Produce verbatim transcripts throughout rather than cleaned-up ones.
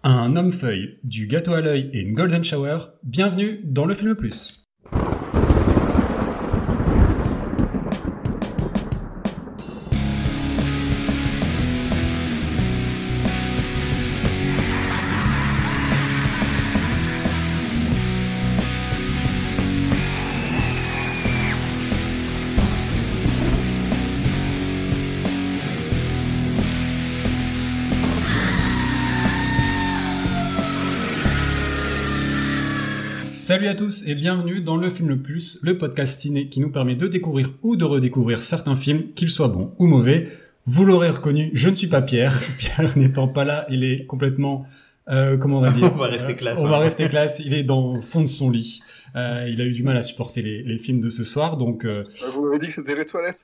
Un homme-feuille, du gâteau à l'œil et une golden shower, bienvenue dans le Film Plus. Salut à tous et bienvenue dans le Film Plus, le podcast ciné qui nous permet de découvrir ou de redécouvrir certains films, qu'ils soient bons ou mauvais. Vous l'aurez reconnu, je ne suis pas Pierre. Pierre n'étant pas là, il est complètement... Euh, comment on va dire On va rester classe. On hein. va rester classe, il est dans le fond de son lit. Euh, il a eu du mal à supporter les, les films de ce soir, donc... Euh... Vous m'avez dit que c'était les toilettes.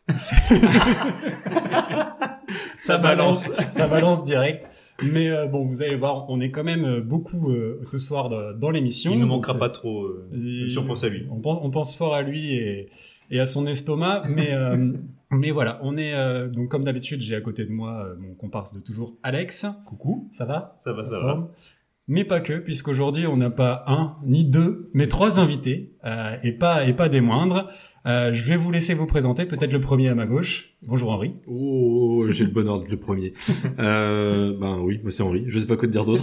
ça balance, ça balance direct. Mais euh, bon, vous allez voir, on est quand même beaucoup euh, ce soir de, dans l'émission. Il ne manquera donc, pas trop, euh, et, si on pense à lui. On pense, on pense fort à lui et, et à son estomac, mais, euh, mais voilà, on est... Euh, donc comme d'habitude, j'ai à côté de moi euh, mon comparse de toujours, Alex. Coucou, ça va ? Ça va, ça forme va. Mais pas que, puisqu'aujourd'hui, on n'a pas un, ni deux, mais trois invités, euh, et, pas, et pas des moindres. Euh, je vais vous laisser vous présenter, peut-être le premier à ma gauche. Bonjour Henri. Oh, j'ai le bonheur d'être le premier. Euh, ben oui, moi c'est Henri. Je sais pas quoi te dire d'autre.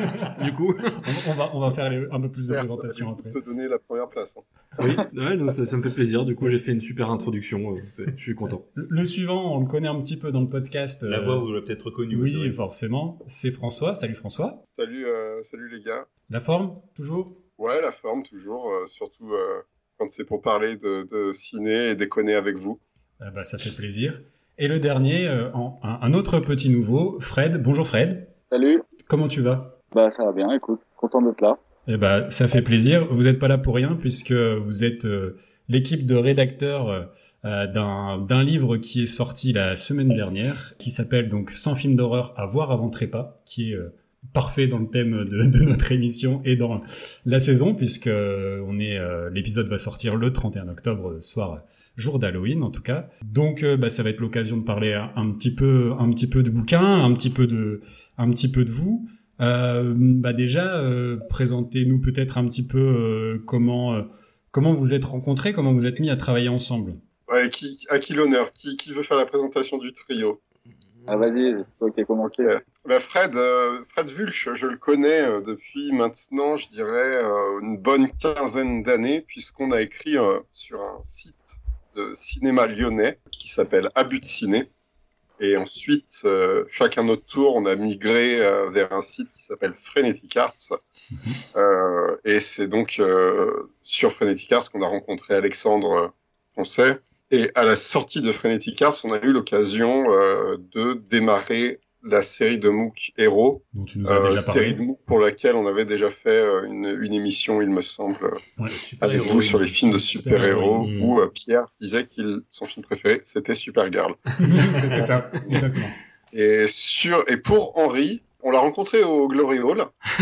Du coup, on, on va on va faire les, un peu plus de Super, présentation ça, après. te donner la première place. Hein. oui, ouais, donc ça, ça me fait plaisir. Du coup, j'ai fait une super introduction. euh, c'est- Je suis content. Le, le suivant, on le connaît un petit peu dans le podcast. La euh, voix, vous l'avez peut-être reconnue. Oui, vous savez. forcément. C'est François. Salut François. Salut, euh, salut les gars. La forme, toujours ? Ouais, la forme toujours, euh, surtout euh, quand c'est pour parler de, de ciné et déconner avec vous. Ah bah, ça fait plaisir. Et le dernier, euh, en- un, un autre petit nouveau, Fred. Bonjour Fred. Salut, Comment tu vas ? bah ça va bien, écoute, content d'être là. Eh ben, ça fait plaisir. Vous n'êtes pas là pour rien puisque vous êtes euh, l'équipe de rédacteurs euh, d'un, d'un livre qui est sorti la semaine dernière, qui s'appelle donc cent films d'horreur à voir avant trépas, qui est euh, parfait dans le thème de, de notre émission et dans la saison puisque euh, on est euh, l'épisode va sortir le trente et un octobre, soir jour d'Halloween en tout cas. Donc euh, bah, ça va être l'occasion de parler un, un petit peu un petit peu de bouquins, un petit peu de un petit peu de vous. Euh, bah déjà, euh, présentez-nous peut-être un petit peu euh, comment euh, comment vous êtes rencontrés, comment vous êtes mis à travailler ensemble. Ouais, qui, à qui l'honneur qui, qui veut faire la présentation du trio? Ah vas-y, c'est toi qui as commencé. Ok. Bah, Fred, euh, Fred Wulch, je le connais euh, depuis maintenant, je dirais, euh, une bonne quinzaine d'années, puisqu'on a écrit euh, sur un site de cinéma lyonnais qui s'appelle Abus de Ciné. Et ensuite, euh, chacun notre tour, on a migré euh, vers un site qui s'appelle Frenetic Arts. Euh, et c'est donc euh, sur Frenetic Arts qu'on a rencontré Alexandre euh, Poncet. Et à la sortie de Frenetic Arts, on a eu l'occasion euh, de démarrer la série de MOOC Hero. Dont tu nous as Euh, déjà série parlé. de MOOC pour laquelle on avait déjà fait euh, une, une émission, il me semble, Ouais. avec vous sur les films de super-héros, Super-héroïne. où euh, Pierre disait qu'il son film préféré, c'était Supergirl. C'était ça, exactement. Et, sur, et pour Henri, on l'a rencontré au Glory Hall.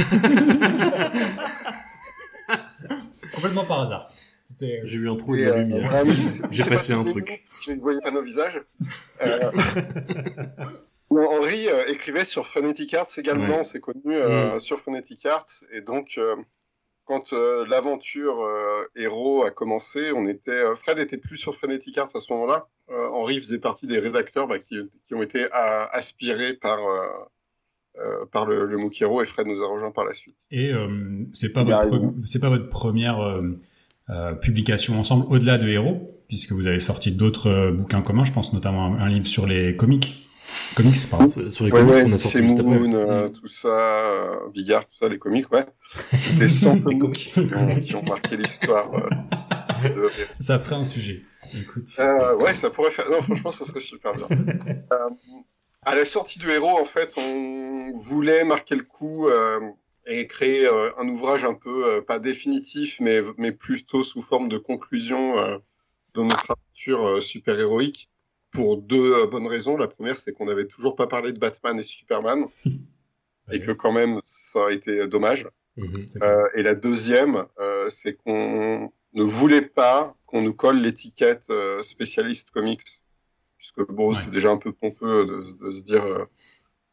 Complètement par hasard. C'était... J'ai vu un trou et Et, de la euh, lumière. voilà, mais c'est- c'est- J'ai c'est passé pas un tous les truc. noms, parce que je ne voyais pas nos visages. Euh, où Henri euh, écrivait sur Frenetic Arts également, Ouais. on s'est connus euh, Mm. sur Frenetic Arts. Et donc, euh, quand euh, l'aventure euh, Hero a commencé, on était, euh, Fred était plus sur Frenetic Arts à ce moment-là. Euh, Henri faisait partie des rédacteurs bah, qui, qui ont été à- aspirés par, euh, euh, par le, le MOOC Hero, et Fred nous a rejoints par la suite. Et euh, c'est pas Il a votre raison. pre- c'est pas votre première euh, euh, publication ensemble au-delà de Héros, puisque vous avez sorti d'autres euh, bouquins communs. Je pense notamment à un livre sur les comics. Comics, pardon. Sur, sur les Ouais, comics ouais, qu'on a sorti juste après. Moon, euh, tout ça, euh, Bigard, tout ça, les comics, ouais. Les cent comics qui ont, qui ont marqué l'histoire. Euh, de... Ça ferait un sujet. Écoute. euh, ouais, ça pourrait faire. Non, franchement, ça serait super bien. Euh, à la sortie du Héros, en fait, on voulait marquer le coup euh, et créer euh, un ouvrage un peu, euh, pas définitif, mais, mais plutôt sous forme de conclusion euh, de notre aventure euh, super-héroïque. Pour deux euh, bonnes raisons. La première, c'est qu'on n'avait toujours pas parlé de Batman et Superman, et que quand même, ça a été dommage. Mhm. C'est clair. Euh, et la deuxième, euh, c'est qu'on ne voulait pas qu'on nous colle l'étiquette euh, spécialiste comics, puisque bon, Ouais. c'est déjà un peu pompeux de, de se dire euh,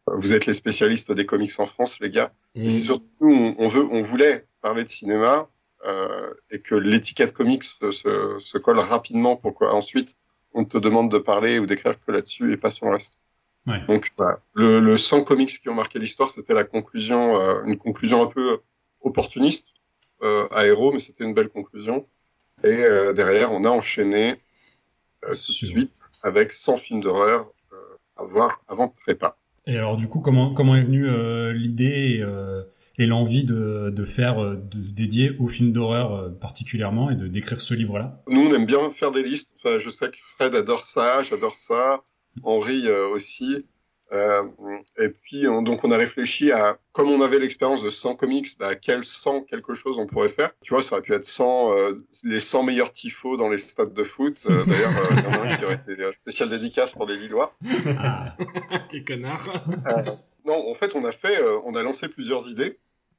Vous êtes les spécialistes des comics en France, les gars. Mmh. Et c'est surtout, on, on veut, on voulait parler de cinéma euh, et que l'étiquette comics se, se, se colle rapidement pour qu'ensuite on te demande de parler ou d'écrire que là-dessus et pas sur le reste. Ouais. Donc, voilà. le, le cent comics qui ont marqué l'histoire, c'était la conclusion, euh, une conclusion un peu opportuniste euh, à Héros, mais c'était une belle conclusion. Et euh, derrière, on a enchaîné euh, tout de suite avec cent films d'horreur euh, à voir avant de prépa. Et alors du coup, comment comment est venue euh, l'idée et, euh, et l'envie de de faire euh, de se dédier aux films d'horreur euh, particulièrement et de d'écrire ce livre-là? Nous, on aime bien faire des listes. Enfin, je sais que Fred adore ça, j'adore ça, Henri euh, aussi. Euh, et puis, on, donc, on a réfléchi à, comme on avait l'expérience de cent comics, bah, quel cent quelque chose on pourrait faire. Tu vois, ça aurait pu être cent, euh, les cent meilleurs tifos dans les stades de foot. Euh, d'ailleurs, il euh, y en a un qui aurait été spécial dédicace pour les Lillois. Ah. Quel connard. Euh, non, en fait, on a fait, euh, on a lancé plusieurs idées.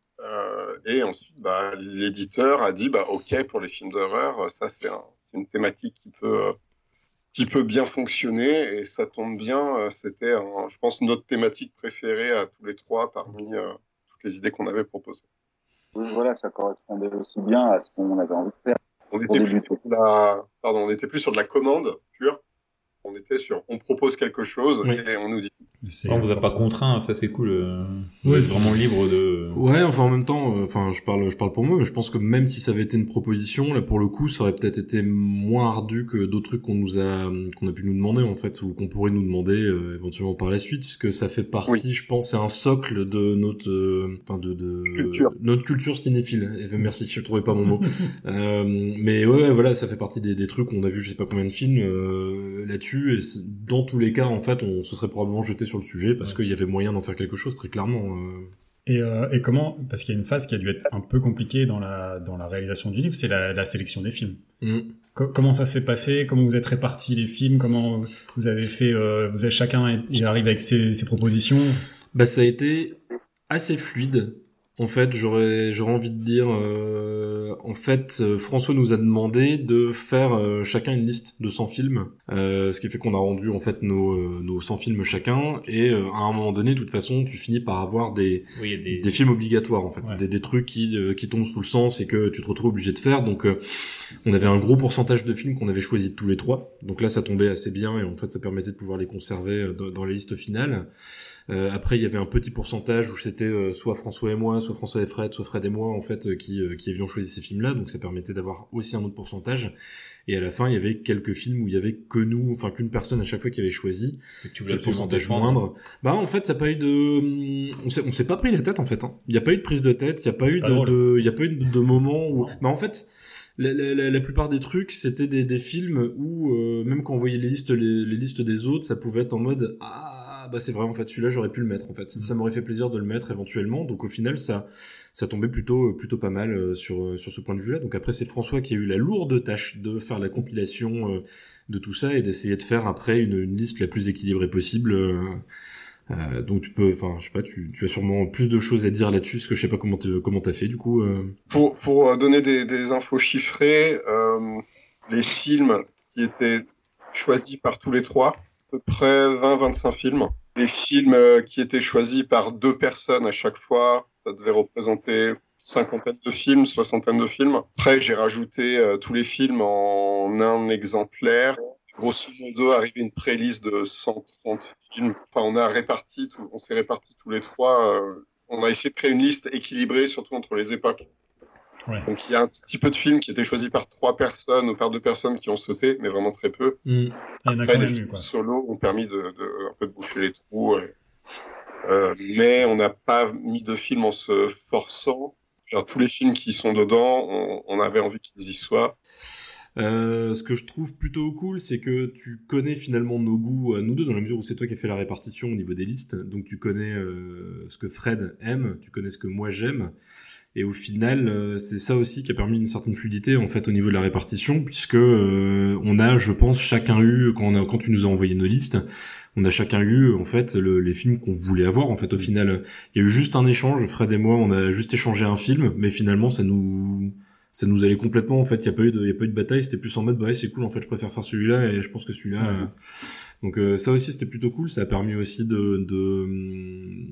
Euh, et ensuite, bah, l'éditeur a dit, bah, OK, pour les films d'horreur, ça, c'est, un, c'est une thématique qui peut, euh, qui peut bien fonctionner, et ça tombe bien, c'était, un, je pense, notre thématique préférée à tous les trois parmi euh, toutes les idées qu'on avait proposées. Oui, voilà, ça correspondait aussi bien à ce qu'on avait envie de faire. On était plus sur de la, pardon, on était plus sur de la commande pure. On était sur, on propose quelque chose oui. et on nous dit. C'est on vous a pas contraint, ça c'est cool. Vous ouais. êtes vraiment libre de. Ouais, enfin en même temps, euh, enfin je parle, je parle pour moi, mais je pense que même si ça avait été une proposition, là pour le coup, ça aurait peut-être été moins ardu que d'autres trucs qu'on nous a, qu'on a pu nous demander en fait, ou qu'on pourrait nous demander euh, éventuellement par la suite, parce que ça fait partie, oui. je pense, c'est un socle de notre, enfin euh, de, de culture. notre culture cinéphile. Et, merci, je trouvais pas mon mot. euh, mais ouais, ouais, voilà, ça fait partie des, des trucs où on a vu, je sais pas combien de films euh, là-dessus, et dans tous les cas, en fait, on se serait probablement jeté sur le sujet parce ouais. qu'il y avait moyen d'en faire quelque chose très clairement. Euh... Et, euh, et comment, parce qu'il y a une phase qui a dû être un peu compliquée dans la dans la réalisation du livre, c'est la, la sélection des films. Mm. Co- comment ça s'est passé? Comment vous êtes répartis les films? Comment vous avez fait? Euh, vous avez chacun il arrive avec ses, ses propositions? Bah ça a été assez fluide. En fait, j'aurais j'aurais envie de dire, euh, en fait, euh, François nous a demandé de faire euh, chacun une liste de cent films, euh, ce qui fait qu'on a rendu en fait nos euh, nos cent films chacun, et euh, à un moment donné, de toute façon, tu finis par avoir des oui, des... des films obligatoires en fait, ouais. des des trucs qui euh, qui tombent sous le sens et que tu te retrouves obligé de faire. Donc, euh, on avait un gros pourcentage de films qu'on avait choisi tous les trois. Donc là, ça tombait assez bien et en fait, ça permettait de pouvoir les conserver dans, dans les listes finales. Euh, après, il y avait un petit pourcentage où c'était euh, soit François et moi, soit François et Fred, soit Fred et moi, en fait, euh, qui, euh, qui avions choisi ces films-là. Donc, ça permettait d'avoir aussi un autre pourcentage. Et à la fin, il y avait quelques films où il y avait que nous, enfin, qu'une personne à chaque fois qui avait choisi. Tu voulais le pourcentage moindre. Bah, en fait, ça n'a pas eu de, on s'est, on s'est pas pris la tête, en fait, hein. Il n'y a pas eu de prise de tête, il n'y a pas C'est eu pas de, drôle. de, il y a pas eu de, de moment où, bah, en fait, La, la, la plupart des trucs, c'était des, des films où, euh, même quand on voyait les listes, les, les listes des autres, ça pouvait être en mode, ah, bah c'est vrai, en fait, celui-là, j'aurais pu le mettre, en fait. Mmh. Ça m'aurait fait plaisir de le mettre éventuellement. Donc, au final, ça, ça tombait plutôt, plutôt pas mal euh, sur, sur ce point de vue-là. Donc, après, c'est François qui a eu la lourde tâche de faire la compilation euh, de tout ça et d'essayer de faire après une, une liste la plus équilibrée possible. Euh, euh, donc, tu peux, enfin, je sais pas, tu, tu as sûrement plus de choses à dire là-dessus, parce que je sais pas comment t'es, comment t'as fait, du coup. Euh... Pour, pour donner des, des infos chiffrées, euh, les films qui étaient choisis par tous les trois, à peu près vingt à vingt-cinq films. Les films qui étaient choisis par deux personnes à chaque fois, ça devait représenter cinquantaine de films, soixantaine de films. Après, j'ai rajouté euh, tous les films en un exemplaire. Grosso modo, arrivé une playlist de cent trente films. Enfin, on a réparti, tout, on s'est répartis tous les trois. Euh, on a essayé de créer une liste équilibrée, surtout entre les époques. Ouais. Donc, il y a un petit peu de films qui étaient choisis par trois personnes ou par deux personnes qui ont sauté, mais vraiment très peu. Mmh. Après, les films solo ont permis de, de, un peu de boucher les trous. Ouais. Euh, mais on n'a pas mis de films en se forçant. Genre, tous les films qui sont dedans, on, on avait envie qu'ils y soient. Euh, ce que je trouve plutôt cool, c'est que tu connais finalement nos goûts à nous deux, dans la mesure où c'est toi qui as fait la répartition au niveau des listes. Donc tu connais euh, ce que Fred aime, tu connais ce que moi j'aime. Et au final, euh, c'est ça aussi qui a permis une certaine fluidité en fait au niveau de la répartition, puisque euh, on a, je pense, chacun eu, quand, on a, quand tu nous as envoyé nos listes, on a chacun eu en fait le, les films qu'on voulait avoir. En fait, au final, il y a eu juste un échange. Fred et moi, on a juste échangé un film, mais finalement, ça nous ça nous allait complètement. En fait, il y a pas eu de il y a pas eu de bataille. C'était plus en mode bah ouais, c'est cool. En fait, je préfère faire celui-là et je pense que celui-là. Ouais. Euh... Donc euh, ça aussi c'était plutôt cool, ça a permis aussi de, de hum,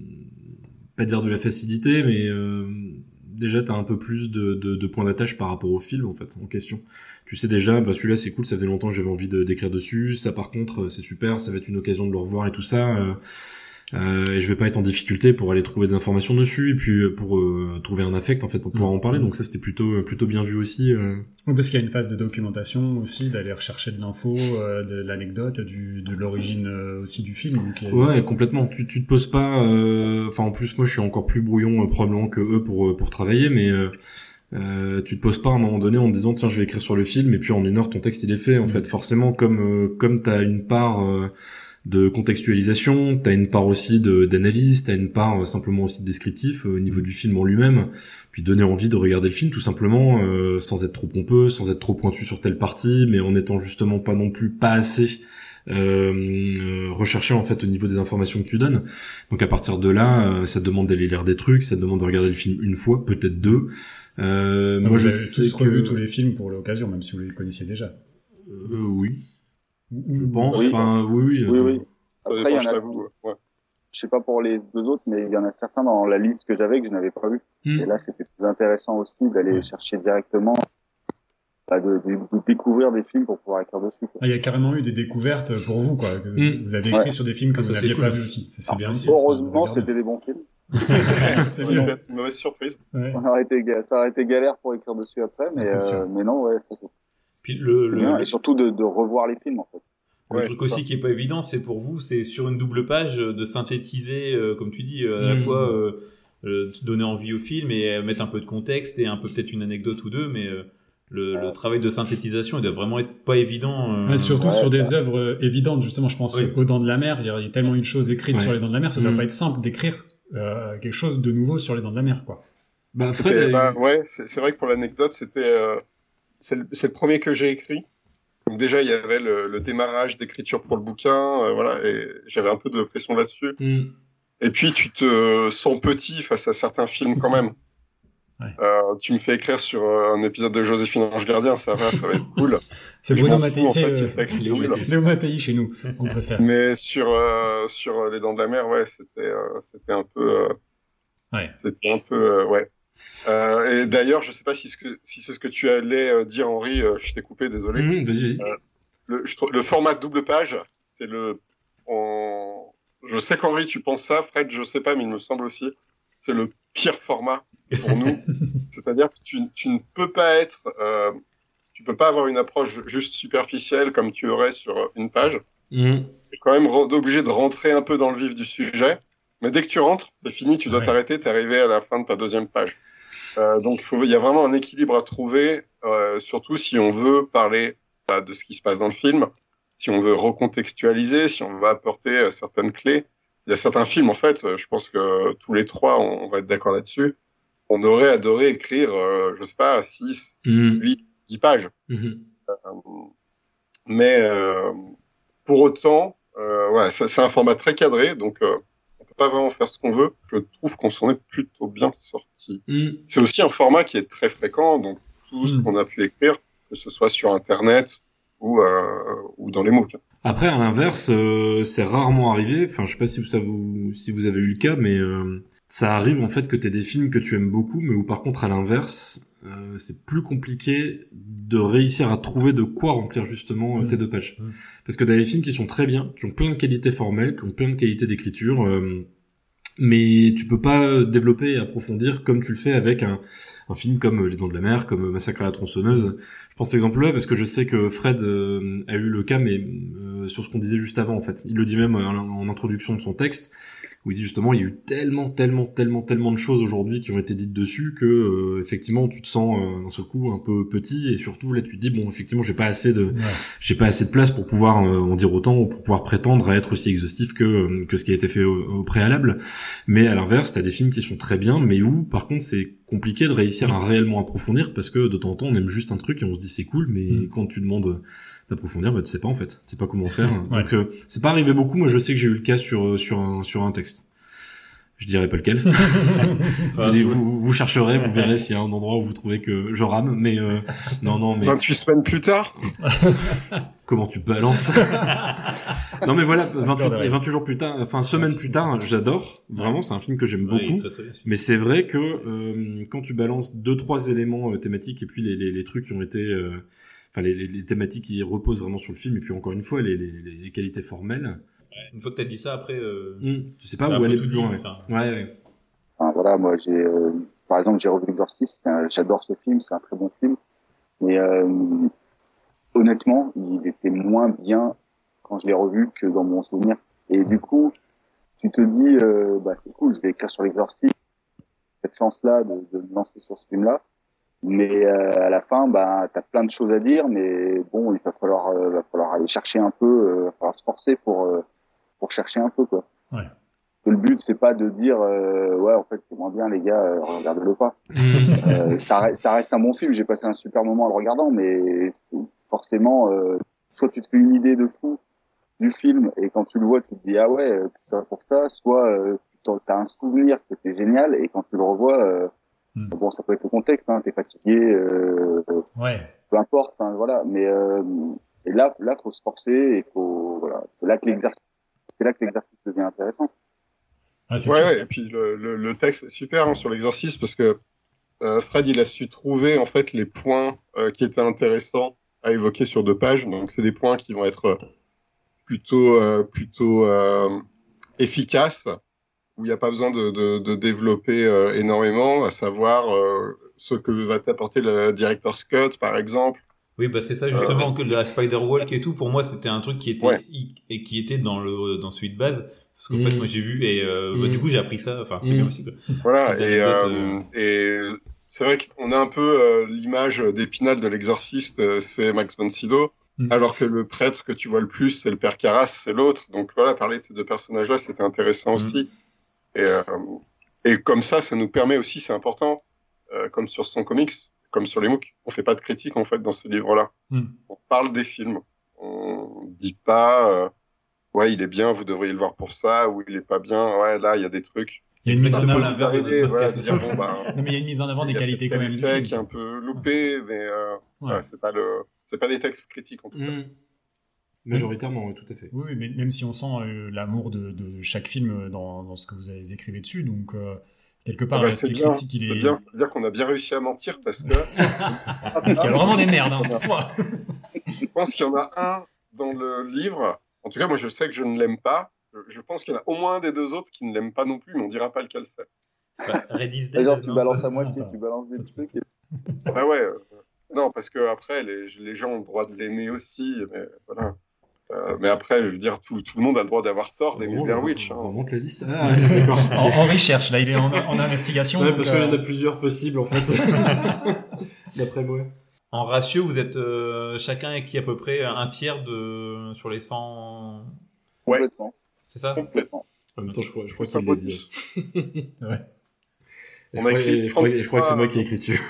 pas dire de la facilité, mais euh, déjà t'as un peu plus de, de, de points d'attache par rapport au film en fait en question. Tu sais déjà, bah celui-là c'est cool, ça faisait longtemps que j'avais envie de d'écrire dessus, ça par contre c'est super, ça va être une occasion de le revoir et tout ça. Euh, Euh, et je vais pas être en difficulté pour aller trouver des informations dessus et puis pour euh, trouver un affect en fait pour pouvoir mmh. en parler, donc ça c'était plutôt plutôt bien vu aussi. Euh. Oui, parce qu'il y a une phase de documentation aussi, d'aller rechercher de l'info, euh, de l'anecdote, du, de l'origine euh, aussi du film. Donc, euh... Ouais, complètement. Tu tu te poses pas. Enfin, euh, en plus moi je suis encore plus brouillon euh, probablement que eux pour pour travailler, mais euh, euh, tu te poses pas à un moment donné en te disant tiens je vais écrire sur le film et puis en une heure ton texte il est fait. En mmh. fait, forcément comme euh, comme t'as une part euh, de contextualisation, t'as une part aussi de d'analyse, t'as une part euh, simplement aussi de descriptif euh, au niveau du film en lui-même, puis donner envie de regarder le film tout simplement euh, sans être trop pompeux, sans être trop pointu sur telle partie, mais en étant justement pas non plus pas assez euh, euh, recherché en fait au niveau des informations que tu donnes. Donc à partir de là, euh, ça te demande d'aller lire des trucs, ça te demande de regarder le film une fois, peut-être deux. Euh, moi vous je avez sais tous que... revu tous les films pour l'occasion, même si vous les connaissiez déjà. Euh, oui. Je pense, oui, enfin, oui, oui. Oui, euh... oui. Après, il y en a, ouais. Je sais pas pour les deux autres, mais il y en a certains dans la liste que j'avais que je n'avais pas vu. Mm. Et là, c'était plus intéressant aussi d'aller mm. chercher directement, bah, de, de, de découvrir des films pour pouvoir écrire dessus. Ah, il y a carrément eu des découvertes pour vous, quoi. Mm. Vous avez écrit ouais. sur des films que ah, vous n'aviez cool. pas vu aussi. C'est, c'est bien aussi. Heureusement, c'était des bons films. C'est une mauvaise surprise. Ouais. On aurait été, ça aurait été galère pour écrire dessus après, mais, euh, mais non, ouais, ça c'est. Puis le, le, bien, le... Et surtout de, de revoir les films, en fait. Le ouais, truc aussi ça. Qui est pas évident, c'est pour vous, c'est sur une double page de synthétiser, euh, comme tu dis, euh, à mmh. la fois euh, euh, donner envie au film et euh, mettre un peu de contexte et un peu peut-être une anecdote ou deux, mais euh, le, ouais. le travail de synthétisation, il doit vraiment être pas évident. Euh... Ouais, surtout ouais, sur des ça. œuvres évidentes, justement, je pense oui. aux Dents de la Mer. Il y a tellement une chose écrite ouais. sur les Dents de la Mer, ça mmh. doit pas être simple d'écrire euh, quelque chose de nouveau sur les Dents de la Mer, quoi. Bah, Fred, et, bah, ouais, c'est, c'est vrai que pour l'anecdote, c'était euh, c'est, le, c'est le premier que j'ai écrit. Donc déjà, il y avait le, le démarrage d'écriture pour le bouquin, euh, voilà, et j'avais un peu de pression là-dessus. Mm. Et puis, tu te sens petit face à certains films quand même. Ouais. Euh, tu me fais écrire sur euh, un épisode de Joséphine Ange Gardien, ça va, ça va être cool. C'est Bruno Mattei, en fait, euh, Léo, cool. Léo Mattei chez nous, on préfère. Mais sur euh, sur Les Dents de la Mer, ouais, c'était euh, c'était un peu, euh, ouais, c'était un peu, euh, ouais. Euh, et d'ailleurs, je sais pas si, ce que, si c'est ce que tu allais euh, dire, Henri, euh, je t'ai coupé, désolé. Mmh, vas-y. Euh, le, je, le format double page, c'est le... On... Je sais qu'Henri, tu penses ça, Fred, je sais pas, mais il me semble aussi, c'est le pire format pour nous. C'est-à-dire que tu, tu ne peux pas être... Euh, tu peux pas avoir une approche juste superficielle comme tu aurais sur une page. Mmh. Tu es quand même re- obligé de rentrer un peu dans le vif du sujet. Mais dès que tu rentres, c'est fini, tu dois ouais. t'arrêter, t'es arrivé à la fin de ta deuxième page. Euh, donc, il faut, il y a vraiment un équilibre à trouver, euh, surtout si on veut parler bah, de ce qui se passe dans le film, si on veut recontextualiser, si on veut apporter euh, certaines clés. Il y a certains films, en fait, euh, je pense que tous les trois, on, on va être d'accord là-dessus. On aurait adoré écrire, euh, je sais pas, six, huit, dix pages. Mmh. Euh, mais euh, pour autant, euh, ouais, ça, c'est un format très cadré, donc... Euh, pas vraiment faire ce qu'on veut, je trouve qu'on s'en est plutôt bien sorti. Mm. C'est aussi un format qui est très fréquent, donc tout ce mm. qu'on a pu écrire, que ce soit sur Internet ou, euh, ou dans les MOOC. Après, à l'inverse, euh, c'est rarement arrivé, enfin je sais pas si vous, ça vous, si vous avez eu le cas, mais euh, ça arrive en fait que t'aies des films que tu aimes beaucoup, mais où par contre à l'inverse, euh, c'est plus compliqué de réussir à trouver de quoi remplir justement mmh. tes deux pages. Mmh. Parce que t'as des films qui sont très bien, qui ont plein de qualités formelles, qui ont plein de qualités d'écriture, euh, mais tu peux pas développer et approfondir comme tu le fais avec un, un film comme Les Dents de la Mer, comme Massacre à la tronçonneuse. Je pense cet exemple-là parce que je sais que Fred euh, a eu le cas, mais euh, sur ce qu'on disait juste avant en fait. Il le dit même en, en introduction de son texte, où il dit justement il y a eu tellement, tellement, tellement, tellement de choses aujourd'hui qui ont été dites dessus que euh, effectivement tu te sens euh, d'un seul coup un peu petit et surtout là tu te dis bon effectivement j'ai pas assez de, ouais. j'ai pas assez de place pour pouvoir euh, en dire autant ou pour pouvoir prétendre à être aussi exhaustif que euh, que ce qui a été fait au, au préalable. Mais à l'inverse t'as des films qui sont très bien mais où par contre c'est compliqué de réussir à réellement approfondir parce que de temps en temps on aime juste un truc et on se dit c'est cool mais mmh. quand tu demandes d'approfondir bah tu sais pas en fait, tu sais pas comment faire. Ouais. Donc euh, c'est pas arrivé beaucoup. Moi je sais que j'ai eu le cas sur sur un sur un texte. Je dirais pas lequel. Enfin, vous, vous, vous chercherez, vous verrez s'il y a un endroit où vous trouvez que je rame, mais euh, non, non, mais... vingt-huit semaines plus tard. Comment tu balances? Non, mais voilà, vingt-huit, vingt-huit jours plus tard, enfin, semaine plus tard, j'adore. Vraiment, c'est un film que j'aime ouais, beaucoup. très, très bien. Mais c'est vrai que euh, quand tu balances deux, trois éléments euh, thématiques et puis les, les, les trucs qui ont été... Euh, enfin, les, les, les thématiques qui reposent vraiment sur le film, et puis encore une fois, les, les, les qualités formelles... Une fois que t'as dit ça, après, euh, mmh, tu sais pas où aller plus loin. Ouais. Enfin, ouais, ouais. Enfin, voilà, moi, j'ai, euh, par exemple, j'ai revu L'Exorciste. Un, j'adore ce film, c'est un très bon film. Mais euh, honnêtement, il était moins bien quand je l'ai revu que dans mon souvenir. Et du coup, tu te dis, euh, bah c'est cool, je vais écrire sur L'Exorciste. Cette chance-là de, de me lancer sur ce film-là. Mais euh, à la fin, bah t'as plein de choses à dire, mais bon, il va falloir, euh, va falloir aller chercher un peu, euh, va falloir se forcer pour euh, pour chercher un peu, quoi. Ouais. Le but, c'est pas de dire euh, ouais, en fait, c'est moins bien, les gars, euh, regardez-le pas. euh, ça, reste, ça reste un bon film. J'ai passé un super moment en le regardant, mais forcément, euh, soit tu te fais une idée de fou du film et quand tu le vois, tu te dis ah ouais, tout ça pour ça. Soit euh, t'as un souvenir que c'est génial et quand tu le revois, euh, mm. bon, ça peut être le contexte. Hein, t'es fatigué, euh, ouais. peu importe. Hein, voilà. Mais euh, et là, là, faut se forcer et faut voilà. C'est là que l'exercice, c'est là que l'exercice devient intéressant. Ah, c'est ouais, ouais, et puis le, le, le texte est super hein, sur l'exorcisme parce que euh, Fred il a su trouver en fait les points euh, qui étaient intéressants à évoquer sur deux pages. Donc c'est des points qui vont être plutôt euh, plutôt euh, efficaces où il n'y a pas besoin de, de, de développer euh, énormément, à savoir euh, ce que va t'apporter le director's cut par exemple. Oui, bah c'est ça justement euh, que la Spider-Walk et tout. Pour moi, c'était un truc qui était ouais. et qui était dans le dans celui de base. Parce qu'en mmh. fait, moi j'ai vu et euh, mmh. bah, du coup j'ai appris ça. Enfin, c'est mmh. bien aussi. Quoi. Voilà. Et, euh, euh... et c'est vrai qu'on a un peu euh, l'image d'Épinal de l'exorciste, euh, c'est Max von Sydow, mmh. alors que le prêtre que tu vois le plus, c'est le père Karras, c'est l'autre. Donc voilà, parler de ces deux personnages-là, c'était intéressant mmh. aussi. Et, euh, et comme ça, ça nous permet aussi, c'est important, euh, comme sur son comics, comme sur les MOOC, on fait pas de critique en fait dans ces livres-là. Mmh. On parle des films. On dit pas. Euh, ouais, il est bien, vous devriez le voir pour ça, ou il est pas bien, ouais, là, il y a des trucs. Il y a une mise en avant. Arriver, ouais, dire, bon, bah, non, mais il y a une mise en avant des qualités quand même. Il y a qui est un peu loupé, mais euh, ouais. Ouais, c'est pas le, c'est pas des textes critiques en tout cas. Mmh. Majoritairement, oui, tout à fait. Oui, mais même si on sent euh, l'amour de, de chaque film dans, dans ce que vous avez écrivé dessus, donc euh, quelque part, ah bah, c'est bien, critique, il est. C'est bien, c'est-à-dire qu'on a bien réussi à mentir parce que. parce qu'il y a vraiment des merdes. Hein. Je pense qu'il y en a un dans le livre. En tout cas, moi, je sais que je ne l'aime pas. Je pense qu'il y en a au moins des deux autres qui ne l'aiment pas non plus, mais on ne dira pas lequel c'est. Bah, Red is Dead. Genre, tu balances à moitié, tu balances des trucs. Et... Bah ouais. Euh, non, parce que après, les, les gens ont le droit de l'aimer aussi, mais voilà. Euh, mais après, je veux dire, tout, tout le monde a le droit d'avoir tort d'aimer oh, Blair Witch. Hein. On remonte la liste. Ah, d'accord. Henri cherche, là, il est en, en investigation. Ouais, parce euh... qu'il y en a plusieurs possibles, en fait. D'après moi. En ratio, vous êtes euh, chacun écrit à peu près un tiers de sur les cent. Ouais. Complètement. C'est ça. Complètement. En même temps, je crois, je crois qu'il l'a dit. Ouais. On a écrit. Je crois, je crois que c'est moi qui ai écrit dessus.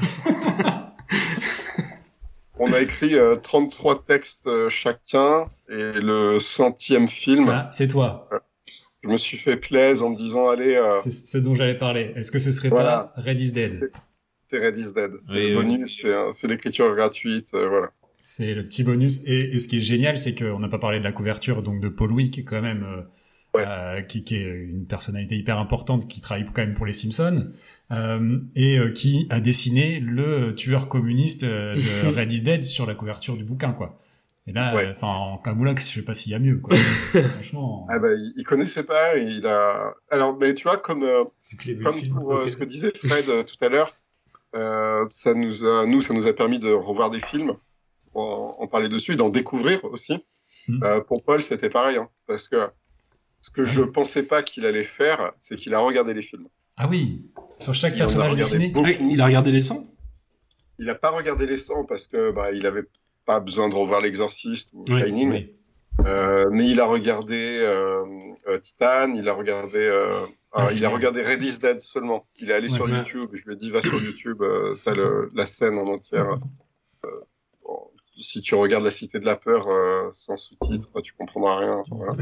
On a écrit euh, trente-trois textes euh, chacun et le centième film. Ah, c'est toi. Euh, je me suis fait plaisir en me disant allez. Euh... C'est ce dont j'avais parlé. Est-ce que ce serait voilà. pas Red is Dead? C'est Red is Dead. C'est oui, le bonus, oui. c'est l'écriture gratuite, euh, voilà. C'est le petit bonus. Et, et ce qui est génial, c'est qu'on n'a pas parlé de la couverture donc de Paul Louis, qui est quand même euh, ouais. euh, qui, qui est une personnalité hyper importante, qui travaille quand même pour les Simpsons, euh, et euh, qui a dessiné le tueur communiste euh, de Red is Dead sur la couverture du bouquin, quoi. Et là, enfin, ouais. euh, en Camoulox, je sais pas s'il y a mieux, quoi. Franchement. Ah bah, il, il connaissait pas. Il a. Alors, mais tu vois, comme euh, comme film, pour okay. euh, ce que disait Fred euh, tout à l'heure. Euh, ça nous a, nous, ça nous a permis de revoir des films, en, en parler dessus, d'en découvrir aussi. Mmh. Euh, pour Paul, c'était pareil, hein, parce que ce que je pensais pas qu'il allait faire, c'est qu'il a regardé les films. Ah oui, sur chaque il personnage dessiné. Ah, il a regardé les cent. Il a pas regardé les cent parce que bah, il avait pas besoin de revoir l'Exorciste ou oui, Shining, oui. Euh, mais il a regardé euh, euh, Titan, il a regardé. Euh, Ah, il a regardé Red is Dead seulement. Il est allé ouais, sur ouais. YouTube. Je lui ai dit, va sur YouTube, euh, t'as le, la scène en entière. Euh, bon, si tu regardes La Cité de la Peur euh, sans sous-titres, tu comprendras rien. Voilà.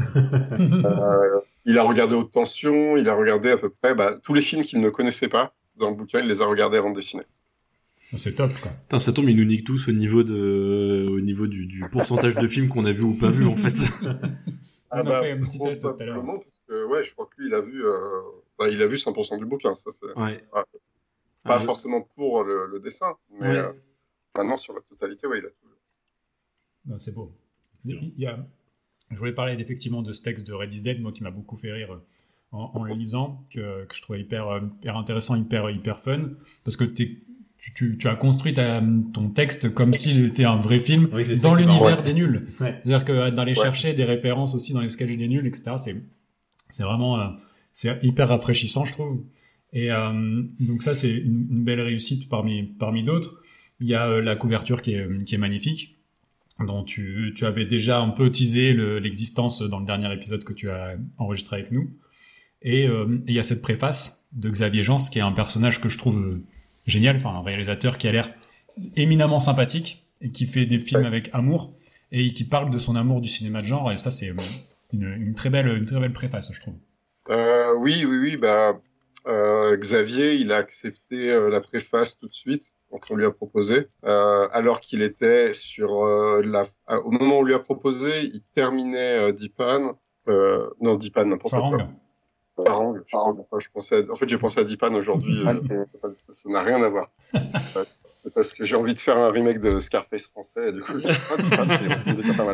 euh, il a regardé Haute Tension, il a regardé à peu près bah, tous les films qu'il ne connaissait pas dans le bouquin, il les a regardés avant de dessiner. C'est top, quoi. Putain, ça tombe, il nous nique tous au niveau de, au niveau du, du pourcentage de films qu'on a vu ou pas vu, en fait. Ah bah, fait un petit test tout à l'heure. Parce que, ouais, je crois que lui, il a vu, euh, bah, il a vu cent pour cent du bouquin, ça, c'est. Ouais. Ouais. Pas ah, forcément pour le, le dessin, mais ouais. euh, maintenant, sur la totalité, ouais, il a tout vu. Non, c'est beau. Il y a... Je voulais parler effectivement de ce texte de Red is Dead, moi qui m'a beaucoup fait rire en, en le lisant, que, que je trouvais hyper, hyper intéressant, hyper, hyper fun, parce que t'es, tu, tu, tu as construit ta, ton texte comme si c'était un vrai film oui, dans l'univers ouais. des nuls. Ouais. C'est-à-dire que d'aller ouais. chercher des références aussi dans les sketchs des nuls, et cetera, c'est, c'est vraiment euh, c'est hyper rafraîchissant, je trouve. Et euh, donc ça, c'est une, une belle réussite parmi, parmi d'autres. Il y a euh, la couverture qui est, qui est magnifique, dont tu, tu avais déjà un peu teasé le, l'existence dans le dernier épisode que tu as enregistré avec nous. Et euh, il y a cette préface de Xavier Jans, qui est un personnage que je trouve génial, enfin un réalisateur qui a l'air éminemment sympathique et qui fait des films avec amour et qui parle de son amour du cinéma de genre. Et ça, c'est une, une très belle, une très belle préface, je trouve. Euh, oui, oui, oui. Bah, euh, Xavier, il a accepté euh, la préface tout de suite quand on lui a proposé, euh, alors qu'il était sur euh, la. Au moment où on lui a proposé, il terminait euh, Dipan. Euh, non, Dipan, n'importe Farang. quoi. Farang. Je, Farang. Je pensais à... En fait, j'ai pensé à Dipan aujourd'hui. euh, ça n'a rien à voir. C'est parce que j'ai envie de faire un remake de Scarface français. Et du coup, Dipan, c'est déjà pas mal.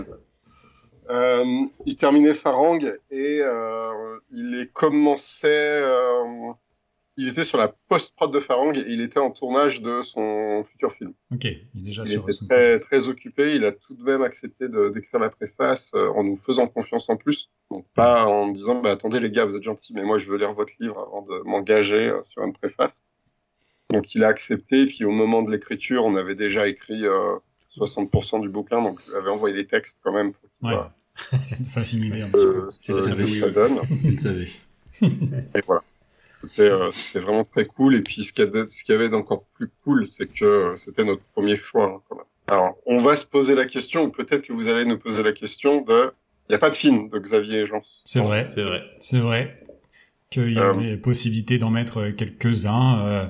Euh, il terminait Farang et euh, il commençait. Euh, il était sur la post-prod de Farang et il était en tournage de son futur film. Ok, il est déjà il sur. était son très, très occupé. Il a tout de même accepté de, d'écrire la préface euh, en nous faisant confiance en plus. Donc pas en me disant bah attendez les gars, vous êtes gentils, mais moi je veux lire votre livre avant de m'engager euh, sur une préface. Donc il a accepté. Et puis au moment de l'écriture, on avait déjà écrit euh, soixante pour cent du bouquin, donc je lui avais envoyé les textes quand même. Pour ouais. Voilà. C'est de fasciner un petit peu. C'est le savait, ça donne. C'est le savait. Et voilà. C'était, euh, c'était vraiment très cool. Et puis ce qu'il y avait, ce qu'il y avait d'encore plus cool, c'est que euh, c'était notre premier choix. Hein, quand même. Alors, on va se poser la question, ou peut-être que vous allez nous poser la question de, il n'y a pas de film de Xavier Jans. C'est vrai, c'est vrai, c'est vrai qu'il y avait euh... possibilité d'en mettre quelques-uns. Euh...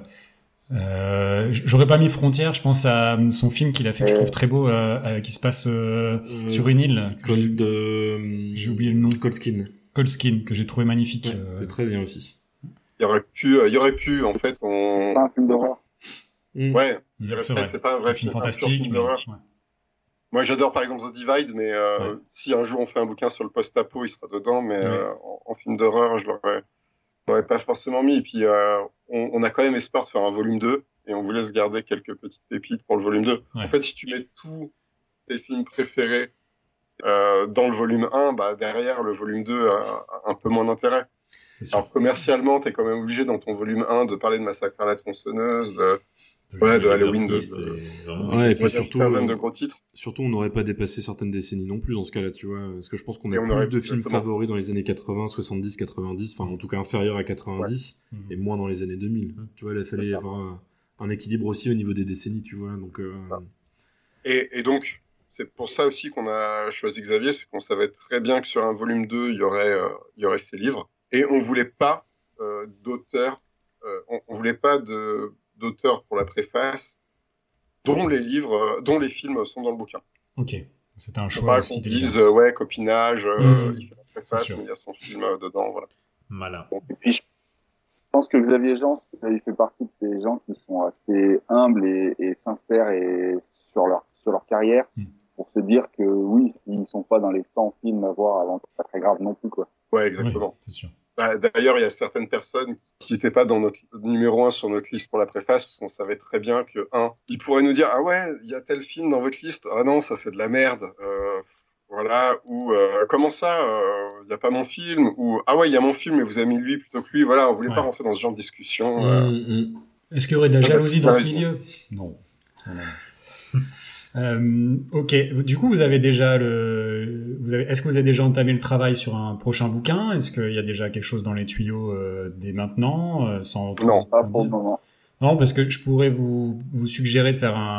Euh, j'aurais pas mis Frontières, je pense à son film qu'il a fait que je trouve très beau, euh, euh, qui se passe euh, euh, sur une île. Cold, de... J'ai oublié le nom. Cold Skin. Cold Skin, que j'ai trouvé magnifique. Ouais, euh... C'est très bien aussi. Il y aurait pu, euh, il y aurait pu, en fait, on... C'est pas un film d'horreur. Mmh. Ouais, mmh, c'est, vrai. c'est pas un vrai un film, film fantastique. Un film d'horreur. Ouais. Moi, j'adore par exemple The Divide, mais euh, ouais. si un jour on fait un bouquin sur le post-apo, il sera dedans, mais ouais. euh, en, en film d'horreur, je l'aurais, je l'aurais pas forcément mis. Et puis, euh, on, on a quand même espoir de faire un volume deux. Et on voulait se garder quelques petites pépites pour le volume deux. Ouais. En fait, si tu mets tous tes films préférés euh, dans le volume un, bah, derrière, le volume deux a, a un peu moins d'intérêt. Alors, commercialement, t'es quand même obligé, dans ton volume un, de parler de Massacre à la tronçonneuse, de, de, ouais, de Halloween, de, de, ouais, et puis surtout, de gros titres. Surtout, on n'aurait pas dépassé certaines décennies non plus dans ce cas-là, tu vois. Parce que je pense qu'on a plus de films exactement. favoris dans les années quatre-vingts, soixante-dix, quatre-vingt-dix, enfin, en tout cas inférieurs à quatre-vingt-dix, ouais. et moins dans les années deux mille. Mmh. Tu vois, il fallait avoir un équilibre aussi au niveau des décennies, tu vois. Donc, euh... et, et donc, c'est pour ça aussi qu'on a choisi Xavier, c'est qu'on savait très bien que sur un volume deux, il y aurait, euh, il y aurait ces livres. Et on voulait pas euh, d'auteur, euh, on, on voulait pas de, d'auteur pour la préface, dont les livres, euh, dont les films sont dans le bouquin. Ok, c'était un choix. Pas qu'on dise, euh, ouais, copinage, euh, mmh, il fait la préface, mais il y a son film euh, dedans, voilà. Voilà. Donc, et puis, je pense que Xavier Jans, il fait partie de ces gens qui sont assez humbles et, et sincères et sur leur sur leur carrière, mmh. pour se dire que oui, s'ils sont pas dans les cent films à voir avant, c'est pas très grave non plus, quoi. Ouais, exactement. Oui, c'est sûr. Bah, d'ailleurs, il y a certaines personnes qui n'étaient pas dans notre numéro un sur notre liste pour la préface, parce qu'on savait très bien que, un, ils pourraient nous dire, ah ouais, il y a tel film dans votre liste. Ah non, ça c'est de la merde. Euh, voilà. Ou, euh, comment ça, il euh, n'y a pas mon film? Ou, ah ouais, il y a mon film, mais vous avez mis lui plutôt que lui. Voilà, on voulait ouais. pas rentrer dans ce genre de discussion. Mmh, euh... mmh. Est-ce qu'il y aurait de la jalousie dans ce milieu? Non. Euh, ok. Du coup, vous avez déjà le. Vous avez... Est-ce que vous avez déjà entamé le travail sur un prochain bouquin? Est-ce qu'il y a déjà quelque chose dans les tuyaux euh, dès maintenant, euh, sans Non, pas pour le moment. Non, parce que je pourrais vous vous suggérer de faire un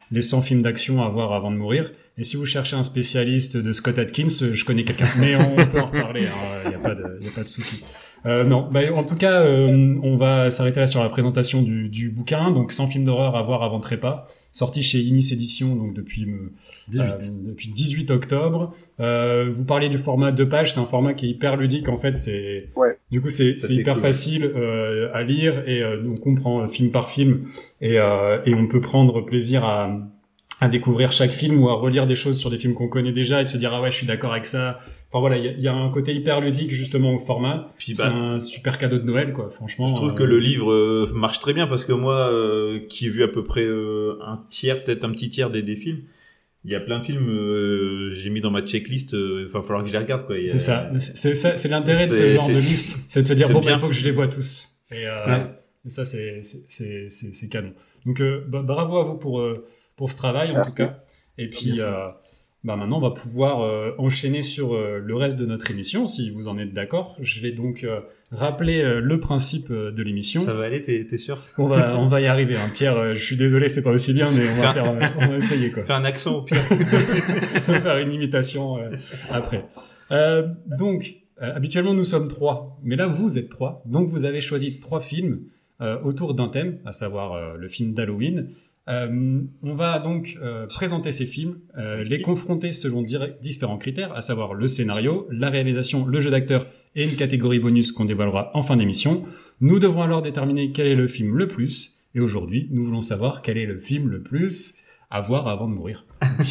les cent films d'action à voir avant de mourir. Et si vous cherchez un spécialiste de Scott Adkins, je connais quelqu'un, mais on peut en reparler, il hein, n'y a pas de, y a pas de souci. Euh, non, bah, en tout cas, euh, on va s'arrêter là sur la présentation du, du bouquin, donc cent films d'horreur à voir avant Trépas, sorti chez Inis Éditions, donc depuis euh, dix-huit. Euh, depuis dix-huit octobre. Euh, vous parliez du format deux pages, c'est un format qui est hyper ludique, en fait, c'est, ouais. du coup, c'est, c'est, c'est hyper cool. facile euh, à lire et euh, on comprend euh, film par film et, euh, et on peut prendre plaisir à à découvrir chaque film ou à relire des choses sur des films qu'on connaît déjà et de se dire ah ouais je suis d'accord avec ça. Enfin voilà, il y, y a un côté hyper ludique justement au format. Puis, c'est bah, un super cadeau de Noël quoi. Franchement. Je trouve euh... que le livre euh, marche très bien parce que moi euh, qui ai vu à peu près euh, un tiers, peut-être un petit tiers des, des films, il y a plein de films euh, j'ai mis dans ma checklist. Il euh, va falloir que je les regarde quoi. C'est ça. C'est, c'est, c'est l'intérêt c'est, de ce genre de liste, c'est de se dire bon il bah, faut que je les vois tous. Et, euh, ouais. et ça c'est c'est c'est c'est, c'est canon. Donc euh, bah, bravo à vous pour euh, pour ce travail en Merci. tout cas. Et puis euh, bah maintenant on va pouvoir euh, enchaîner sur euh, le reste de notre émission si vous en êtes d'accord. Je vais donc euh, rappeler euh, le principe euh, de l'émission. Ça va aller, t'es, t'es sûr? On va on va y arriver. Hein. Pierre, euh, je suis désolé, c'est pas aussi bien, mais on va faire, euh, on va essayer quoi. Fais un accent au pire. On va faire une imitation euh, après. Euh, donc euh, habituellement nous sommes trois, mais là vous êtes trois, donc vous avez choisi trois films euh, autour d'un thème, à savoir euh, le film d'Halloween. Euh, on va donc euh, présenter ces films, euh, les confronter selon direct, différents critères, à savoir le scénario, la réalisation, le jeu d'acteur et une catégorie bonus qu'on dévoilera en fin d'émission. Nous devrons alors déterminer quel est le film le plus, et aujourd'hui, nous voulons savoir quel est le film le plus à voir avant de mourir.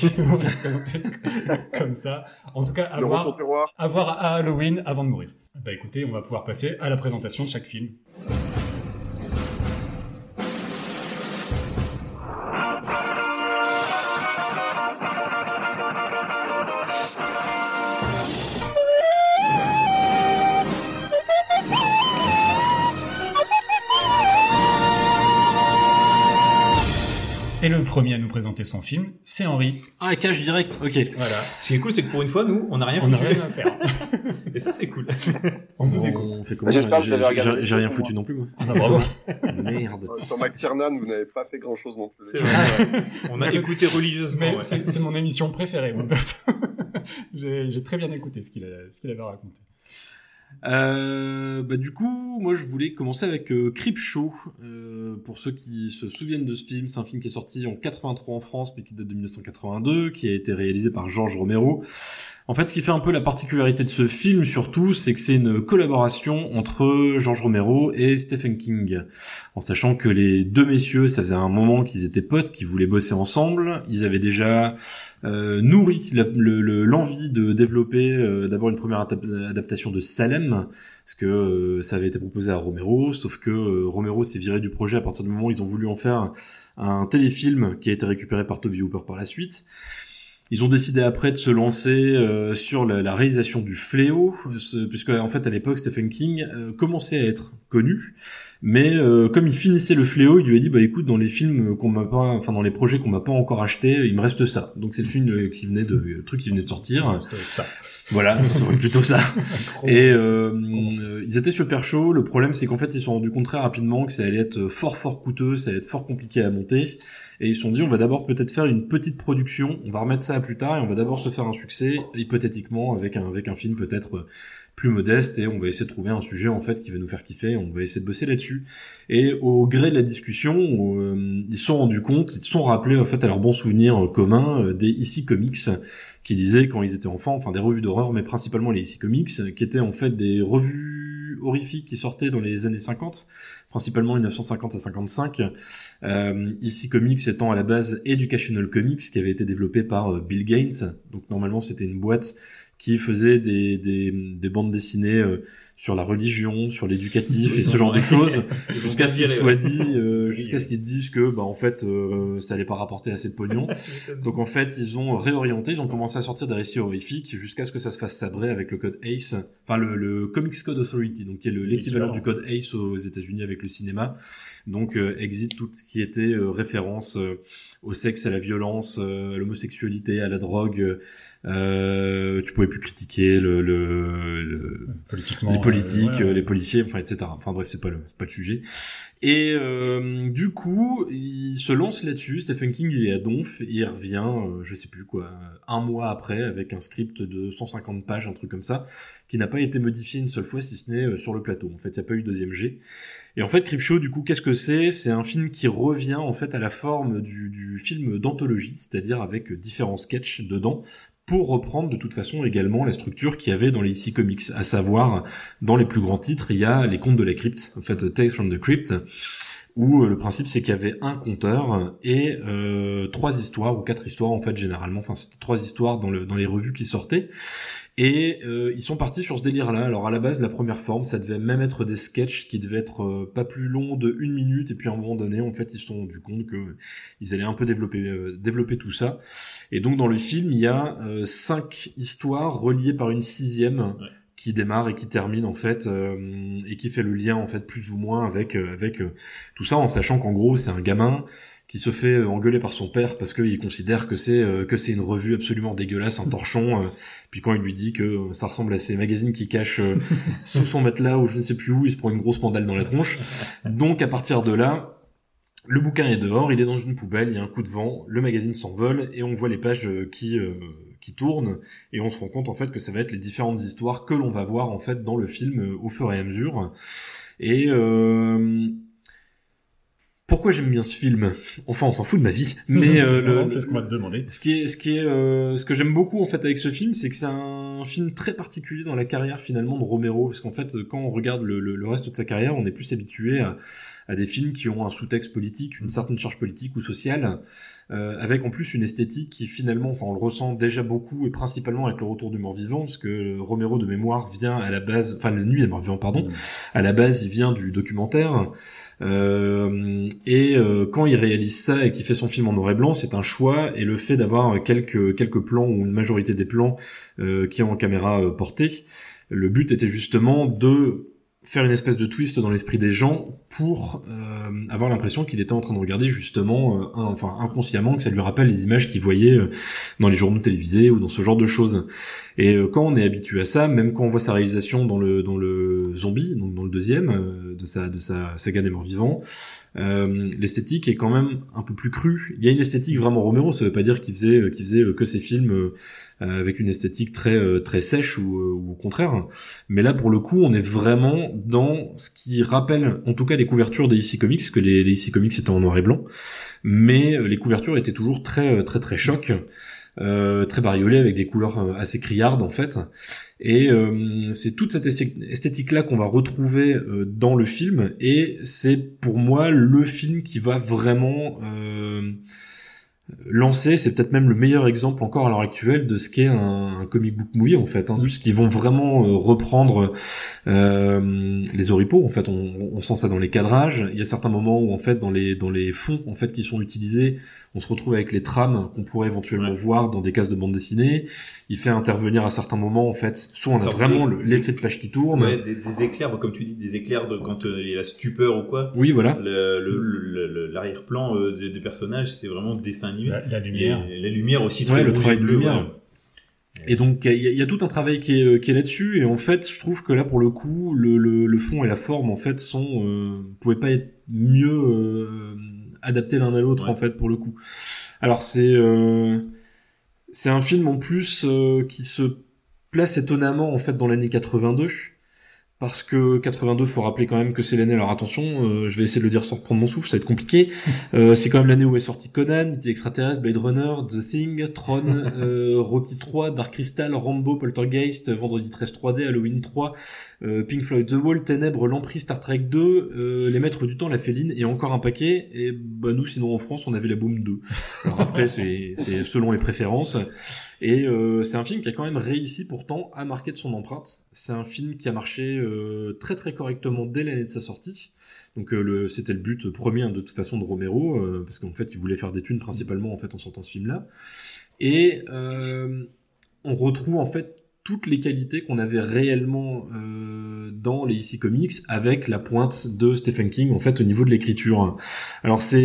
Comme ça. En tout cas, à voir, à voir à Halloween avant de mourir. Bah écoutez, on va pouvoir passer à la présentation de chaque film. Et le premier à nous présenter son film, c'est Henri. Ah, cash direct, ok. Voilà. Ce qui est cool, c'est que pour une fois, nous, on n'a rien, on n'a rien à faire. Et ça, c'est cool. On vous écoute. On fait comment? J'ai, j'ai, j'ai rien foutu non plus, moi. Ah, bravo. Merde. Sur McTiernan, vous n'avez pas fait grand chose non plus. C'est vrai. On a écouté religieusement. Mais ouais. c'est, c'est mon émission préférée, mon perso. j'ai, j'ai très bien écouté ce qu'il, a, ce qu'il avait raconté. Euh, bah du coup, moi je voulais commencer avec euh, Creepshow. Euh, pour ceux qui se souviennent de ce film, c'est un film qui est sorti en quatre-vingt-trois en France, mais qui date de dix-neuf cent quatre-vingt-deux, qui a été réalisé par George Romero. En fait, ce qui fait un peu la particularité de ce film, surtout, c'est que c'est une collaboration entre George Romero et Stephen King. En sachant que les deux messieurs, ça faisait un moment qu'ils étaient potes, qu'ils voulaient bosser ensemble. Ils avaient déjà euh, nourri la, le, le, l'envie de développer euh, d'abord une première adaptation de Salem, parce que euh, ça avait été proposé à Romero, sauf que euh, Romero s'est viré du projet à partir du moment où ils ont voulu en faire un, un téléfilm qui a été récupéré par Toby Hooper par la suite. Ils ont décidé après de se lancer euh, sur la, la réalisation du Fléau, ce, puisque en fait à l'époque Stephen King euh, commençait à être connu, mais euh, comme il finissait le Fléau, il lui a dit bah écoute, dans les films qu'on m'a pas, enfin dans les projets qu'on m'a pas encore achetés, il me reste ça. Donc c'est le film qui venait de, le truc qui venait de sortir. C'est ça. Voilà, c'est plutôt ça. Et euh, euh, ils étaient sur le percho. Le problème, c'est qu'en fait, ils se sont rendus compte très rapidement que ça allait être fort, fort coûteux, ça allait être fort compliqué à monter. Et ils se sont dit, on va d'abord peut-être faire une petite production, on va remettre ça à plus tard, et on va d'abord se faire un succès, hypothétiquement, avec un avec un film peut-être plus modeste, et on va essayer de trouver un sujet en fait qui va nous faire kiffer. On va essayer de bosser là-dessus. Et au gré de la discussion, euh, ils se sont rendus compte, ils se sont rappelés en fait à leur bon souvenir commun euh, des I C Comics, qui disaient quand ils étaient enfants, enfin des revues d'horreur, mais principalement les I C Comics, qui étaient en fait des revues horrifiques qui sortaient dans les années cinquante, principalement dix-neuf cent cinquante à cinquante-cinq. Euh, I C Comics étant à la base Educational Comics, qui avait été développé par Bill Gaines. Donc normalement c'était une boîte qui faisait des, des, des bandes dessinées euh, sur la religion, sur l'éducatif et ce genre de choses, jusqu'à ce qu'ils soient dit, euh, jusqu'à ce qu'ils disent que, bah en fait, euh, ça allait pas rapporter assez de pognon. Donc en fait, ils ont réorienté, ils ont commencé à sortir des récits horrifiques jusqu'à ce que ça se fasse sabrer avec le code A C E, enfin le, le Comics Code Authority, donc qui est le, l'équivalent du code A C E aux États-Unis avec le cinéma. Donc euh, exit tout ce qui était euh, référence euh, au sexe, à la violence, euh, à l'homosexualité, à la drogue. Euh, tu pouvais plus pu critiquer le, le, le politiquement, les politiques, euh, ouais. les policiers, enfin et cetera. Enfin bref, c'est pas le c'est pas le sujet. Et euh, du coup, il se lance là-dessus. Stephen King, il est à Donf, et il revient, euh, je sais plus quoi, un mois après, avec un script de cent cinquante pages, un truc comme ça, qui n'a pas été modifié une seule fois, si ce n'est sur le plateau. En fait, il n'y a pas eu deuxième G. Et en fait, Creepshow, du coup, qu'est-ce que c'est ? C'est un film qui revient en fait à la forme du, du film d'anthologie, c'est-à-dire avec différents sketchs dedans, pour reprendre de toute façon également la structure qu'il y avait dans les D C Comics, à savoir, dans les plus grands titres, il y a les Contes de la Crypte, en fait, Tales from the Crypt, où euh, le principe c'est qu'il y avait un conteur et euh, trois histoires, ou quatre histoires en fait généralement, enfin c'était trois histoires dans, le, dans les revues qui sortaient, et euh, ils sont partis sur ce délire-là. Alors à la base, la première forme, ça devait même être des sketchs qui devaient être euh, pas plus longs de une minute, et puis à un moment donné, en fait, ils se sont rendus compte que ils allaient un peu développer euh, développer tout ça. Et donc dans le film, il y a euh, cinq histoires reliées par une sixième. Ouais. Qui démarre et qui termine en fait euh, et qui fait le lien en fait plus ou moins avec euh, avec euh, tout ça, en sachant qu'en gros c'est un gamin qui se fait engueuler par son père parce qu'il considère que c'est euh, que c'est une revue absolument dégueulasse, un torchon, euh, puis quand il lui dit que ça ressemble à ces magazines qui cachent euh, sous son matelas ou je ne sais plus où, il se prend une grosse mandale dans la tronche. Donc à partir de là, le bouquin est dehors, il est dans une poubelle, il y a un coup de vent, le magazine s'envole et on voit les pages qui euh, qui tournent, et on se rend compte en fait que ça va être les différentes histoires que l'on va voir en fait dans le film euh, au fur et à mesure. Et euh... pourquoi j'aime bien ce film ? Enfin, on s'en fout de ma vie, mais euh, non, le, c'est ce qu'on va te demander. Ce qui est, ce qui est, euh, ce que j'aime beaucoup en fait avec ce film, c'est que c'est un film très particulier dans la carrière finalement de Romero, parce qu'en fait, quand on regarde le, le, le reste de sa carrière, on est plus habitué à, à des films qui ont un sous-texte politique, une certaine charge politique ou sociale, euh, avec en plus une esthétique qui finalement, enfin, on le ressent déjà beaucoup et principalement avec le Retour du mort-vivant, parce que Romero de mémoire vient à la base, enfin, La Nuit des morts-vivants, pardon, mmh. à la base, il vient du documentaire. Euh, et euh, quand il réalise ça et qu'il fait son film en noir et blanc, c'est un choix, et le fait d'avoir quelques quelques plans ou une majorité des plans euh, qui est en caméra euh, portée, le but était justement de faire une espèce de twist dans l'esprit des gens pour euh, avoir l'impression qu'il était en train de regarder justement, euh, un, enfin inconsciemment, que ça lui rappelle les images qu'il voyait euh, dans les journaux télévisés ou dans ce genre de choses. Et euh, quand on est habitué à ça, même quand on voit sa réalisation dans le dans le Zombie, donc dans le deuxième euh, de sa de sa saga des morts vivants, euh, l'esthétique est quand même un peu plus crue. Il y a une esthétique vraiment Romero, ça veut pas dire qu'il faisait qu'il faisait que ses films euh, avec une esthétique très euh, très sèche ou, euh, ou au contraire. Mais là pour le coup, on est vraiment dans ce qui rappelle en tout cas les couvertures des D C Comics, parce que les, les D C Comics étaient en noir et blanc, mais les couvertures étaient toujours très très très choc. Euh, très bariolé avec des couleurs assez criardes en fait, et euh, c'est toute cette esthétique là qu'on va retrouver euh, dans le film, et c'est pour moi le film qui va vraiment euh, lancer, c'est peut-être même le meilleur exemple encore à l'heure actuelle de ce qu'est un, un comic book movie en fait, hein, mmh. puisqu'ils vont vraiment euh, reprendre euh, les oripeaux en fait, on, on sent ça dans les cadrages, il y a certains moments où en fait dans les dans les fonds en fait qui sont utilisés, on se retrouve avec les trames qu'on pourrait éventuellement ouais. voir dans des cases de bande dessinée. Il fait intervenir à certains moments, en fait, soit on a vraiment des, l'effet de page qui tourne. Ouais, des, des éclairs, comme tu dis, des éclairs de quand euh, il y a la stupeur ou quoi. Oui, voilà. Le, le, le, le, l'arrière-plan euh, des, des personnages, c'est vraiment dessin animé. La, la lumière. Et la lumière aussi, très ouais, le travail de bleu, lumière. Ouais. Et donc, il y, y a tout un travail qui est, qui est là-dessus. Et en fait, je trouve que là, pour le coup, le, le, le fond et la forme, en fait, sont, euh, pouvaient pas être mieux euh, adaptés l'un à l'autre, ouais. en fait, pour le coup. Alors c'est euh, c'est un film en plus euh, qui se place étonnamment en fait dans l'année quatre-vingt-deux, parce que quatre-vingt-deux, faut rappeler quand même que c'est l'année, alors attention, euh, je vais essayer de le dire sans reprendre mon souffle, ça va être compliqué, euh, c'est quand même l'année où est sorti Conan, E T Extraterrestre, Blade Runner, The Thing, Tron, euh, Rocky trois, Dark Crystal, Rambo, Poltergeist, Vendredi treize trois D, Halloween trois, euh, Pink Floyd, The Wall, Ténèbres, L'Emprise, Star Trek deux, euh, Les Maîtres du Temps, La Féline, et encore un paquet, et bah nous sinon en France on avait La Boom deux. Alors après c'est, c'est selon les préférences, et euh, c'est un film qui a quand même réussi pourtant à marquer de son empreinte. C'est un film qui a marché euh, très très correctement dès l'année de sa sortie. Donc euh, le, c'était le but premier hein, de toute façon de Romero, euh, parce qu'en fait il voulait faire des thunes principalement en fait en sortant ce film-là. Et euh, on retrouve en fait toutes les qualités qu'on avait réellement euh, dans les D C Comics, avec la pointe de Stephen King en fait au niveau de l'écriture. Alors c'est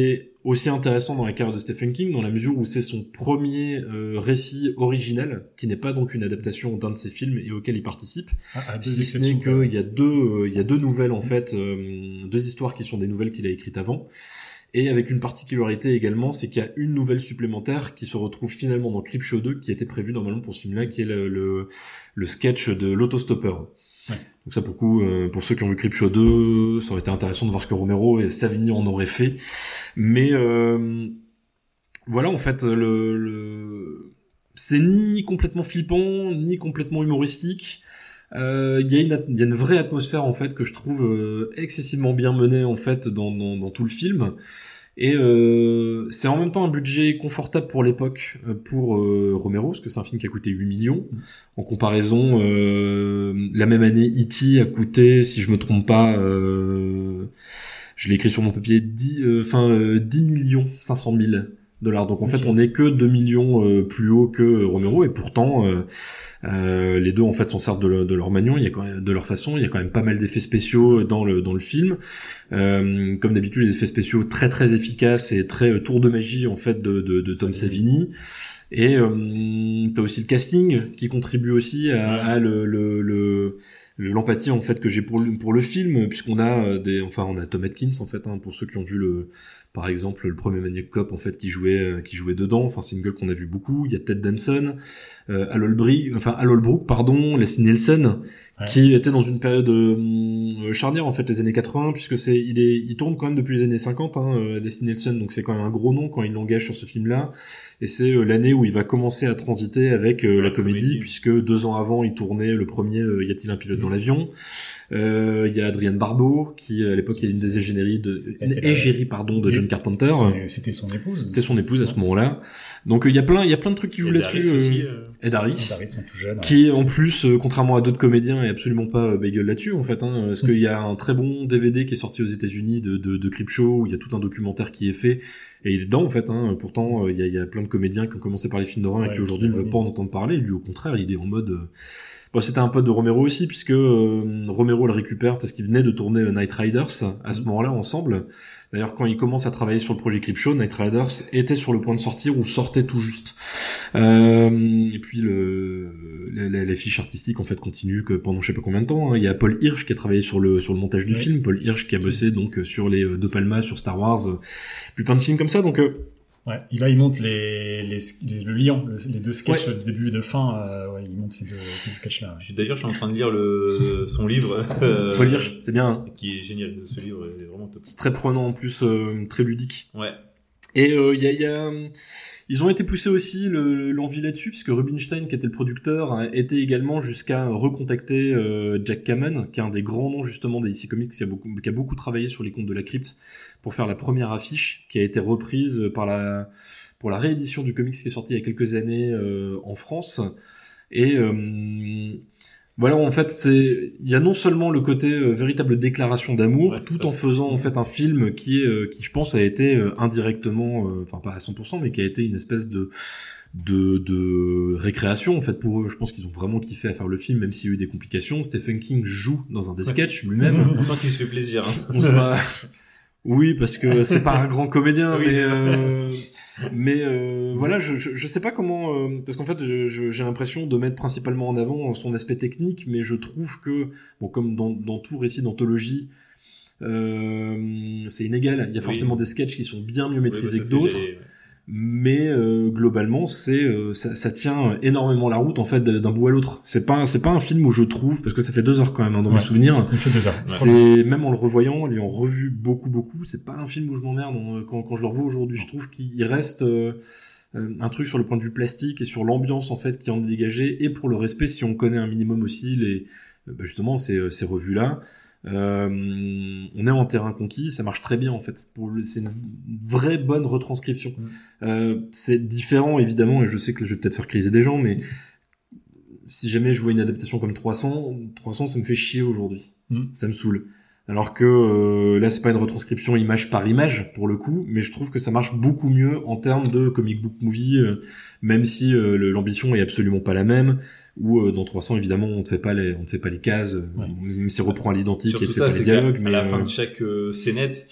aussi intéressant dans la carrière de Stephen King, dans la mesure où c'est son premier euh, récit original, qui n'est pas donc une adaptation d'un de ses films et auquel il participe. Ah, ah, si ce n'est qu'il y a deux, euh, il y a deux nouvelles en fait, euh, deux histoires qui sont des nouvelles qu'il a écrites avant. Et avec une particularité également, c'est qu'il y a une nouvelle supplémentaire qui se retrouve finalement dans Creepshow deux, qui était prévue normalement pour ce film-là, qui est le, le, le sketch de l'autostoppeur. Ouais. Donc ça, pour le coup, euh, pour ceux qui ont vu Creepshow deux, ça aurait été intéressant de voir ce que Romero et Savini en auraient fait. Mais euh, voilà, en fait, le, le... c'est ni complètement flippant, ni complètement humoristique. Il euh, y a une il y a une vraie atmosphère en fait que je trouve euh, excessivement bien menée en fait dans dans, dans tout le film. Et euh, c'est en même temps un budget confortable pour l'époque pour euh, Romero, parce que c'est un film qui a coûté huit millions. En comparaison, euh, la même année, E T a coûté, si je me trompe pas, euh, je l'ai écrit sur mon papier, dix, euh, enfin, euh, dix millions cinq cent mille dollars. Donc en okay. fait, on n'est que deux millions euh, plus haut que Romero, et pourtant... Euh, Euh, les deux en fait s'en servent de, le, de leur manion, il y a quand même, de leur façon, il y a quand même pas mal d'effets spéciaux dans le dans le film. Euh, comme d'habitude, les effets spéciaux très très efficaces et très euh, tour de magie en fait de de, de Tom Savini. Et euh, t'as aussi le casting qui contribue aussi à, à le, le, le l'empathie en fait que j'ai pour le pour le film, puisqu'on a des enfin on a Tom Atkins en fait hein, pour ceux qui ont vu le par exemple le premier Maniac Cop en fait qui jouait qui jouait dedans, enfin c'est une gueule qu'on a vu beaucoup. Il y a Ted Danson, euh, Al Holbrook, enfin Al Holbrook pardon, Leslie Nielsen, ouais. qui était dans une période euh, charnière en fait les années quatre-vingts, puisque c'est il est il tourne quand même depuis les années cinquante hein, euh, Leslie Nielsen, donc c'est quand même un gros nom quand il l'engage sur ce film là, et c'est euh, l'année où il va commencer à transiter avec euh, la, la comédie, comédie, puisque deux ans avant il tournait le premier euh, Y a-t-il un pilote mmh. dans l'avion. Il euh, y a Adrienne Barbeau qui à l'époque est une des égéries de une égérie pardon de John Carpenter. C'était son épouse. C'était son épouse à ce moment-là. Donc il y a plein il y a plein de trucs qui jouent là-dessus. Aussi, euh... Ed Harris, Ed Harris sont tout jeunes, qui en plus euh, contrairement à d'autres comédiens est absolument pas euh, bégueule là-dessus en fait hein, parce mmh. qu'il y a un très bon D V D qui est sorti aux États-Unis de de, de Creepshow où il y a tout un documentaire qui est fait et il est dedans en fait hein. Pourtant il euh, y a il y a plein de comédiens qui ont commencé par les films d'horreur ouais, et qui aujourd'hui ne veulent pas en entendre parler. Lui au contraire il est en mode euh... Bon, c'était un pote de Romero aussi, puisque euh, Romero le récupère parce qu'il venait de tourner Night Riders à ce moment-là ensemble. D'ailleurs, quand il commence à travailler sur le projet Creepshow, Night Riders était sur le point de sortir ou sortait tout juste. Euh, et puis le, la, la, la fiche artistique en fait continue que pendant je sais pas combien de temps. Hein. Il y a Paul Hirsch qui a travaillé sur le sur le montage du oui. film. Paul Hirsch qui a bossé donc sur les De Palma, sur Star Wars, euh, puis plein de films comme ça. Donc euh, ouais, et là il monte les, les, les le lien, le, les deux sketchs ouais. de début et de fin. Euh, ouais, il monte ces deux, ces deux sketchs-là. Ouais. D'ailleurs, je suis en train de lire le son livre. Euh, Paul Hirsch, c'est bien. Hein. Qui est génial. Ce livre est vraiment top. C'est très prenant en plus, euh, très ludique. Ouais. Et il euh, y a, y a, ils ont été poussés aussi le, l'envie là-dessus, puisque Rubinstein, qui était le producteur, était également jusqu'à recontacter euh, Jack Kamen, qui est un des grands noms justement des D C Comics, qui a beaucoup, qui a beaucoup travaillé sur les contes de la crypte pour faire la première affiche, qui a été reprise par la pour la réédition du comics qui est sorti il y a quelques années euh, en France. Et euh, voilà, en fait, c'est il y a non seulement le côté euh, véritable déclaration d'amour, ouais, tout en faisant en fait un film qui est euh, qui je pense a été euh, indirectement, enfin euh, pas à cent pour cent, mais qui a été une espèce de de de récréation en fait pour eux. Je pense qu'ils ont vraiment kiffé à faire le film, même s'il y a eu des complications. Stephen King joue dans un des sketchs ouais. lui-même. On sent qu'il se fait plaisir. Hein. On se bat. Oui, parce que c'est pas un grand comédien, oui. mais euh, mais euh, voilà, je, je je sais pas comment euh, parce qu'en fait je, je, j'ai l'impression de mettre principalement en avant son aspect technique, mais je trouve que bon comme dans dans tout récit d'anthologie, euh, c'est inégal. Il y a forcément oui. des sketchs qui sont bien mieux maîtrisés oui, bah, que d'autres. J'ai... Mais euh, globalement, c'est euh, ça, ça tient énormément la route en fait d'un bout à l'autre. C'est pas c'est pas un film où je trouve parce que ça fait deux heures quand même hein, dans ouais, mes souvenirs. Il fait deux heures. C'est ouais. Même en le revoyant, l'ayant revu beaucoup beaucoup, c'est pas un film où je m'emmerde quand quand je le revois aujourd'hui. Je trouve qu'il reste euh, un truc sur le point de vue plastique et sur l'ambiance en fait qui en est dégagée et pour le respect si on connaît un minimum aussi les bah, justement ces ces revues là. Euh, on est en terrain conquis, ça marche très bien en fait. Pour, c'est une vraie bonne retranscription. Mmh. Euh, c'est différent évidemment, et je sais que je vais peut-être faire criser des gens, mais si jamais je vois une adaptation comme trois cents, trois cents ça me fait chier aujourd'hui. Mmh. Ça me saoule. Alors que euh, là c'est pas une retranscription image par image pour le coup, mais je trouve que ça marche beaucoup mieux en termes de comic book movie, euh, même si euh, l'ambition est absolument pas la même. Ou euh, dans trois cents évidemment on ne fait pas les on ne fait pas les cases, ouais. Même si on reprend à l'identique. Surtout et tu fais ça, pas les dialogues. À mais la euh... fin de chaque euh, scénette,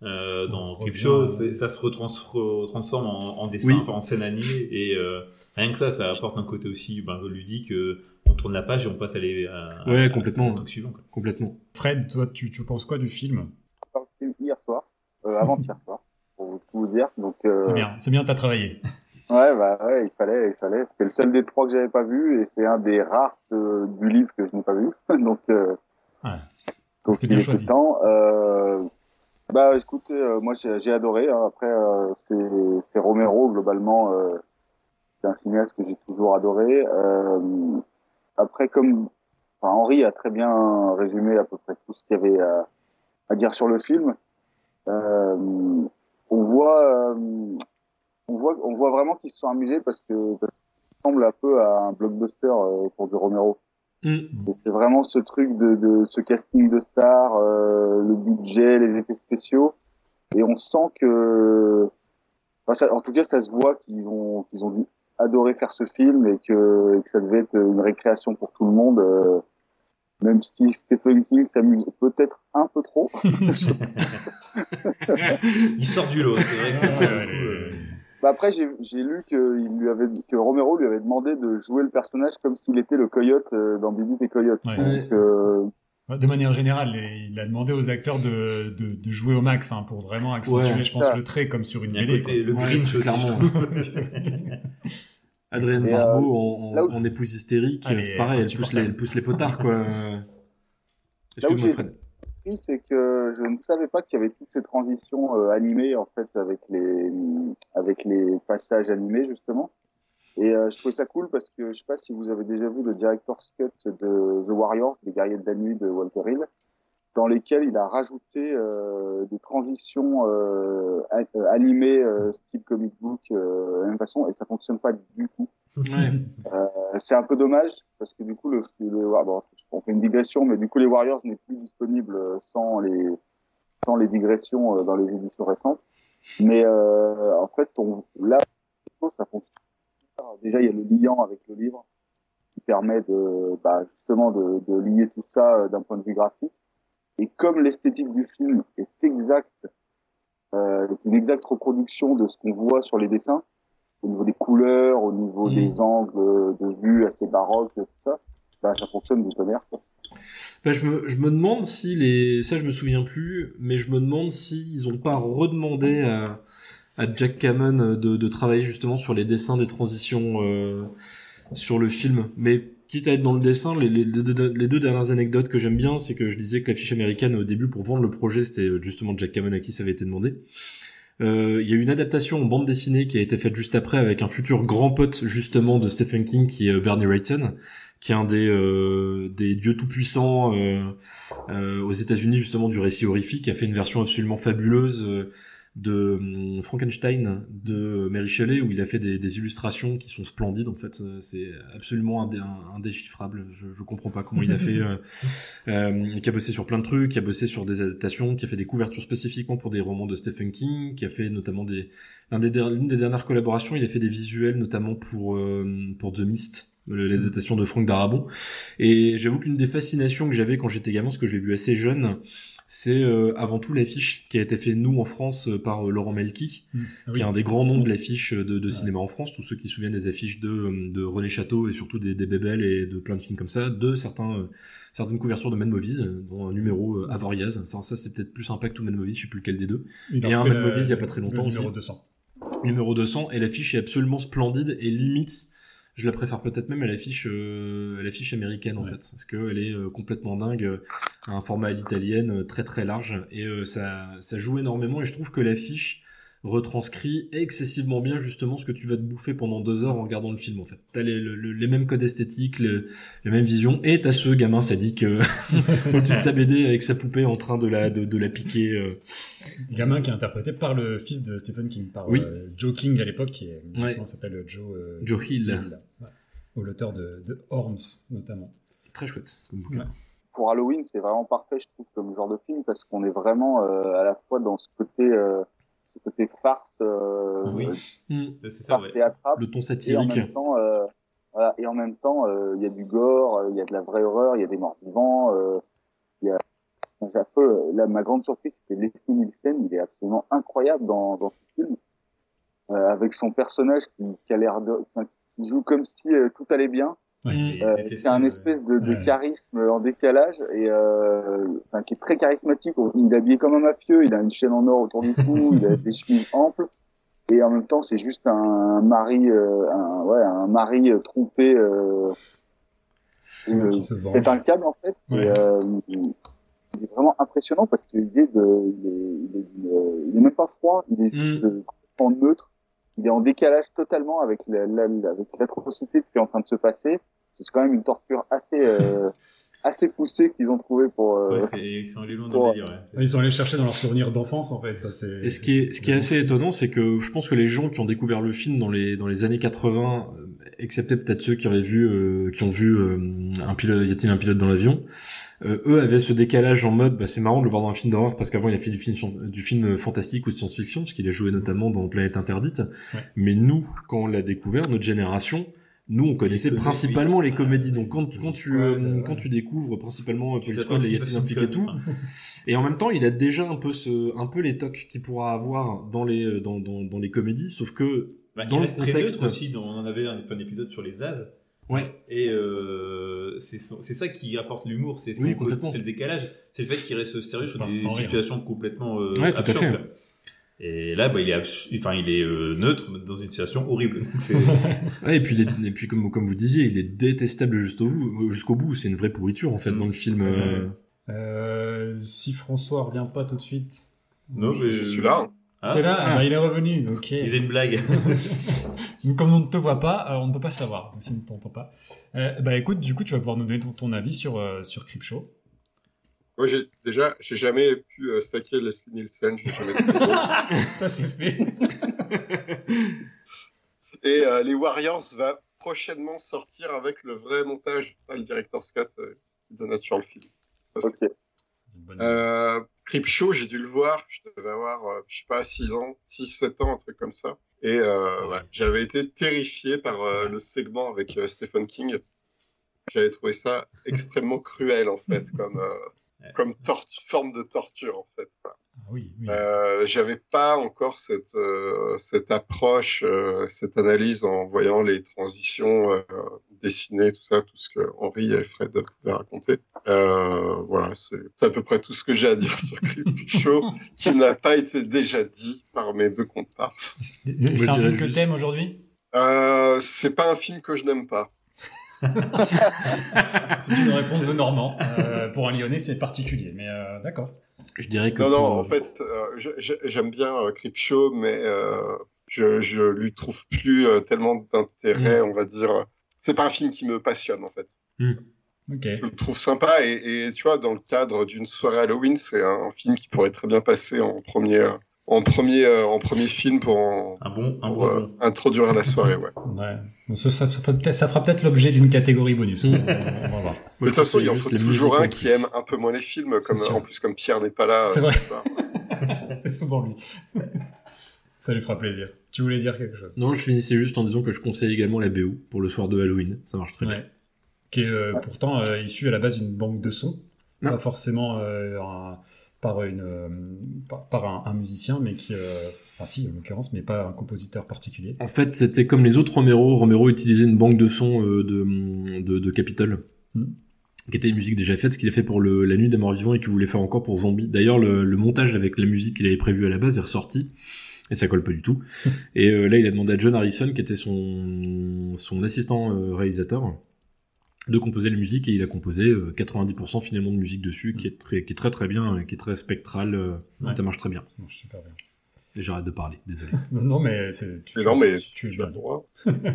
euh, dans On quelque revient, chose, euh, ça se retrans- transforme en, en dessin, Oui. enfin, en scène animée, et euh, rien que ça, ça apporte un côté aussi ben, ludique. Euh, on tourne la page et on passe à, les, à, Ouais, à, complètement. au truc suivant. Quoi. Complètement. Fred, toi, tu, tu penses quoi du film? J'ai pas vu le film hier soir, euh, avant-hier soir, pour vous- tout vous dire. Donc, euh, C'est bien, c'est bien, t'as travaillé. ouais, bah ouais, il fallait, il fallait. C'était le seul des trois que j'avais pas vu et c'est un des rares euh, du livre que je n'ai pas vu. donc, euh, Ouais. donc C'était il bien était choisi. temps. Euh, bah, écoutez, euh, moi j'ai, j'ai adoré. Hein. Après, euh, c'est, c'est Romero globalement. Euh, c'est un cinéaste que j'ai toujours adoré. Euh, après, comme enfin, Henri a très bien résumé à peu près tout ce qu'il y avait à, à dire sur le film. Euh, on voit, euh, on voit, on voit vraiment qu'ils se sont amusés parce que ça ressemble un peu à un blockbuster euh, pour du Romero. Mm. Et c'est vraiment ce truc de, de ce casting de stars, euh, le budget, les effets spéciaux, et on sent que, enfin, ça, en tout cas, ça se voit qu'ils ont, qu'ils ont dû adorer faire ce film et que, et que ça devait être une récréation pour tout le monde. Euh, même si Stephen King s'amuse peut-être un peu trop. Il sort du lot, c'est vrai que Ouais, pour ouais, le coup, les- euh, Bah après, j'ai, j'ai lu que, il lui avait, que Romero lui avait demandé de jouer le personnage comme s'il était le coyote euh, dans Bibi et Coyote. Ouais. Donc, euh, De manière générale, les- il a demandé aux acteurs de, de, de jouer au max hein, pour vraiment accentuer, Ouais, je pense, ça. le trait comme sur une il y a un B D. côté, Quoi. le Ouais, Grinch très aussi, clairement. je trouve. Adrienne Et, Barbeau en, là en, où- en épouse hystérique, Elle c'est est pareil, elle pousse, les, insupportable. elle pousse les potards, quoi. Là où Excuse-moi, j'ai- Fred. c'est que je ne savais pas qu'il y avait toutes ces transitions euh, animées en fait avec les avec les passages animés justement. Et euh, je trouvais ça cool parce que je sais pas si vous avez déjà vu le director's cut de The Warriors, les guerriers de la nuit de Walter Hill, dans lesquels il a rajouté euh, des transitions euh, a- animées euh, style comic book euh, de la même façon et ça fonctionne pas du tout. Ouais. Euh, c'est un peu dommage parce que du coup le, le ah bon, on fait une digression mais du coup les Warriors n'est plus disponible sans les sans les digressions euh, dans les éditions récentes. Mais euh, en fait on là ça fonctionne. Déjà il y a le liant avec le livre qui permet de bah, justement de, de lier tout ça euh, d'un point de vue graphique. Et comme l'esthétique du film est exacte, euh, est une exacte reproduction de ce qu'on voit sur les dessins, au niveau des couleurs, au niveau Mmh. des angles de vue assez baroques, tout ça, bah, ça fonctionne du tonnerre, quoi. Bah, je me, je me demande si les, ça je me souviens plus, mais je me demande si ils ont pas redemandé à, à Jack Kamen de, de travailler justement sur les dessins des transitions euh, sur le film. Mais quitte à être dans le dessin, les, les, les, les deux dernières anecdotes que j'aime bien, c'est que je disais que l'affiche américaine au début pour vendre le projet, c'était justement Jack Kamen à qui ça avait été demandé. Euh, Il y a eu une adaptation en bande dessinée qui a été faite juste après avec un futur grand pote justement de Stephen King qui est Bernie Wrightson, qui est un des euh, des dieux tout puissants euh, euh, aux États-Unis justement du récit horrifique, qui a fait une version absolument fabuleuse euh, de euh, Frankenstein de Mary Shelley où il a fait des, des illustrations qui sont splendides en fait. C'est absolument indé, indéchiffrable. Je, je comprends pas comment il a fait. Euh, euh, qui a bossé sur plein de trucs, qui a bossé sur des adaptations, qui a fait des couvertures spécifiquement pour des romans de Stephen King, qui a fait notamment des l'un des l'une des dernières collaborations, il a fait des visuels notamment pour euh, pour The Mist, l'adaptation de Frank Darabont. Et j'avoue qu'une des fascinations que j'avais quand j'étais gamin, parce que je l'ai vu assez jeune, c'est euh, avant tout l'affiche qui a été fait nous en France euh, par euh, Laurent Melki, Mmh. Ah oui. qui est un des grands noms de l'affiche de, de cinéma en France, tous ceux qui se souviennent des affiches de, de René Château et surtout des, des Bébel et de plein de films comme ça, de certains, euh, certaines couvertures de Mad Movies, euh, dont un numéro euh, Avoriaz. Ça, ça c'est peut-être plus Impact ou Mad Movies, je sais plus lequel des deux. Il Il y a a un fait Mad le- Movies il y a pas très longtemps le numéro aussi. deux cents. Numéro deux cents, et l'affiche est absolument splendide et limite, je la préfère peut-être même à l'affiche, euh, à l'affiche américaine en Ouais. fait, parce qu'elle est euh, complètement dingue, euh, à un format à l'italienne, euh, très très large, et euh, ça, ça joue énormément, et je trouve que l'affiche retranscrit excessivement bien justement ce que tu vas te bouffer pendant deux heures en regardant le film en fait. T'as les, le- les mêmes codes esthétiques, les, les mêmes visions, et t'as ce gamin sadique euh, au-dessus de sa B D avec sa poupée en train de la, de, de la piquer. Euh. Gamin qui est interprété par le fils de Stephen King, par Oui. euh, Joe King à l'époque, qui est, Ouais. comment s'appelle Joe, euh, Joe Hill. Ouais. Ou l'auteur de, de Horns, notamment. Très chouette comme bouquin. Ouais. Pour Halloween, c'est vraiment parfait, je trouve, comme genre de film, parce qu'on est vraiment euh, à la fois dans ce côté, euh, ce côté farce, euh, Oui. euh, Mm. C'est ça, farce ouais. théâtrale, Le ton et en satirique. même temps, euh, voilà, et en même temps, euh, il y a du gore, euh, il y a de la vraie horreur, il y a des morts vivants, euh, il y a un peu, là, ma grande surprise, c'était Leslie Nielsen. Il est absolument incroyable dans, dans ce film, euh, avec son personnage qui, qui a l'air de, enfin, qui joue comme si euh, tout allait bien. Ouais, euh, c'est un espèce de, de ouais. charisme en décalage et euh, enfin, qui est très charismatique. Il est habillé comme un mafieux, il a une chaîne en or autour du cou, il a des chemises amples et en même temps c'est juste un mari, euh, un, ouais, un mari trompé. Euh, euh, c'est un câble en fait. Ouais. Et, euh, il est vraiment impressionnant parce que l'idée de, il est, il est, il est, il est même pas froid, il est juste mm. complètement neutre. Il est en décalage totalement avec la, la, avec l'atrocité de ce qui est en train de se passer. C'est quand même une torture assez, euh, assez poussée qu'ils ont trouvé pour. Euh, ouais, c'est, ils sont allés loin dans le délire. Ouais. Ils sont allés chercher dans leurs souvenirs d'enfance en fait. Ça, c'est... Et ce qui est, ce qui est assez étonnant, c'est que je pense que les gens qui ont découvert le film dans les dans les années quatre-vingts, euh, excepté peut-être ceux qui auraient vu, euh, qui ont vu euh, un pilote, y a-t-il un pilote dans l'avion, euh, eux avaient ce décalage en mode, bah c'est marrant de le voir dans un film d'horreur parce qu'avant il a fait du film du film fantastique ou de science-fiction parce qu'il a joué notamment dans Planète Interdite. Ouais. Mais nous, quand on l'a découvert, notre génération. Nous, on connaissait les principalement les comédies. Donc, quand, quand tu, euh, quand tu découvres principalement Police Squad, les Yatis impliqués et tout. Et en même temps, il a déjà un peu ce, un peu les tocs qu'il pourra avoir dans les, dans, dans, dans les comédies. Sauf que, bah, dans le contexte. Aussi, on en avait un, un épisode sur les As. Ouais. Et, euh, c'est, c'est ça qui apporte l'humour. C'est, oui, son, c'est le décalage. C'est le fait qu'il reste sérieux sur des situations rire. complètement, euh, ouais, tout absurdes. à fait. Et là, bah, il est, abs- enfin, il est euh, neutre dans une situation horrible. C'est... ouais, et puis, il est, et puis comme, comme vous disiez, il est détestable jusqu'au bout. Jusqu'au bout, c'est une vraie pourriture en fait mmh. dans le film. Euh... Euh, si François revient pas tout de suite. Non, mais je suis là. Ah, T'es là, ah. Bah, il est revenu. Ok. Il faisait une blague. Donc, comme on ne te voit pas, euh, on ne peut pas savoir si on ne t'entend pas. Euh, bah écoute, du coup, tu vas pouvoir nous donner ton, ton avis sur euh, sur Creepshow. Moi, j'ai, déjà, j'ai jamais pu euh, saquer Leslie Nielsen. J'ai jamais Ça, c'est fait. Et euh, les Warriors va prochainement sortir avec le vrai montage, pas le director's cut euh, qui donne sur le film. Ça, ok. Euh, Creepshow, j'ai dû le voir. Je devais avoir, euh, je sais pas, six ans, six sept ans, un truc comme ça. Et euh, ouais, j'avais été terrifié par euh, le segment avec euh, Stephen King. J'avais trouvé ça extrêmement cruel, en fait, comme... Euh, comme tor- forme de torture en fait. Ah oui, oui. Euh, j'avais pas encore cette euh, cette approche, euh, cette analyse en voyant les transitions euh, dessinées, tout ça, tout ce que Henri et Fred pouvaient raconter. Euh, voilà, c'est, c'est à peu près tout ce que j'ai à dire sur Creepshow, qui n'a pas été déjà dit par mes deux comparses. C'est, c'est un film que juste... t'aimes aujourd'hui ? euh, C'est pas un film que je n'aime pas. C'est une réponse de Normand. Euh, pour un Lyonnais, c'est particulier, mais euh, d'accord. Je dirais que non, pour... non. En fait, euh, je, je, j'aime bien euh, Creepshow, mais euh, je, je lui trouve plus euh, tellement d'intérêt, mmh. on va dire. C'est pas un film qui me passionne, en fait. Mmh. Okay. Je le trouve sympa et, et tu vois, dans le cadre d'une soirée Halloween, c'est un, un film qui pourrait très bien passer en premier. Euh, En premier, euh, en premier film pour, en, un bon, un pour bon, euh, bon. introduire la soirée, ouais. Ouais. Donc ça, ça, ça, peut ça fera peut-être l'objet d'une catégorie bonus. on, on va voir. De toute façon, il en faut toujours un qui aime un peu moins les films, comme, en plus comme Pierre n'est pas là. C'est vrai. C'est souvent lui. Ça lui fera plaisir. Tu voulais dire quelque chose ? Non, je finissais juste en disant que je conseille également la B O pour le soir de Halloween. Ça marche très ouais. bien. Qui est euh, ouais. pourtant euh, issu à la base d'une banque de sons, non. pas forcément euh, un... par une euh, par, par un, un musicien mais qui euh, enfin si en l'occurrence mais pas un compositeur particulier. En fait, c'était comme les autres Romero, Romero utilisait une banque de sons euh, de, de de Capitol. Mm. Qui était une musique déjà faite, ce qu'il a fait pour le, la nuit des morts vivants et qu'il voulait faire encore pour Zombie. D'ailleurs, le, le montage avec la musique qu'il avait prévue à la base est ressorti et ça colle pas du tout. Et euh, là, il a demandé à John Harrison, qui était son son assistant euh, réalisateur, de composer la musique et il a composé euh, quatre-vingt-dix pour cent finalement de musique dessus, mmh. qui est très, qui est très très bien, qui est très spectral. Euh, ouais. Ça marche très bien. Ça marche super bien. Et j'arrête de parler, désolé. non, non, mais c'est, tu, non, mais tu, tu, tu es bien droit.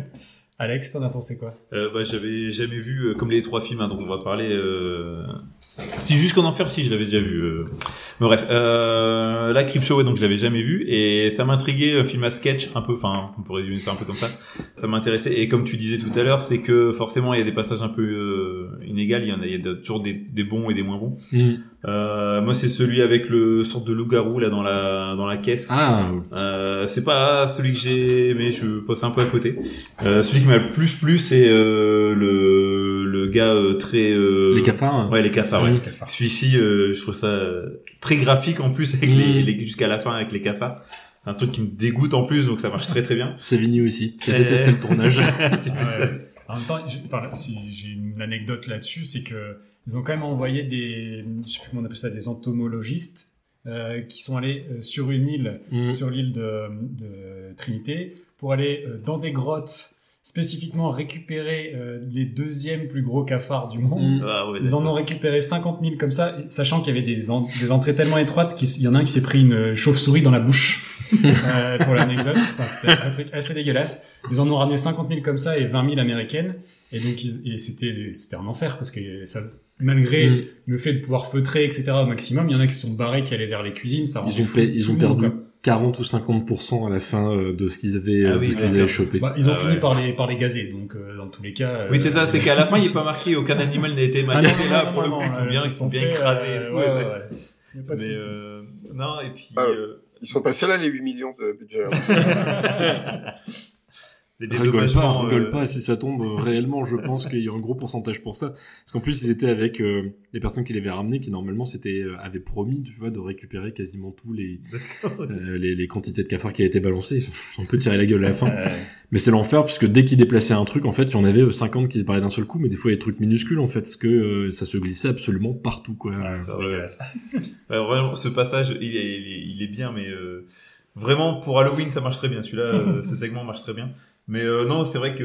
Alex, t'en as pensé quoi ? euh, bah, J'avais jamais vu, euh, comme les trois films hein, dont on va parler. Euh... Si Jusqu'en Enfer, si, je l'avais déjà vu. Euh... Mais bref, euh, là, Creepshow, ouais, donc je l'avais jamais vu et ça m'intriguait, un film à sketch, un peu, enfin, on pourrait résumer ça un peu comme ça. Ça m'intéressait et comme tu disais tout à l'heure, c'est que forcément, il y a des passages un peu euh, inégaux, il y en a, il y a toujours des, des bons et des moins bons. Mmh. Euh, moi, c'est celui avec le sorte de loup-garou là dans la dans la caisse. Ah. Euh, c'est pas celui que j'ai aimé, je passe un peu à côté. Euh, celui qui m'a le plus plu, c'est euh, le le gars euh, très euh... les cafards. Ouais, les cafards. Ouais, Ouais. les cafards. Celui-ci, euh, je trouve ça euh, très graphique en plus avec mmh. les, les jusqu'à la fin avec les cafards. C'est un truc qui me dégoûte en plus, donc ça marche très très bien. Savigny aussi, qui a détesté le tournage. Ouais. En même temps, j'ai, enfin, si j'ai une anecdote là-dessus, c'est que ils ont quand même envoyé des, je sais plus comment on appelle ça, des entomologistes euh, qui sont allés euh, sur une île, mmh. sur l'île de, de Trinité, pour aller euh, dans des grottes spécifiquement récupérer euh, les deuxièmes plus gros cafards du monde. Mmh. Ah ouais, ils en ont récupéré cinquante mille comme ça, sachant qu'il y avait des, en, des entrées tellement étroites qu'il y en a un qui s'est pris une chauve-souris dans la bouche. euh, pour l'anecdote, enfin, c'était un truc assez dégueulasse. Ils en ont ramené cinquante mille comme ça et vingt mille américaines. Et donc, ils, et c'était, c'était un enfer parce que ça, malgré mmh. le fait de pouvoir feutrer, et cetera au maximum, il y en a qui se sont barrés, qui allaient vers les cuisines. Ça ils ont, fait, ils ont perdu monde, quarante ou cinquante pour cent à la fin euh, de ce qu'ils avaient, ah, oui, de ce qu'ils avaient chopé. Bah, ils ont ah, fini ouais. par les, par les gazer. Donc, euh, dans tous les cas. Euh, oui, c'est ça, c'est qu'à la fin, il n'est pas marqué, aucun animal n'a été malade. Et là, pour le coup, ils sont bien, ils sont bien écrasés et tout. Ouais, ouais, ouais. Il y a pas de Mais, soucis. euh, non, et puis, ah, ouais. euh, ils sont passés là les huit millions de budget. Rigole pas, rigole euh... pas, si ça tombe euh, réellement, je pense qu'il y a un gros pourcentage pour ça. Parce qu'en plus, ils étaient avec euh, les personnes qui l'avaient ramené, qui normalement c'était, euh, avaient promis, tu vois, de récupérer quasiment tous les, euh, les, les quantités de cafards qui avaient été balancées. Ils ont un peu tiré la gueule à la fin. Ouais. Mais c'était l'enfer, puisque dès qu'ils déplaçaient un truc, en fait, il y en avait cinquante qui se barraient d'un seul coup, mais des fois, il y a des trucs minuscules, en fait, parce que euh, ça se glissait absolument partout, quoi. Ouais, c'est dégueulasse. Ouais, vraiment, ce passage, il est, il est, il est bien, mais euh, vraiment, pour Halloween, ça marche très bien. Celui-là, euh, ce segment marche très bien. Mais euh, non, c'est vrai que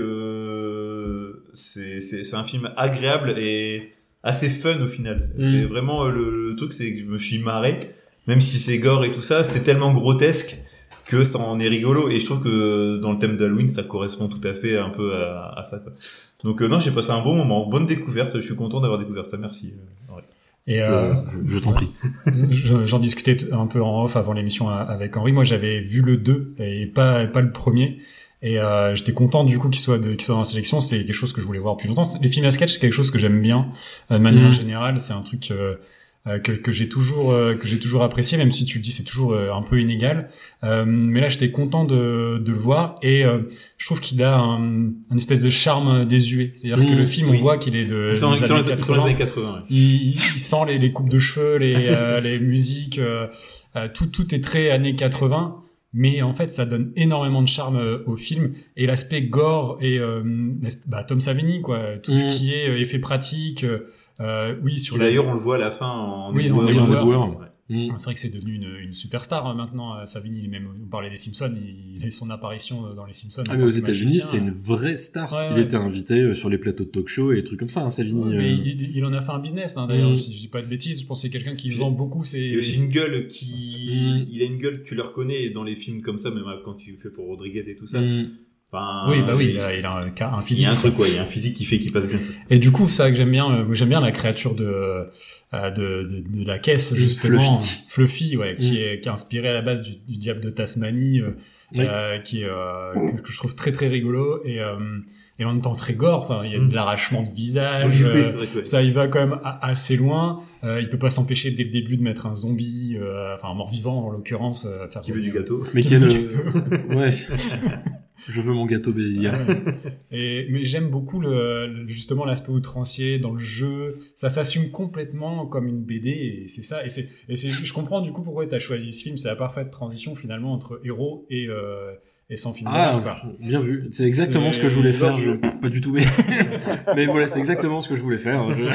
euh, c'est, c'est, c'est un film agréable et assez fun au final. Mmh. C'est vraiment euh, le, le truc, c'est que je me suis marré, même si c'est gore et tout ça, c'est tellement grotesque que ça en est rigolo. Et je trouve que dans le thème d'Halloween, ça correspond tout à fait un peu à, à ça, quoi. Donc euh, non, j'ai passé un bon moment, bonne découverte. Je suis content d'avoir découvert ça. Merci. Euh, ouais. Et euh, je, je, je t'en prie. J'en discutais un peu en off avant l'émission avec Henri. Moi, j'avais vu le deux et pas pas le premier. Et euh, j'étais content du coup qu'il soit, de, qu'il soit dans la sélection. C'est quelque chose que je voulais voir depuis longtemps. Les films à sketch, c'est quelque chose que j'aime bien euh, de manière mmh. générale. C'est un truc euh, euh, que, que j'ai toujours euh, que j'ai toujours apprécié, même si tu le dis, c'est toujours euh, un peu inégal. Euh, mais là, j'étais content de, de le voir et euh, je trouve qu'il a un, un espèce de charme désuet. C'est-à-dire mmh. que le film, oui. on voit qu'il est de des années quatre-vingts. années quatre-vingts ouais. il, il sent les, les coupes de cheveux, les euh, les musiques, euh, euh, tout tout est très années quatre-vingts. Mais en fait, ça donne énormément de charme euh, au film et l'aspect gore et euh, bah, Tom Savini, quoi, tout mmh. ce qui est euh, effet pratique. Euh, oui, sur. Et la... D'ailleurs, on le voit à la fin en. Oui, en éboueur. Ouais. Mmh. C'est vrai que c'est devenu une, une superstar hein, maintenant. Euh, Savini, même on parlait des Simpsons, il, il a eu son apparition dans les Simpsons. Ah mais aux États-Unis, c'est une vraie star. Ouais, il ouais. était invité sur les plateaux de talk-show et des trucs comme ça, hein, Savini. Ouais, mais euh... il, il en a fait un business, hein, d'ailleurs. Mmh. Si je dis pas de bêtises, je pense que c'est quelqu'un qui vend beaucoup. C'est. Il a aussi une gueule qui, mmh. il a une gueule, tu le reconnais dans les films comme ça, même quand tu fais pour Rodriguez et tout ça. Mmh. Enfin, oui, bah oui, il a, il a un, un physique. Il y a un truc, quoi. Il y a un physique qui fait qu'il passe bien. Et du coup, ça que j'aime bien, euh, j'aime bien la créature de, euh, de, de, de la caisse, justement. Fluffy. Fluffy, ouais, mm. qui est, qui est inspiré à la base du, du diable de Tasmanie, euh, oui. euh, qui est, euh, que, que je trouve très, très rigolo et, euh, et en même temps très gore. Enfin, il y a mm. de l'arrachement de visage. Oui, euh, vrai que, ouais. Ça y va quand même a, assez loin. Euh, il peut pas s'empêcher dès le début de mettre un zombie, euh, enfin, un mort-vivant, en l'occurrence, euh, faire qui veut du gâteau. Mais qui a de, ouais. Je veux mon gâteau B I A. Et mais j'aime beaucoup le, le justement l'aspect outrancier dans le jeu. Ça s'assume complètement comme une B D et c'est ça. Et c'est et c'est. Je comprends du coup pourquoi tu as choisi ce film. C'est la parfaite transition finalement entre héros et euh, et sans film. Ah, bien vu. C'est exactement c'est... ce que je voulais faire. Je... Pas du tout, mais mais voilà, c'est exactement ce que je voulais faire. Je...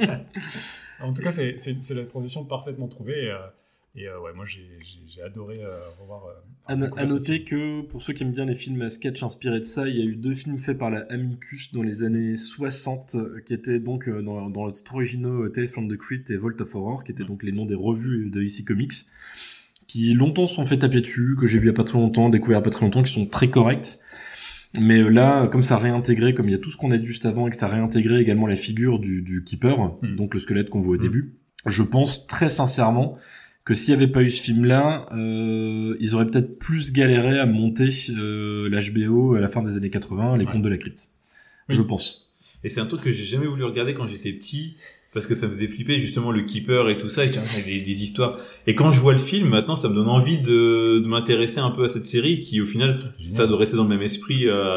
En tout cas, c'est c'est, c'est la transition parfaitement trouvée. Et, euh, Et euh, ouais, moi j'ai, j'ai, j'ai adoré euh, revoir. Euh, à, no- à noter que pour ceux qui aiment bien les films à sketch inspirés de ça, il y a eu deux films faits par la Amicus dans les années soixante, qui étaient donc euh, dans, dans leurs originaux Tales from the Crypt et Vault of Horror, qui étaient donc les noms des revues de I C Comics, qui longtemps se sont fait taper dessus, que j'ai vu il y a pas très longtemps, découvert il y a pas très longtemps, qui sont très corrects. Mais là, comme ça a réintégré, comme il y a tout ce qu'on a dit juste avant, et que ça a réintégré également la figure du, du Keeper, mmh. donc le squelette qu'on voit au mmh. début, je pense très sincèrement que s'il n'y avait pas eu ce film-là, euh, ils auraient peut-être plus galéré à monter euh, l'H B O à la fin des années quatre-vingts, les ouais. Contes de la Crypte. Oui. Je pense. Et c'est un truc que j'ai jamais voulu regarder quand j'étais petit, parce que ça me faisait flipper, justement, le Keeper et tout ça, et tiens, des, des histoires. Et quand je vois le film, maintenant, ça me donne envie de, de m'intéresser un peu à cette série, qui, au final, Génial. Ça doit rester dans le même esprit, euh,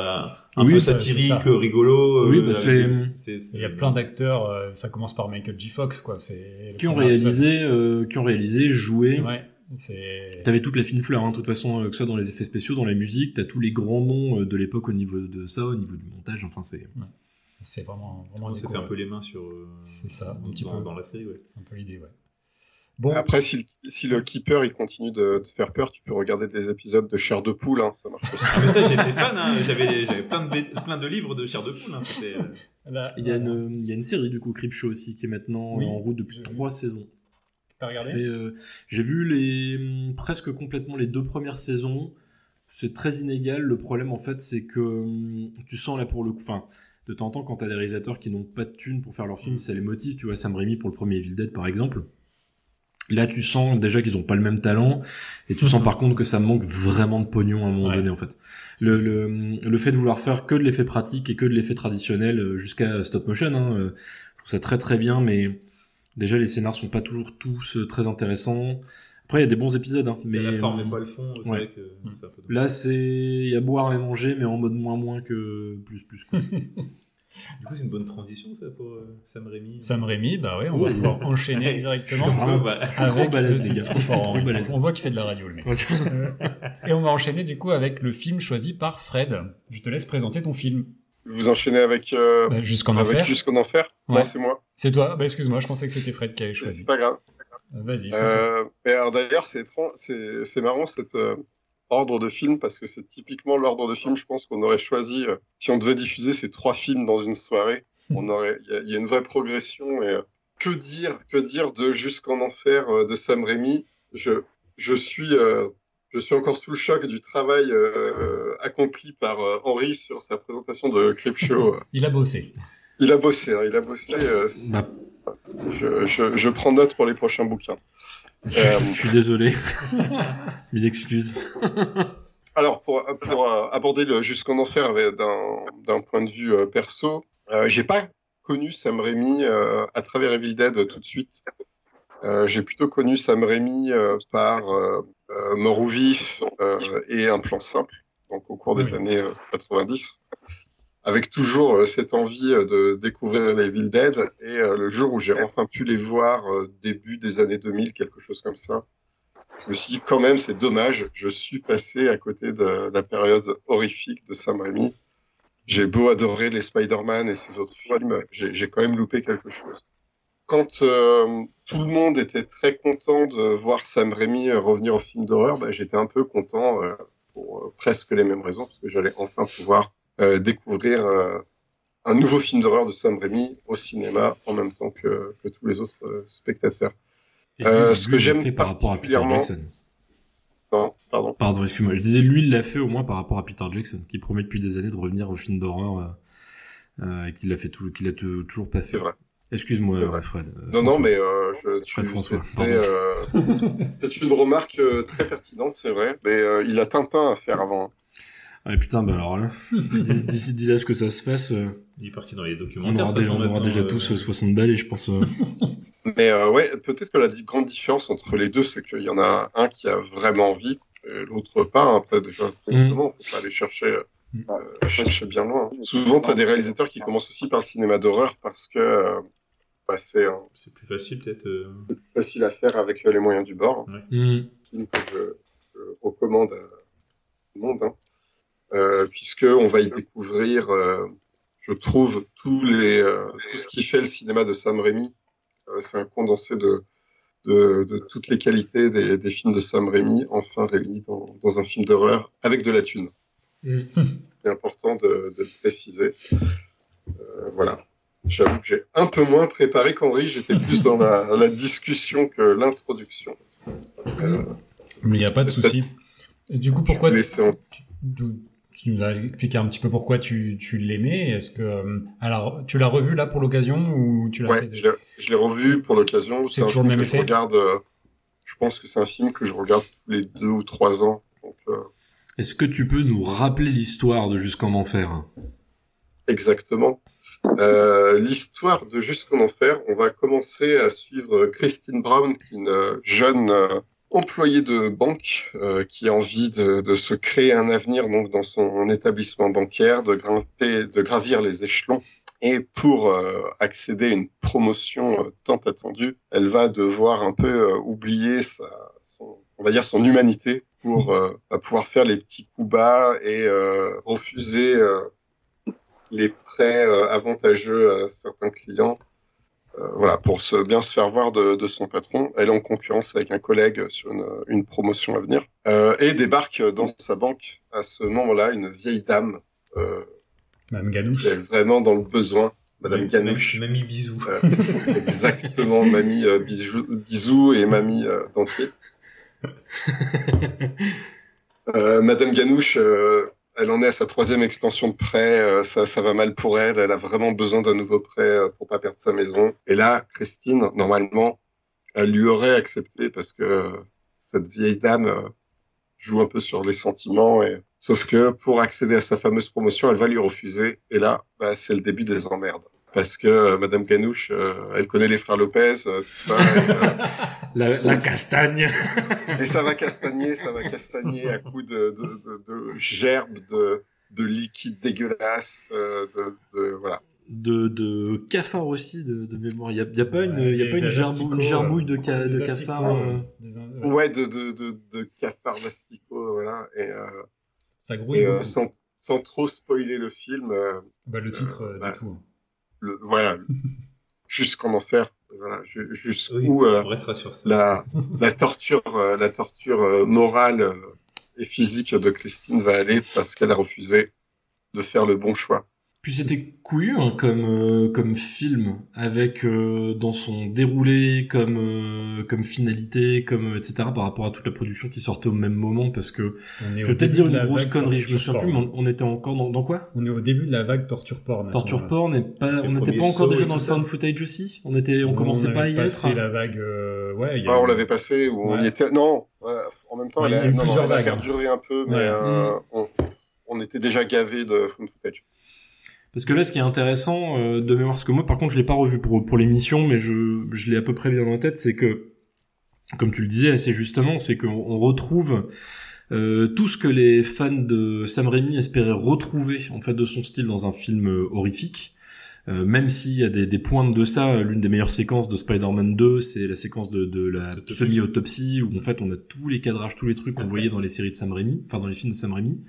un oui, peu ça, satirique, rigolo. Oui, euh, bah, c'est... c'est, c'est... Il y a plein d'acteurs, euh, ça commence par Michael J. Fox, quoi. C'est Qui ont réalisé, euh, qui ont réalisé, joué. Ouais, c'est... T'avais toute la fine fleur, hein, de toute façon, euh, que ce soit dans les effets spéciaux, dans la musique, t'as tous les grands noms euh, de l'époque au niveau de ça, au niveau du montage, enfin c'est... Ouais. C'est vraiment... vraiment on s'est fait un peu les mains sur... Euh, c'est ça, un dans, petit dans, peu. Dans la série, ouais. C'est un peu l'idée, ouais. Bon. Après, si, si le Keeper il continue de te faire peur, tu peux regarder des épisodes de Chair de Poule, hein, ça marche aussi. Ah, mais ça, j'étais fan, hein. j'avais, j'avais plein, de, plein de livres de Chair de Poule. Hein. C'était, euh... Là, il, y a une, il y a une série, du coup, Creepshow aussi, qui est maintenant oui, en route depuis trois vu. saisons. T'as regardé fait, euh, J'ai vu les, presque complètement les deux premières saisons. C'est très inégal. Le problème, en fait, c'est que tu sens là pour le coup... Enfin, de temps en temps, quand t'as des réalisateurs qui n'ont pas de thunes pour faire leur film, ça les motive. Tu vois, Sam Raimi pour le premier Evil Dead, par exemple. Là, tu sens déjà qu'ils ont pas le même talent, et tu sens par contre que ça manque vraiment de pognon à un moment ouais. donné, en fait. Le, le, le fait de vouloir faire que de l'effet pratique et que de l'effet traditionnel jusqu'à stop motion, hein, je trouve ça très très bien, mais déjà les scénars sont pas toujours tous très intéressants. Après, il y a des bons épisodes, hein, mais la forme et pas le fond. C'est ouais. vrai que c'est un peu là, c'est il y a boire et manger, mais en mode moins moins que plus plus. Quoi. Du coup, c'est une bonne transition, ça, pour euh, Sam Raimi. Sam Raimi, bah ouais, on va pouvoir enchaîner directement. Je suis vraiment, bah, je suis trop balèze, les gars. Trop balèze. On voit qu'il fait de la radio, le mec. Et on va enchaîner, du coup, avec le film choisi par Fred. Je te laisse présenter ton film. Vous enchaînez avec... Euh, bah, Jusqu'en avec enfer. Jusqu'en enfer ouais. Non, c'est moi. C'est toi. Bah, excuse-moi, je pensais que c'était Fred qui avait choisi. C'est pas grave. Euh, vas-y. Euh, mais alors, d'ailleurs, c'est, c'est, c'est marrant, cette... Euh... ordre de film, parce que c'est typiquement l'ordre de film, je pense qu'on aurait choisi, euh, si on devait diffuser ces trois films dans une soirée, on aurait, il y, y a une vraie progression, et euh, que dire, que dire de Jusqu'en enfer euh, de Sam Raimi. Je, je suis, euh, je suis encore sous le choc du travail euh, accompli par euh, Henri sur sa présentation de Creepshow. Il a bossé. Il a bossé, hein, il a bossé. Euh, je, je, je prends note pour les prochains bouquins. Euh, je suis désolé. Mille excuses. Alors, pour, pour euh, aborder le Jusqu'en enfer d'un, d'un point de vue euh, perso, euh, j'ai pas connu Sam Raimi euh, à travers Evil Dead euh, tout de suite. Euh, j'ai plutôt connu Sam Raimi euh, par euh, euh, Mort ou Vif euh, et Un plan simple, donc au cours des oui. années euh, quatre-vingt-dix. Avec toujours euh, cette envie euh, de découvrir les Evil Dead, et euh, le jour où j'ai enfin pu les voir, euh, début des années deux mille, quelque chose comme ça, je me suis dit quand même c'est dommage, je suis passé à côté de la période horrifique de Sam Raimi. J'ai beau adorer les Spider-Man et ces autres films, j'ai, j'ai quand même loupé quelque chose. Quand euh, tout le monde était très content de voir Sam Raimi revenir au film d'horreur, bah, j'étais un peu content euh, pour euh, presque les mêmes raisons, parce que j'allais enfin pouvoir Euh, découvrir euh, un nouveau film d'horreur de Sam Raimi au cinéma en même temps que, que tous les autres euh, spectateurs. Et lui, euh, ce lui, que j'aime fait par rapport à Peter Jackson. Non, pardon. Pardon, excuse-moi. Je disais, lui, il l'a fait au moins par rapport à Peter Jackson, qui promet depuis des années de revenir au film d'horreur euh, euh, et qu'il l'a fait tout, qu'il a t- toujours pas fait. C'est vrai. Excuse-moi, c'est vrai. Fred. Euh, non, non, mais euh, je, Fred tu, François. C'est, euh, c'est une remarque euh, très pertinente, c'est vrai. Mais euh, il a Tintin à faire avant. Ah putain, bah alors là, d'ici d'ici là ce que ça se fasse, euh, il est parti dans les documentaires. On aura déjà, on aura déjà euh... tous soixante balles et je pense. Euh... Mais euh, ouais, peut-être que la grande différence entre les deux, c'est qu'il y en a un qui a vraiment envie et l'autre pas. Hein. Après, déjà, exactement, mm. faut pas aller chercher, euh, chercher bien loin. Souvent, t'as des réalisateurs qui commencent aussi par le cinéma d'horreur parce que euh, bah, c'est, euh, c'est plus facile peut-être. Euh... C'est plus facile à faire avec les moyens du bord. Ouais. Mm. Film que je, je recommande à tout le monde. Hein. Euh, puisque on va y découvrir, euh, je trouve, tous les, euh, tout ce qui fait le cinéma de Sam Raimi. Euh, c'est un condensé de, de, de toutes les qualités des, des films de Sam Raimi, enfin réunis dans, dans un film d'horreur avec de la thune. Mm. C'est important de, de le préciser. Euh, voilà. J'avoue que j'ai un peu moins préparé qu'Henri, j'étais plus dans la, la discussion que l'introduction. Euh, Mais il n'y a pas de souci. Et du coup, pourquoi tu, tu, tu nous as expliqué un petit peu pourquoi tu, tu l'aimais. Est-ce que euh, alors tu l'as revu là pour l'occasion ou tu l'as ouais, fait de... je, l'ai, je l'ai revu pour l'occasion. C'est, c'est toujours le même effet. Je regarde. Euh, je pense que c'est un film que je regarde tous les deux ou trois ans. Donc, euh... Est-ce que tu peux nous rappeler l'histoire de Jusqu'en enfer ? Exactement. Euh, l'histoire de Jusqu'en enfer, on va commencer à suivre Christine Brown, qui est une jeune euh, employé de banque euh, qui a envie de, de se créer un avenir donc dans son établissement bancaire, de grimper, de gravir les échelons. Et pour euh, accéder à une promotion euh, tant attendue, elle va devoir un peu euh, oublier sa, son, on va dire son humanité pour euh, pouvoir faire les petits coups bas et euh, refuser euh, les prêts euh, avantageux à certains clients. Euh, voilà, pour se, bien se faire voir de, de son patron. Elle est en concurrence avec un collègue sur une, une promotion à venir. Euh, et débarque dans sa banque à ce moment-là une vieille dame. Euh, Madame Ganouche. Qui est vraiment dans le besoin. Madame Oui, Ganouche. Mamie Bisou. Euh, exactement, Mamie euh, bisou, Bisou et Mamie euh, Dentier. euh, Madame Ganouche, euh, elle en est à sa troisième extension de prêt, euh, ça, ça va mal pour elle, elle a vraiment besoin d'un nouveau prêt euh, pour pas perdre sa maison. Et là, Christine, normalement, elle lui aurait accepté parce que euh, cette vieille dame euh, joue un peu sur les sentiments. Et... Sauf que pour accéder à sa fameuse promotion, elle va lui refuser. Et là, bah, c'est le début des emmerdes. Parce que euh, Madame Ganouche, euh, elle connaît les frères Lopez, euh, tout ça. Et, euh, la, la castagne. Et ça va castagner, ça va castagner à coups de, de, de, de gerbes, de, de liquide dégueulasse, euh, de, de voilà. De, de cafard aussi, de, de mémoire. Il y a, y a pas ouais, une, il y a pas une gerbouille, une gerbouille de, ca, de cafard. Euh... Des, ouais, de, de, de, de cafard mastico, voilà. Et, euh, ça grouille et, euh, sans, sans trop spoiler le film. Euh, bah, le titre euh, bah, du tout. Le, voilà. Jusqu'en enfer. Voilà, jusqu'où oui, euh, on restera sur ça. La, la torture, euh, la torture euh, morale euh, et physique de Christine va aller parce qu'elle a refusé de faire le bon choix. Puis c'était couillu hein, comme euh, comme film avec euh, dans son déroulé comme euh, comme finalité comme et cetera par rapport à toute la production qui sortait au même moment parce que je vais peut-être dire une grosse connerie, je me souviens plus, mais on, on était encore dans, dans quoi? On est au début de la vague torture porn. Torture porn et pas, on n'était pas encore déjà dans le found footage aussi. On était, on, on commençait pas à y être. Passé la vague, euh, ouais. Y a ah, eu... on l'avait passé ou ouais. on y était. Non, ouais, en même temps, ouais, elle, a, non, non, elle a perduré un peu, mais ouais. euh, mmh. on, on était déjà gavé de found footage. Parce que là, ce qui est intéressant euh, de mémoire, parce que moi, par contre, je l'ai pas revu pour pour l'émission, mais je je l'ai à peu près bien dans la tête, c'est que, comme tu le disais assez justement, c'est qu'on on retrouve euh, tout ce que les fans de Sam Raimi espéraient retrouver en fait de son style dans un film euh, horrifique. Euh, même s'il y a des, des pointes de ça, l'une des meilleures séquences de Spider-Man deux, c'est la séquence de, de la semi-autopsie, où en fait on a tous les cadrages, tous les trucs qu'on voyait dans les séries de Sam Raimi, enfin dans les films de Sam Raimi.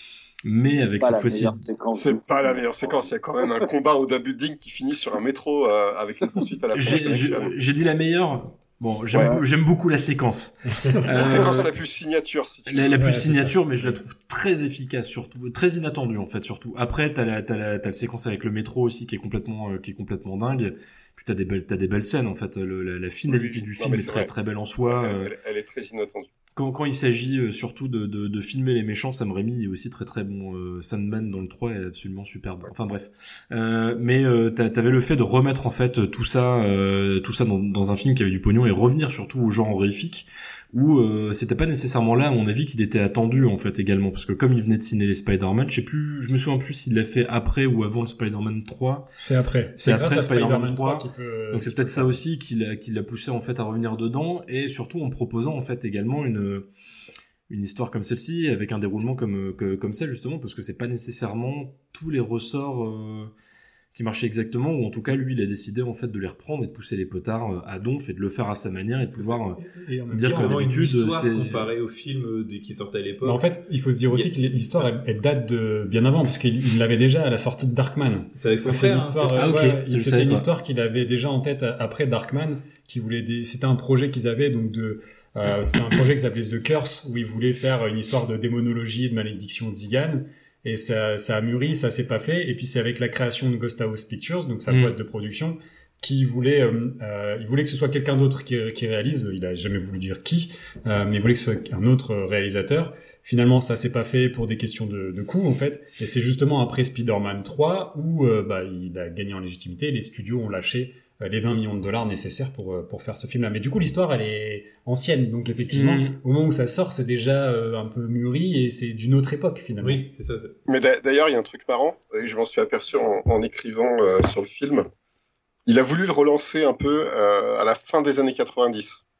Mais avec cette fois-ci, c'est pas la meilleure séquence. Il y a quand même un combat au double building qui finit sur un métro euh, avec une poursuite à la fin. J'ai, j'ai dit la meilleure. Bon, j'aime, ouais. j'aime beaucoup la séquence. La euh, séquence la plus signature, si tu la, veux. la plus ouais, signature, mais je la trouve très efficace, surtout très inattendue en fait, surtout. Après, t'as la, t'as la, t'as la séquence avec le métro aussi qui est complètement, euh, qui est complètement dingue. Puis t'as des belles, t'as des belles scènes en fait. Le, la, la finalité oui, du film non, est, est très, très belle en soi. Ouais, elle, elle est très inattendue. Quand, quand il s'agit euh, surtout de, de, de filmer les méchants, Sam Raimi est aussi très très bon. Euh, Sandman dans le trois est absolument superbe. Enfin bref, euh, mais euh, t'avais le fait de remettre en fait tout ça, euh, tout ça dans, dans un film qui avait du pognon et revenir surtout au genre horrifique où euh, c'était pas nécessairement là à mon avis qu'il était attendu en fait également parce que comme il venait de signer les Spider-Man, je sais plus, je me souviens plus s'il l'a fait après ou avant le Spider-Man trois. C'est après. C'est, c'est après Spider-Man, Spider-Man trois. trois peut, Donc c'est peut-être ça aussi qui l'a, qui l'a poussé en fait à revenir dedans et surtout en proposant en fait également une une histoire comme celle-ci avec un déroulement comme que, comme ça justement parce que c'est pas nécessairement tous les ressorts euh, qui marchaient exactement ou en tout cas lui il a décidé en fait de les reprendre et de pousser les potards à donf et de le faire à sa manière et de pouvoir et, et dire comme d'habitude c'est comparé au film qui sortait à l'époque. Mais en fait il faut se dire aussi que l'histoire elle, elle date de bien avant parce qu'il l'avait déjà à la sortie de Darkman. C'est avec son frère. Une histoire, hein, ah, okay. ouais, c'était une pas. histoire qu'il avait déjà en tête après Darkman qui voulait des... c'était un projet qu'ils avaient donc de Euh, c'était un projet qui s'appelait The Curse où ils voulaient faire une histoire de démonologie et de malédiction de Zigan et ça, ça a mûri, ça s'est pas fait et puis c'est avec la création de Ghost House Pictures donc sa mmh. boîte de production qui voulait euh, euh, il voulait que ce soit quelqu'un d'autre qui, qui réalise, il a jamais voulu dire qui euh, mais il voulait que ce soit un autre réalisateur. Finalement ça s'est pas fait pour des questions de, de coût en fait et c'est justement après Spider-Man trois où euh, bah, il a gagné en légitimité, les studios ont lâché les vingt millions de dollars nécessaires pour pour faire ce film-là. Mais du coup, l'histoire, elle est ancienne. Donc, effectivement, mmh. au moment où ça sort, c'est déjà euh, un peu mûri et c'est d'une autre époque, finalement. Oui, c'est ça. C'est... Mais d'ailleurs, il y a un truc marrant, et je m'en suis aperçu en, en écrivant euh, sur le film. Il a voulu le relancer un peu euh, à la fin des années quatre-vingt-dix.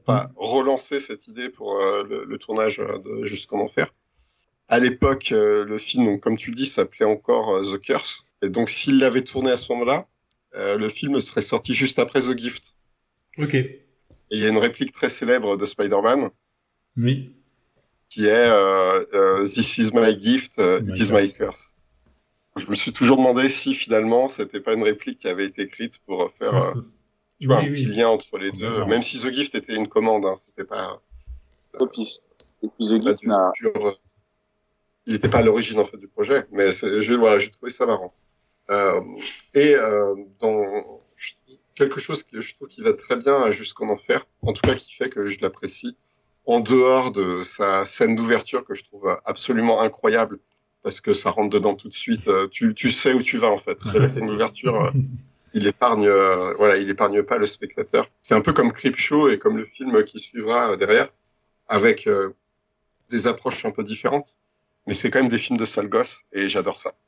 enfin, relancé cette idée pour euh, le, le tournage de Jusqu'en Enfer. À l'époque, euh, le film, donc, comme tu le dis, s'appelait encore euh, The Curse. Et donc, s'il l'avait tourné à ce moment-là, euh, le film serait sorti juste après The Gift. Ok. Et il y a une réplique très célèbre de Spider-Man. Oui. Qui est euh, euh, This is my gift, uh, it is my curse. Je me suis toujours demandé si finalement c'était pas une réplique qui avait été écrite pour faire euh, tu vois, oui, un oui. petit lien entre les deux, même si The Gift était une commande, hein, c'était pas. Euh, et puis, et puis The Gift n'a. Pur, il n'était pas à l'origine en fait du projet, mais c'est, je, voilà, j'ai trouvé ça marrant. Euh, et euh, dans quelque chose que je trouve qui va très bien à Jusqu'en Enfer, en tout cas qui fait que je l'apprécie. En dehors de sa scène d'ouverture que je trouve absolument incroyable parce que ça rentre dedans tout de suite, tu, tu sais où tu vas en fait. La scène d'ouverture, il épargne, euh, voilà, il épargne pas le spectateur. C'est un peu comme Creepshow et comme le film qui suivra derrière, avec euh, des approches un peu différentes, mais c'est quand même des films de sale gosse et j'adore ça.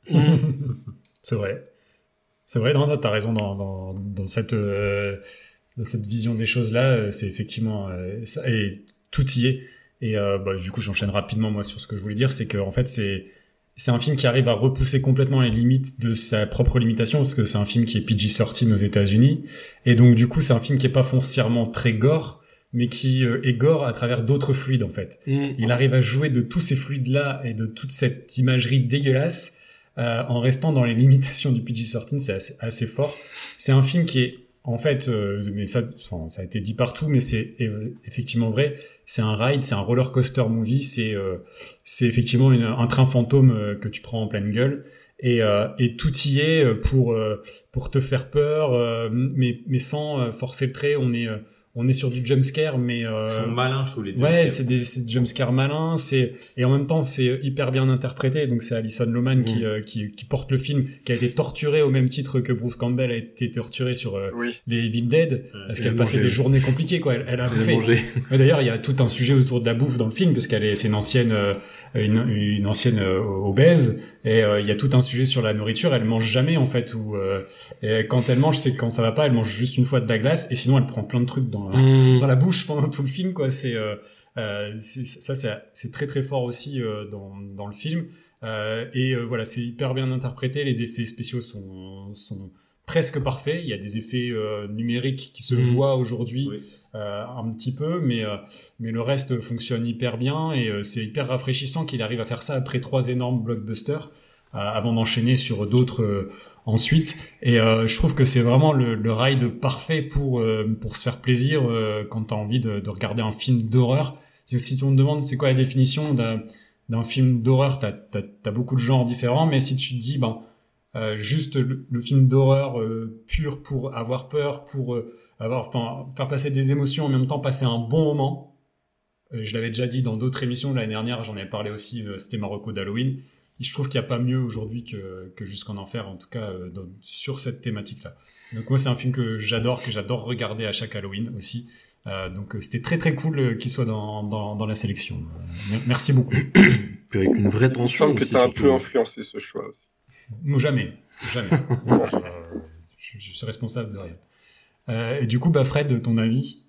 C'est vrai, c'est vrai. Non, t'as raison dans, dans, dans cette euh, dans cette vision des choses là, c'est effectivement euh, ça, et tout y est. Et euh, bah, du coup, j'enchaîne rapidement moi sur ce que je voulais dire, c'est que en fait, c'est c'est un film qui arrive à repousser complètement les limites de sa propre limitation, parce que c'est un film qui est P G treize aux États-Unis, et donc du coup, c'est un film qui est pas foncièrement très gore, mais qui euh, est gore à travers d'autres fluides en fait. Mmh. Il arrive à jouer de tous ces fluides-là et de toute cette imagerie dégueulasse euh, en restant dans les limitations du P G treize. C'est assez, assez fort. C'est un film qui est en fait, euh, mais ça, enfin, ça a été dit partout, mais c'est effectivement vrai. C'est un ride, c'est un roller coaster movie, c'est euh, c'est effectivement une, un train fantôme euh, que tu prends en pleine gueule, et euh, et tout y est pour euh, pour te faire peur, euh, mais mais sans euh, forcer le trait. On est euh, on est sur du jumpscare, mais euh, ils sont malins, je trouve les jumpscares. Ouais, c'est des, c'est des jumpscares malins, c'est et en même temps c'est hyper bien interprété. Donc c'est Alison Lohman mmh. qui, euh, qui qui porte le film, qui a été torturée au même titre que Bruce Campbell a été torturé sur euh, oui. les Evil Dead, ouais, parce qu'elle passait des journées compliquées quoi. Elle, elle a bouffé. Mais d'ailleurs il y a tout un sujet autour de la bouffe dans le film, parce qu'elle est c'est une ancienne euh, une, une ancienne euh, obèse. Et euh, il y a tout un sujet sur la nourriture. Elle mange jamais en fait, ou euh, et quand elle mange, c'est quand ça va pas. Elle mange juste une fois de la glace, et sinon elle prend plein de trucs dans la, mmh. dans la bouche pendant tout le film quoi. C'est, euh, euh, c'est ça, c'est, c'est très très fort aussi euh, dans dans le film. Euh, et euh, voilà, c'est hyper bien interprété. Les effets spéciaux sont sont presque parfaits. Il y a des effets euh, numériques qui se mmh. voient aujourd'hui. Oui. Euh, un petit peu, mais euh, mais le reste fonctionne hyper bien, et euh, c'est hyper rafraîchissant qu'il arrive à faire ça après trois énormes blockbusters euh, avant d'enchaîner sur d'autres euh, ensuite. Et euh, je trouve que c'est vraiment le, le ride parfait pour euh, pour se faire plaisir euh, quand t'as envie de, de regarder un film d'horreur. Si tu me demandes c'est quoi la définition d'un d'un film d'horreur, t'as t'as t'as beaucoup de genres différents, mais si tu te dis ben euh, juste le, le film d'horreur euh, pur pour avoir peur, pour euh, avoir, enfin, faire passer des émotions, en même temps passer un bon moment. Euh, je l'avais déjà dit dans d'autres émissions l'année dernière, j'en avais parlé aussi, euh, c'était Marocco d'Halloween. Et je trouve qu'il n'y a pas mieux aujourd'hui que, que Jusqu'en Enfer, en tout cas euh, dans, sur cette thématique-là. Donc moi, c'est un film que j'adore, que j'adore regarder à chaque Halloween aussi. Euh, donc euh, c'était très très cool euh, qu'il soit dans, dans, dans la sélection. Euh, merci beaucoup. Puis avec une vraie tension. Il me semble que tu as un peu influencé ce choix aussi. Jamais, jamais. euh, je, je suis responsable de rien. Euh, et du coup, bah Fred, ton avis?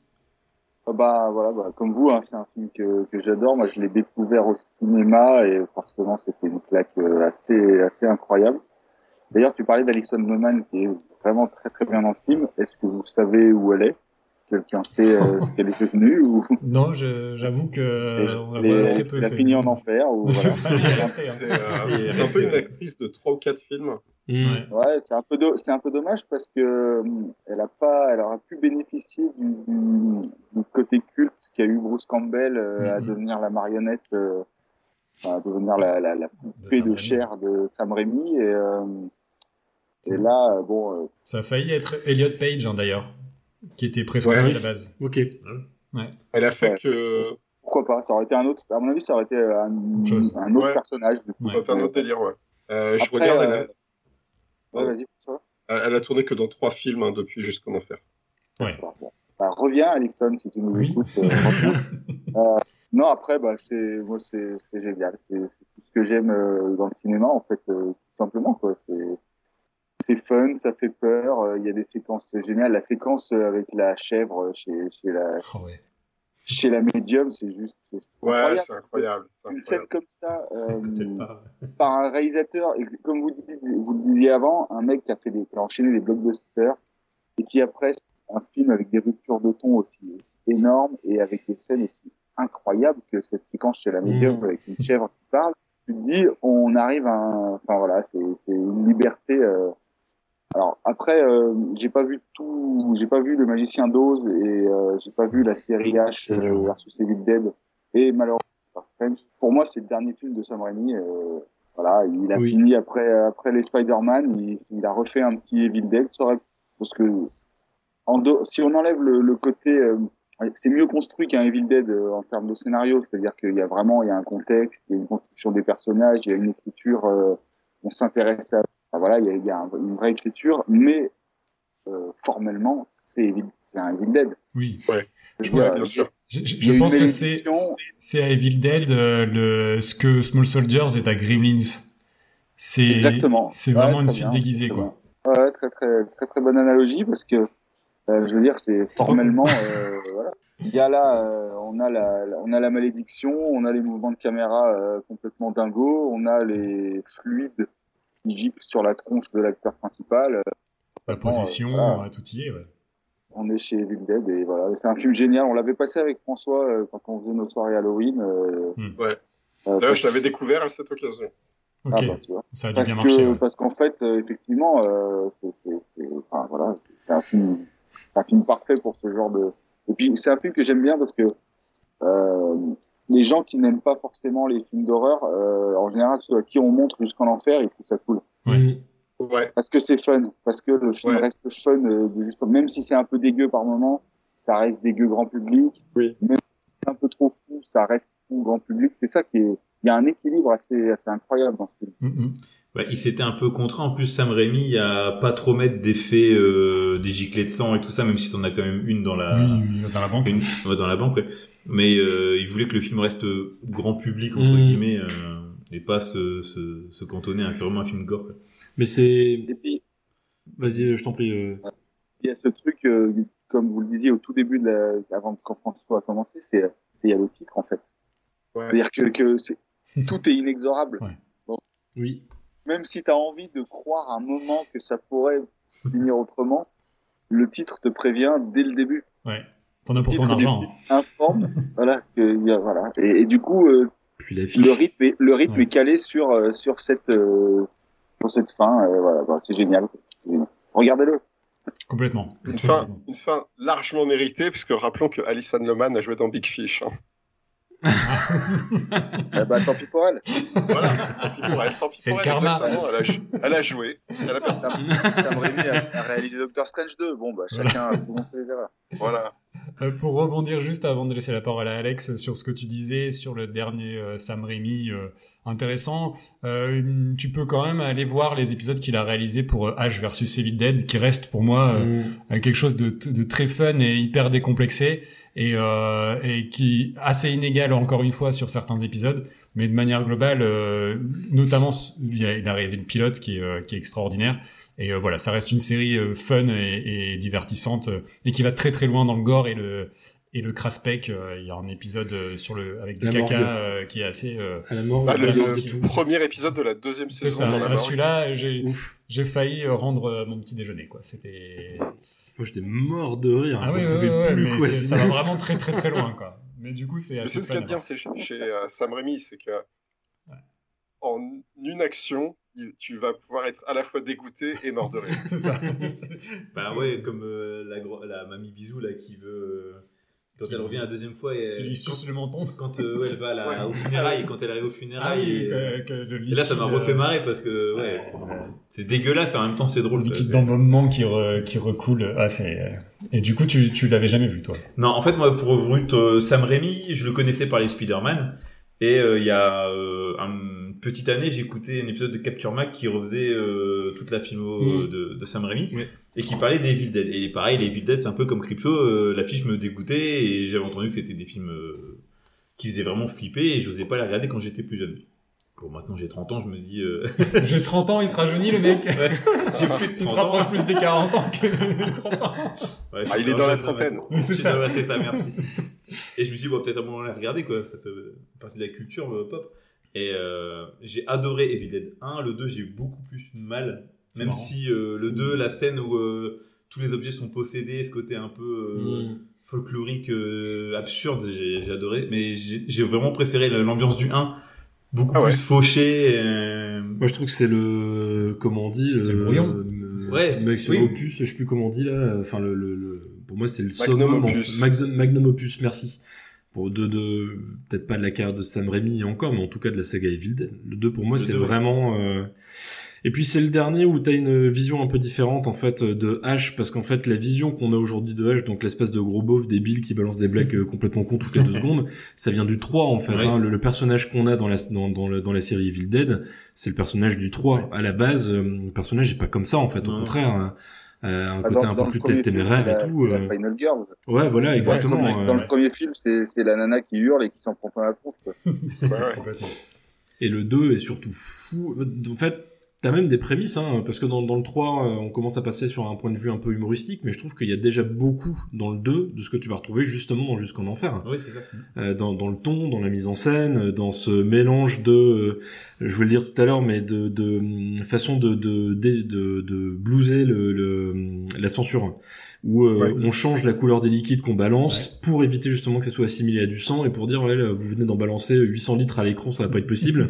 Bah voilà, bah, comme vous, hein, c'est un film que, que j'adore. Moi, je l'ai découvert au cinéma et forcément, c'était une claque assez assez incroyable. D'ailleurs, tu parlais d'Alison Lohman qui est vraiment très très bien dans le film. Est-ce que vous savez où elle est? Quelqu'un sait euh, ce qu'elle est devenue ou... Non, je, j'avoue que et, on la voit très peu. Elle a fini en enfer. Ou, voilà. C'est ça, elle est restée, hein. C'est, euh, c'est un peu une actrice de trois ou quatre films. Mmh. Ouais, c'est un peu do- c'est un peu dommage parce que euh, elle a pas, elle aura pu bénéficier du, du, du côté culte qu'a eu Bruce Campbell euh, mmh. à devenir la marionnette, euh, à devenir la, la, la poupée de, de chair de Sam Raimi et, euh, et là euh, bon. Euh, Ça a failli être Elliot Page hein, d'ailleurs, qui était pressenti ouais, à la base. Ok. Ouais. Elle a fait ouais. que. Pourquoi pas? Ça aurait été un autre. À mon avis, ça aurait été un, un autre ouais. personnage. Du coup. Ouais. Ça aurait été un autre délire, ouais. Euh, Après, je regarde. Elle a... Ouais, vas-y, ça va. Elle a tourné que dans trois films hein, depuis Jusqu'en Enfer. Ouais. Bon. Bah, reviens, Alison, si tu nous oui. écoutes. Euh, euh, non, après, bah, c'est, moi, c'est, c'est génial. C'est, c'est tout ce que j'aime euh, dans le cinéma, en fait, euh, tout simplement, quoi. C'est, c'est fun, ça fait peur. Il euh, y a des séquences géniales. La séquence avec la chèvre chez, chez la, oh ouais. chez la médium, c'est juste. C'est ouais, incroyable. c'est incroyable. C'est Une scène incroyable. comme ça, euh, par un réalisateur, et comme vous, disiez, vous le disiez avant, un mec qui a fait des, qui a enchaîné des blockbusters et qui après un film avec des ruptures de ton aussi énormes et avec des scènes aussi incroyables que cette séquence chez la médium mmh. avec une chèvre qui parle. Tu te dis, on arrive à un, enfin voilà, c'est, c'est une liberté. Euh... Alors après, euh, j'ai pas vu tout, j'ai pas vu Le Magicien d'Oz et euh, j'ai pas vu la série H euh, versus Evil Dead et malheureusement Strange. Pour moi, c'est le dernier film de Sam Raimi. Euh, voilà, il a oui. fini après après les Spider-Man, il, il a refait un petit Evil Dead. Parce que en do... si on enlève le, le côté, euh, c'est mieux construit qu'un Evil Dead euh, en termes de scénario, c'est-à-dire qu'il y a vraiment, il y a un contexte, il y a une construction des personnages, il y a une écriture, euh, on s'intéresse à, enfin, voilà, il y a, il y a un, une vraie écriture, mais euh, formellement, c'est, Evil... c'est un Evil Dead. Oui. Ouais. Je, pense, bien sûr. je, je, je pense que c'est, c'est à Evil Dead euh, le, ce que Small Soldiers est à Gremlins. C'est, Exactement. C'est vraiment ouais, une suite bien, déguisée, quoi. Ouais, très très très très bonne analogie parce que euh, je veux dire c'est formellement euh, voilà. Il y a là euh, on a la, la on a la malédiction, on a les mouvements de caméra euh, complètement dingos, on a les fluides qui giclent sur la tronche de l'acteur principal. Euh, la possession, euh, voilà. Tout y est, ouais. On est chez Evil Dead et voilà, c'est un film génial. On l'avait passé avec François euh, quand on faisait nos soirées Halloween. Euh, hmm. Ouais. Euh, Là, je l'avais découvert à cette occasion. Ok, ah bah, tu vois. Ça a dû parce bien que, marcher. Ouais. Parce qu'en fait, euh, effectivement, euh, c'est, c'est, c'est, enfin, voilà, c'est un film, c'est un film parfait pour ce genre de. Et puis c'est un film que j'aime bien parce que euh, les gens qui n'aiment pas forcément les films d'horreur, euh, en général ceux à qui on montre Jusqu'en enfer, ils trouvent ça cool. Ouais. Ouais. Parce que c'est fun, parce que le film ouais. reste fun, euh, de juste, même si c'est un peu dégueu par moment, ça reste dégueu grand public. Oui. Même si c'est un peu trop fou, ça reste fou grand public. C'est ça qui est. Il y a un équilibre assez, assez incroyable dans ce film. Mm-hmm. Bah, il s'était un peu contraint en plus Sam Raimi à pas trop mettre d'effets euh, des giclées de sang et tout ça, même si t'en as quand même une dans la oui, oui, dans la banque une, ouais, dans la banque ouais. Mais euh, il voulait que le film reste grand public entre mmh. guillemets euh, et pas se, se, se cantonner à faire vraiment un film gore quoi. Mais c'est et puis vas-y je t'en prie euh... il y a ce truc euh, comme vous le disiez au tout début de la avant quand François a commencé, c'est c'est il y a le titre en fait. Ouais. C'est-à-dire que que c'est tout est inexorable. Ouais. Donc, oui. Même si tu as envie de croire un moment que ça pourrait finir autrement, le titre te prévient dès le début. Ouais. T'en as pour ton argent. Informe, voilà, que, voilà. Et, et du coup, euh, Puis la le rythme est, le rythme ouais. est calé sur euh, sur cette euh, sur cette fin. Euh, voilà, bah, c'est génial. Regardez-le. Complètement. Une fin, une fin largement méritée, puisque rappelons que Alison Lohman a joué dans Big Fish. Hein. eh bah, tant pis pour elle. Voilà, tant pis pour elle. Tant pis c'est pour le elle, karma. Elle a, elle a joué. Elle a Sam Raimi a, a réalisé Doctor Strange deux. Bon, bah, chacun a fait les erreurs. Voilà. Euh, pour rebondir juste avant de laisser la parole à Alex sur ce que tu disais sur le dernier euh, Sam Raimi euh, intéressant, euh, tu peux quand même aller voir les épisodes qu'il a réalisés pour euh, Ash versus Evil Dead, qui reste pour moi euh, mmh. quelque chose de, de très fun et hyper décomplexé. Et, euh, et qui assez inégal encore une fois sur certains épisodes, mais de manière globale, euh, notamment il a, il a réalisé le pilote qui est, euh, qui est extraordinaire. Et euh, voilà, ça reste une série euh, fun et, et divertissante euh, et qui va très très loin dans le gore et le et le craspec. Euh, il y a un épisode euh, sur le avec du la caca euh, qui est assez. Euh, à la mort. Bah, le, le, le tout. premier épisode de la deuxième c'est saison. Ça. Dans la à celui-là, j'ai Ouf. j'ai failli rendre mon petit déjeuner quoi. C'était. Moi, j'étais mort de rire. Ah oui, oui, oui, plus, quoi, ça va vraiment très, très, très loin, quoi. Mais du coup, c'est assez. C'est ce qu'il y a de bien, c'est chez, chez euh, Sam Raimi, c'est que ouais. en une action, tu vas pouvoir être à la fois dégoûté et mort de rire. C'est ça. Bah ouais, comme euh, la, la mamie Bisou là qui veut. Euh... Quand qui elle revient la deuxième fois et qui lui suce le menton quand euh, ouais, elle va à la, ouais. au funérailles et quand elle arrive au funérailles ah oui, et, que, que le liquide, et là ça m'a refait marrer parce que ouais, c'est, c'est dégueulasse et en même temps c'est drôle. Le liquide d'embaumement qui re, qui recoule ah c'est et du coup tu tu l'avais jamais vu toi? Non en fait moi pour Vrut euh, Sam Raimi je le connaissais par les Spider-Man et il euh, y a euh, une petite année j'ai écouté un épisode de Capture Mag qui refaisait euh, toute la filmo mmh. de, de Sam Raimi. Oui. Et qui parlait des Evil Dead. Et pareil, les Evil Dead, c'est un peu comme Creepshow, euh, l'affiche me dégoûtait et j'avais entendu que c'était des films euh, qui faisaient vraiment flipper et j'osais pas les regarder quand j'étais plus jeune. Bon, maintenant j'ai trente ans, je me dis... Euh... j'ai trente ans, il se rajeunit le mec. Ouais, j'ai plus de tu te rapproches plus des quarante ans que des trente ans. Ouais, ah, il est dans la trentaine. Oui, c'est ça. C'est ça, merci. Et je me dis, bon, peut-être à un moment la regarder, quoi. Ça fait partie de la culture euh, pop. Et euh, j'ai adoré Evil Dead un. Le deux, j'ai eu beaucoup plus de mal. C'est même marrant. Si euh, le deux, la scène où euh, tous les objets sont possédés, ce côté un peu euh, mmh. folklorique, euh, absurde, j'ai, j'ai adoré. Mais j'ai, j'ai vraiment préféré l'ambiance du un. Beaucoup ah ouais. plus fauché. Euh... Moi, je trouve que c'est le, comment on dit, c'est le brouillon. Le, ouais. Maximum oui. opus, je sais plus comment on dit là. Enfin, le, le, le pour moi, c'est le summum. Magnum, magnum opus, merci. Pour de, de, peut-être pas de la carrière de Sam Raimi encore, mais en tout cas de la saga Evil Dead. Le deux, pour moi, le c'est deux, vraiment, euh... et puis c'est le dernier où t'as une vision un peu différente, en fait, de Ash, parce qu'en fait, la vision qu'on a aujourd'hui de Ash, donc l'espèce de gros beauf débile qui balance des blagues euh, complètement cons toutes les deux secondes, ça vient du trois, en fait, ouais. hein. Le, le personnage qu'on a dans la, dans, dans, le, dans la série Evil Dead, c'est le personnage du trois. Ouais. À la base, euh, le personnage est pas comme ça, en fait, non. Au contraire. Hein. Euh, un ah, côté dans, un peu plus téméraire et tout. La, euh... la Final Girl. Ouais, voilà, c'est exactement. Dans, euh... dans le premier film, c'est, c'est la nana qui hurle et qui s'en prend plein la tronche, quoi. Ouais, ouais, complètement. Et le deux est surtout fou. En fait, t'as même des prémices, hein, parce que dans, dans le trois, on commence à passer sur un point de vue un peu humoristique, mais je trouve qu'il y a déjà beaucoup dans le deux de ce que tu vas retrouver justement dans Jusqu'en Enfer. Oui, c'est ça. Euh, dans, dans le ton, dans la mise en scène, dans ce mélange de, euh, je vais le dire tout à l'heure, mais de, de façon de, de, de, de, de blouser le, le, la censure. Où euh, ouais. on change la couleur des liquides qu'on balance ouais. pour éviter justement que ça soit assimilé à du sang et pour dire ouais là, vous venez d'en balancer huit cents litres à l'écran, ça va pas être possible.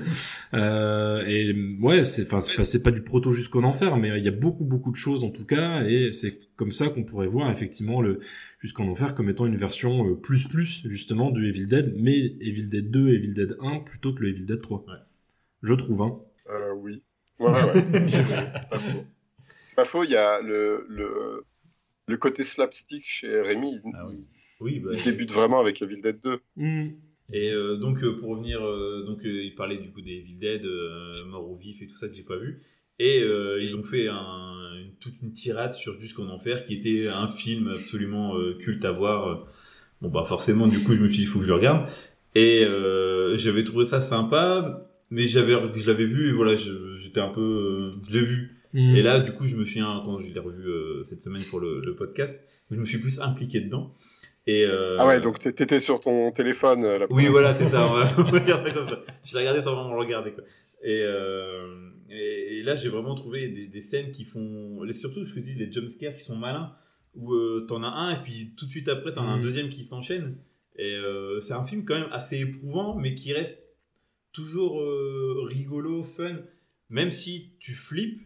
euh, et ouais, c'est enfin c'est pas c'est pas du proto Jusqu'en Enfer, mais il y a beaucoup beaucoup de choses en tout cas et c'est comme ça qu'on pourrait voir effectivement le Jusqu'en Enfer comme étant une version euh, plus plus justement du Evil Dead, mais Evil Dead deux et Evil Dead un plutôt que le Evil Dead trois. Ouais. Je trouve hein. Euh, oui. Ouais ouais. ouais. c'est pas faux. C'est pas faux, il y a le le Le côté slapstick chez Rémi, ah oui. Oui, bah, il débute vraiment avec Evil Dead deux. Mmh. Et euh, donc euh, pour revenir, euh, donc euh, il parlait du coup des Evil Dead, euh, Mort ou Vif et tout ça que j'ai pas vu. Et euh, ils ont fait un, une, toute une tirade sur Jusqu'en Enfer qui était un film absolument euh, culte à voir. Bon bah forcément du coup je me suis dit il faut que je le regarde. Et euh, j'avais trouvé ça sympa, mais j'avais, je l'avais vu et voilà, je, j'étais un peu, euh, je l'ai vu. Mmh. Et là, du coup, je me suis, quand je l'ai revu euh, cette semaine pour le, le podcast, je me suis plus impliqué dedans. Et euh... Ah ouais, donc t'étais sur ton téléphone. La oui, voilà, c'est ça. On va, on va dire ça comme ça. Je l'ai regardé sans vraiment le regarder, quoi. Et, euh, et, et là, j'ai vraiment trouvé des, des scènes qui font, les, surtout, je te dis, les jumpscares qui sont malins, où euh, t'en as un et puis tout de suite après, t'en as mmh. un deuxième qui s'enchaîne. Et euh, c'est un film quand même assez éprouvant, mais qui reste toujours euh, rigolo, fun, même si tu flippes.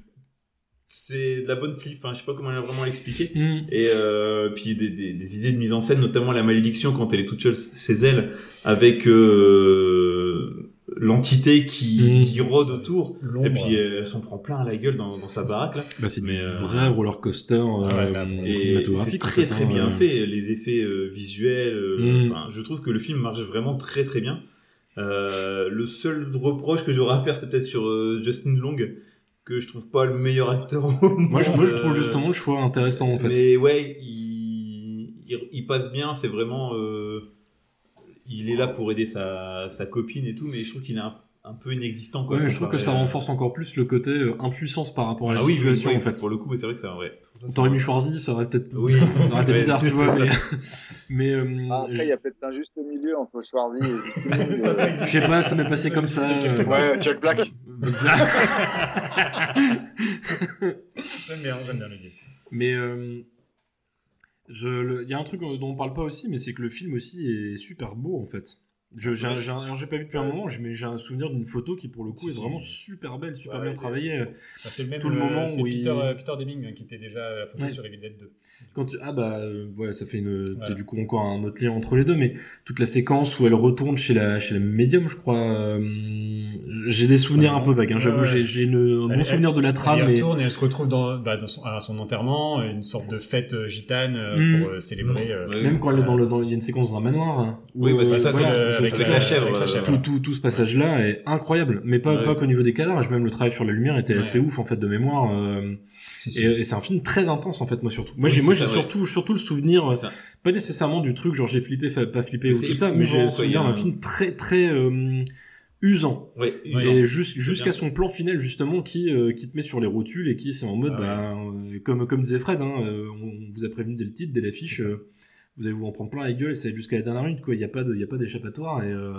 C'est de la bonne flip, enfin je sais pas comment vraiment l'expliquer. Mm. Et euh, puis des, des, des idées de mise en scène, notamment la malédiction quand elle est toute seule ses ailes avec euh, l'entité qui, mm. qui rôde autour. L'ombre. Et puis euh, elle s'en prend plein à la gueule dans, dans sa baraque là. Bah c'est mais, un vrai roller coaster euh, ouais, là, cinématographique. C'est très très bien euh... fait, les effets euh, visuels. Euh, mm. Je trouve que le film marche vraiment très très bien. Euh, le seul reproche que j'aurais à faire, c'est peut-être sur euh, Justin Long. Que je trouve pas le meilleur acteur au monde. Moi, je, moi, je trouve justement le choix intéressant, en fait. Mais ouais, il, il, il passe bien, c'est vraiment, euh, il est là pour aider sa, sa copine et tout, mais je trouve qu'il est un, un peu inexistant, quoi. Ouais, je trouve que ça à... renforce encore plus le côté euh, impuissance par rapport à la ah, situation, oui, oui, en fait. Pour le coup, c'est vrai que c'est un vrai. T'aurais mis Schwarzy, ça aurait peut-être, oui. ça aurait été bizarre, tu vois, mais, mais, euh, ah, après, il je... y a peut-être un juste milieu entre Schwarzy et Je sais pas, ça m'est passé comme ça. Ouais, Jack Black. J'aime bien, j'aime bien le dire. Mais euh, je, il y a un truc dont on parle pas aussi, mais c'est que le film aussi est super beau en fait. Je, j'ai, j'ai, alors j'ai pas vu depuis un moment, mais j'ai un souvenir d'une photo qui pour le coup si, est vraiment super belle, super ouais, bien travaillée. Bah, c'est le même. Tout le moment c'est où Peter, il... Peter Deming qui était déjà à la photo ouais. sur Evil Dead deux. Quand tu... ah bah euh, voilà, ça fait une voilà. du coup encore un autre lien entre les deux, mais toute la séquence où elle retourne chez la chez la médium, je crois. Euh... J'ai des souvenirs ouais, un peu vagues. Hein, j'avoue, ouais. j'ai, j'ai une, un elle, bon souvenir de la trame. Elle mais... retourne et elle se retrouve dans, bah, dans son, à son enterrement, une sorte de fête euh, gitane euh, mmh. pour euh, célébrer. Euh, mmh. Même quand elle est dans le, dans, il y a une séquence dans un manoir. Hein, oui, où, bah, ça, ça voilà, c'est le, avec, avec la chèvre. Avec la chèvre. Tout, tout, tout ce passage-là est incroyable, mais pas, ouais. pas qu'au niveau des cadres. Même le travail sur la lumière était ouais. assez ouf en fait de mémoire. Euh, si, si. Et, et c'est un film très intense en fait, moi surtout. Moi, oui, j'ai, moi, j'ai surtout, ouais. surtout le souvenir, euh, pas nécessairement du truc genre j'ai flippé, pas flippé ou tout ça, mais j'ai le souvenir d'un film très, très. Euh, usant. Ouais, et jus- jusqu'à son plan final justement qui euh, qui te met sur les rotules et qui c'est en mode ah, bah ouais. euh, comme comme disait Fred, hein, euh, on vous a prévenu dès le titre, dès l'affiche, euh, vous allez vous en prendre plein la gueule et ça va être jusqu'à la dernière minute quoi. Il y a pas de il y a pas d'échappatoire et euh,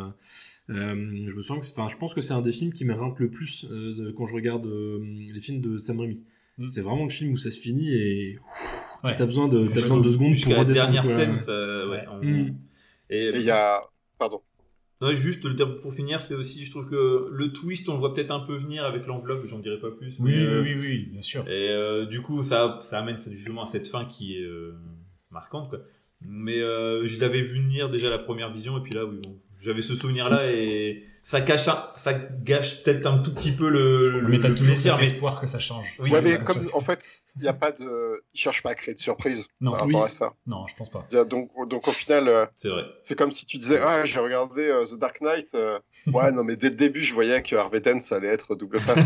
euh, je me souviens que enfin je pense que c'est un des films qui m'éreinte le plus euh, de, quand je regarde euh, les films de Sam Raimi. Mm. C'est vraiment le film où ça se finit et ouf, ouais. t'as besoin de t'as besoin de deux secondes pour redescendre. La dernière quoi. scène, ça, ouais. On... Mm. Et il y a pardon. Non, juste le terme pour finir, c'est aussi, je trouve que le twist, on le voit peut-être un peu venir avec l'enveloppe, j'en dirai pas plus. Oui, mais, euh, oui, oui, oui, bien sûr. Et euh, du coup, ça, ça amène justement à cette fin qui est euh, marquante, quoi. Mais euh, je l'avais vu venir déjà la première vision, et puis là, oui, bon, j'avais ce souvenir-là, et ça cache, un, ça gâche peut-être un tout petit peu le. le mais t'as le toujours plaisir, cet mais... espoir que ça change. Oui, ouais, mais comme en fait, il y a pas de, il cherche pas à créer de surprise non, par oui. rapport à ça. Non, je pense pas. Donc, donc au final, euh, c'est vrai. C'est comme si tu disais, ah, j'ai regardé euh, The Dark Knight. Euh... Ouais, non, mais dès le début, je voyais que Harvey Dent, ça allait être double face.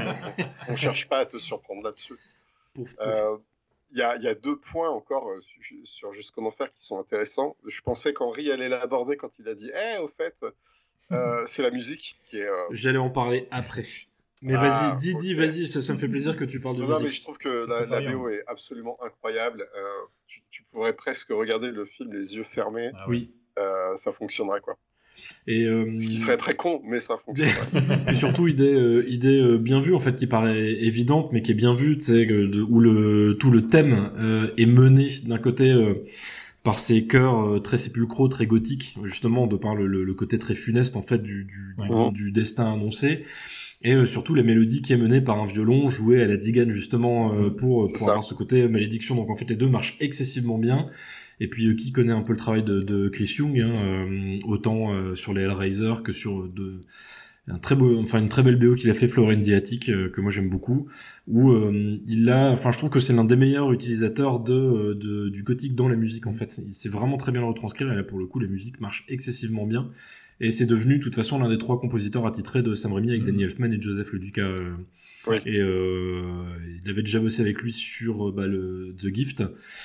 on, on cherche pas à te surprendre là-dessus. Il euh, y, a, y a deux points encore euh, sur Jusqu'en Enfer qui sont intéressants. Je pensais qu'Henri allait l'aborder quand il a dit, eh, au fait, euh, c'est la musique qui est. Euh... J'allais en parler après. Mais ah, vas-y, dis, okay. dis, vas-y, ça, ça me fait plaisir que tu parles de non, musique. Non, mais je trouve que la, la B O est absolument incroyable. Euh, tu, tu pourrais presque regarder le film les yeux fermés. Ah, oui. Euh, ça fonctionnerait, quoi. Et euh... Ce qui serait très con, mais ça fonctionnerait. Et surtout, idée, euh, idée euh, bien vue, en fait, qui paraît évidente, mais qui est bien vue, tu sais, où le, tout le thème euh, est mené d'un côté... Euh, par ces chœurs euh, très sépulcraux, très gothiques, justement, de par le, le, le côté très funeste, en fait, du, du, ouais. du, du destin annoncé. Et euh, surtout la mélodie qui est menée par un violon joué à la Zigan, justement, euh, pour, pour avoir ce côté malédiction. Donc, en fait, les deux marchent excessivement bien. Et puis, euh, qui connaît un peu le travail de, de Chris Young, hein, euh, autant euh, sur les Hellraiser que sur de... un très beau, enfin une très belle B O qu'il a fait, Florian Diatic, euh, que moi j'aime beaucoup, où euh, il a, enfin je trouve que c'est l'un des meilleurs utilisateurs de, de du gothique dans la musique en fait. Il sait vraiment très bien le retranscrire et là pour le coup la musique marche excessivement bien et c'est devenu de toute façon l'un des trois compositeurs attitrés de Sam Raimi avec mmh. Danny Elfman et Joseph Le Duca. Euh, oui. Et euh, il avait déjà bossé avec lui sur bah, le The Gift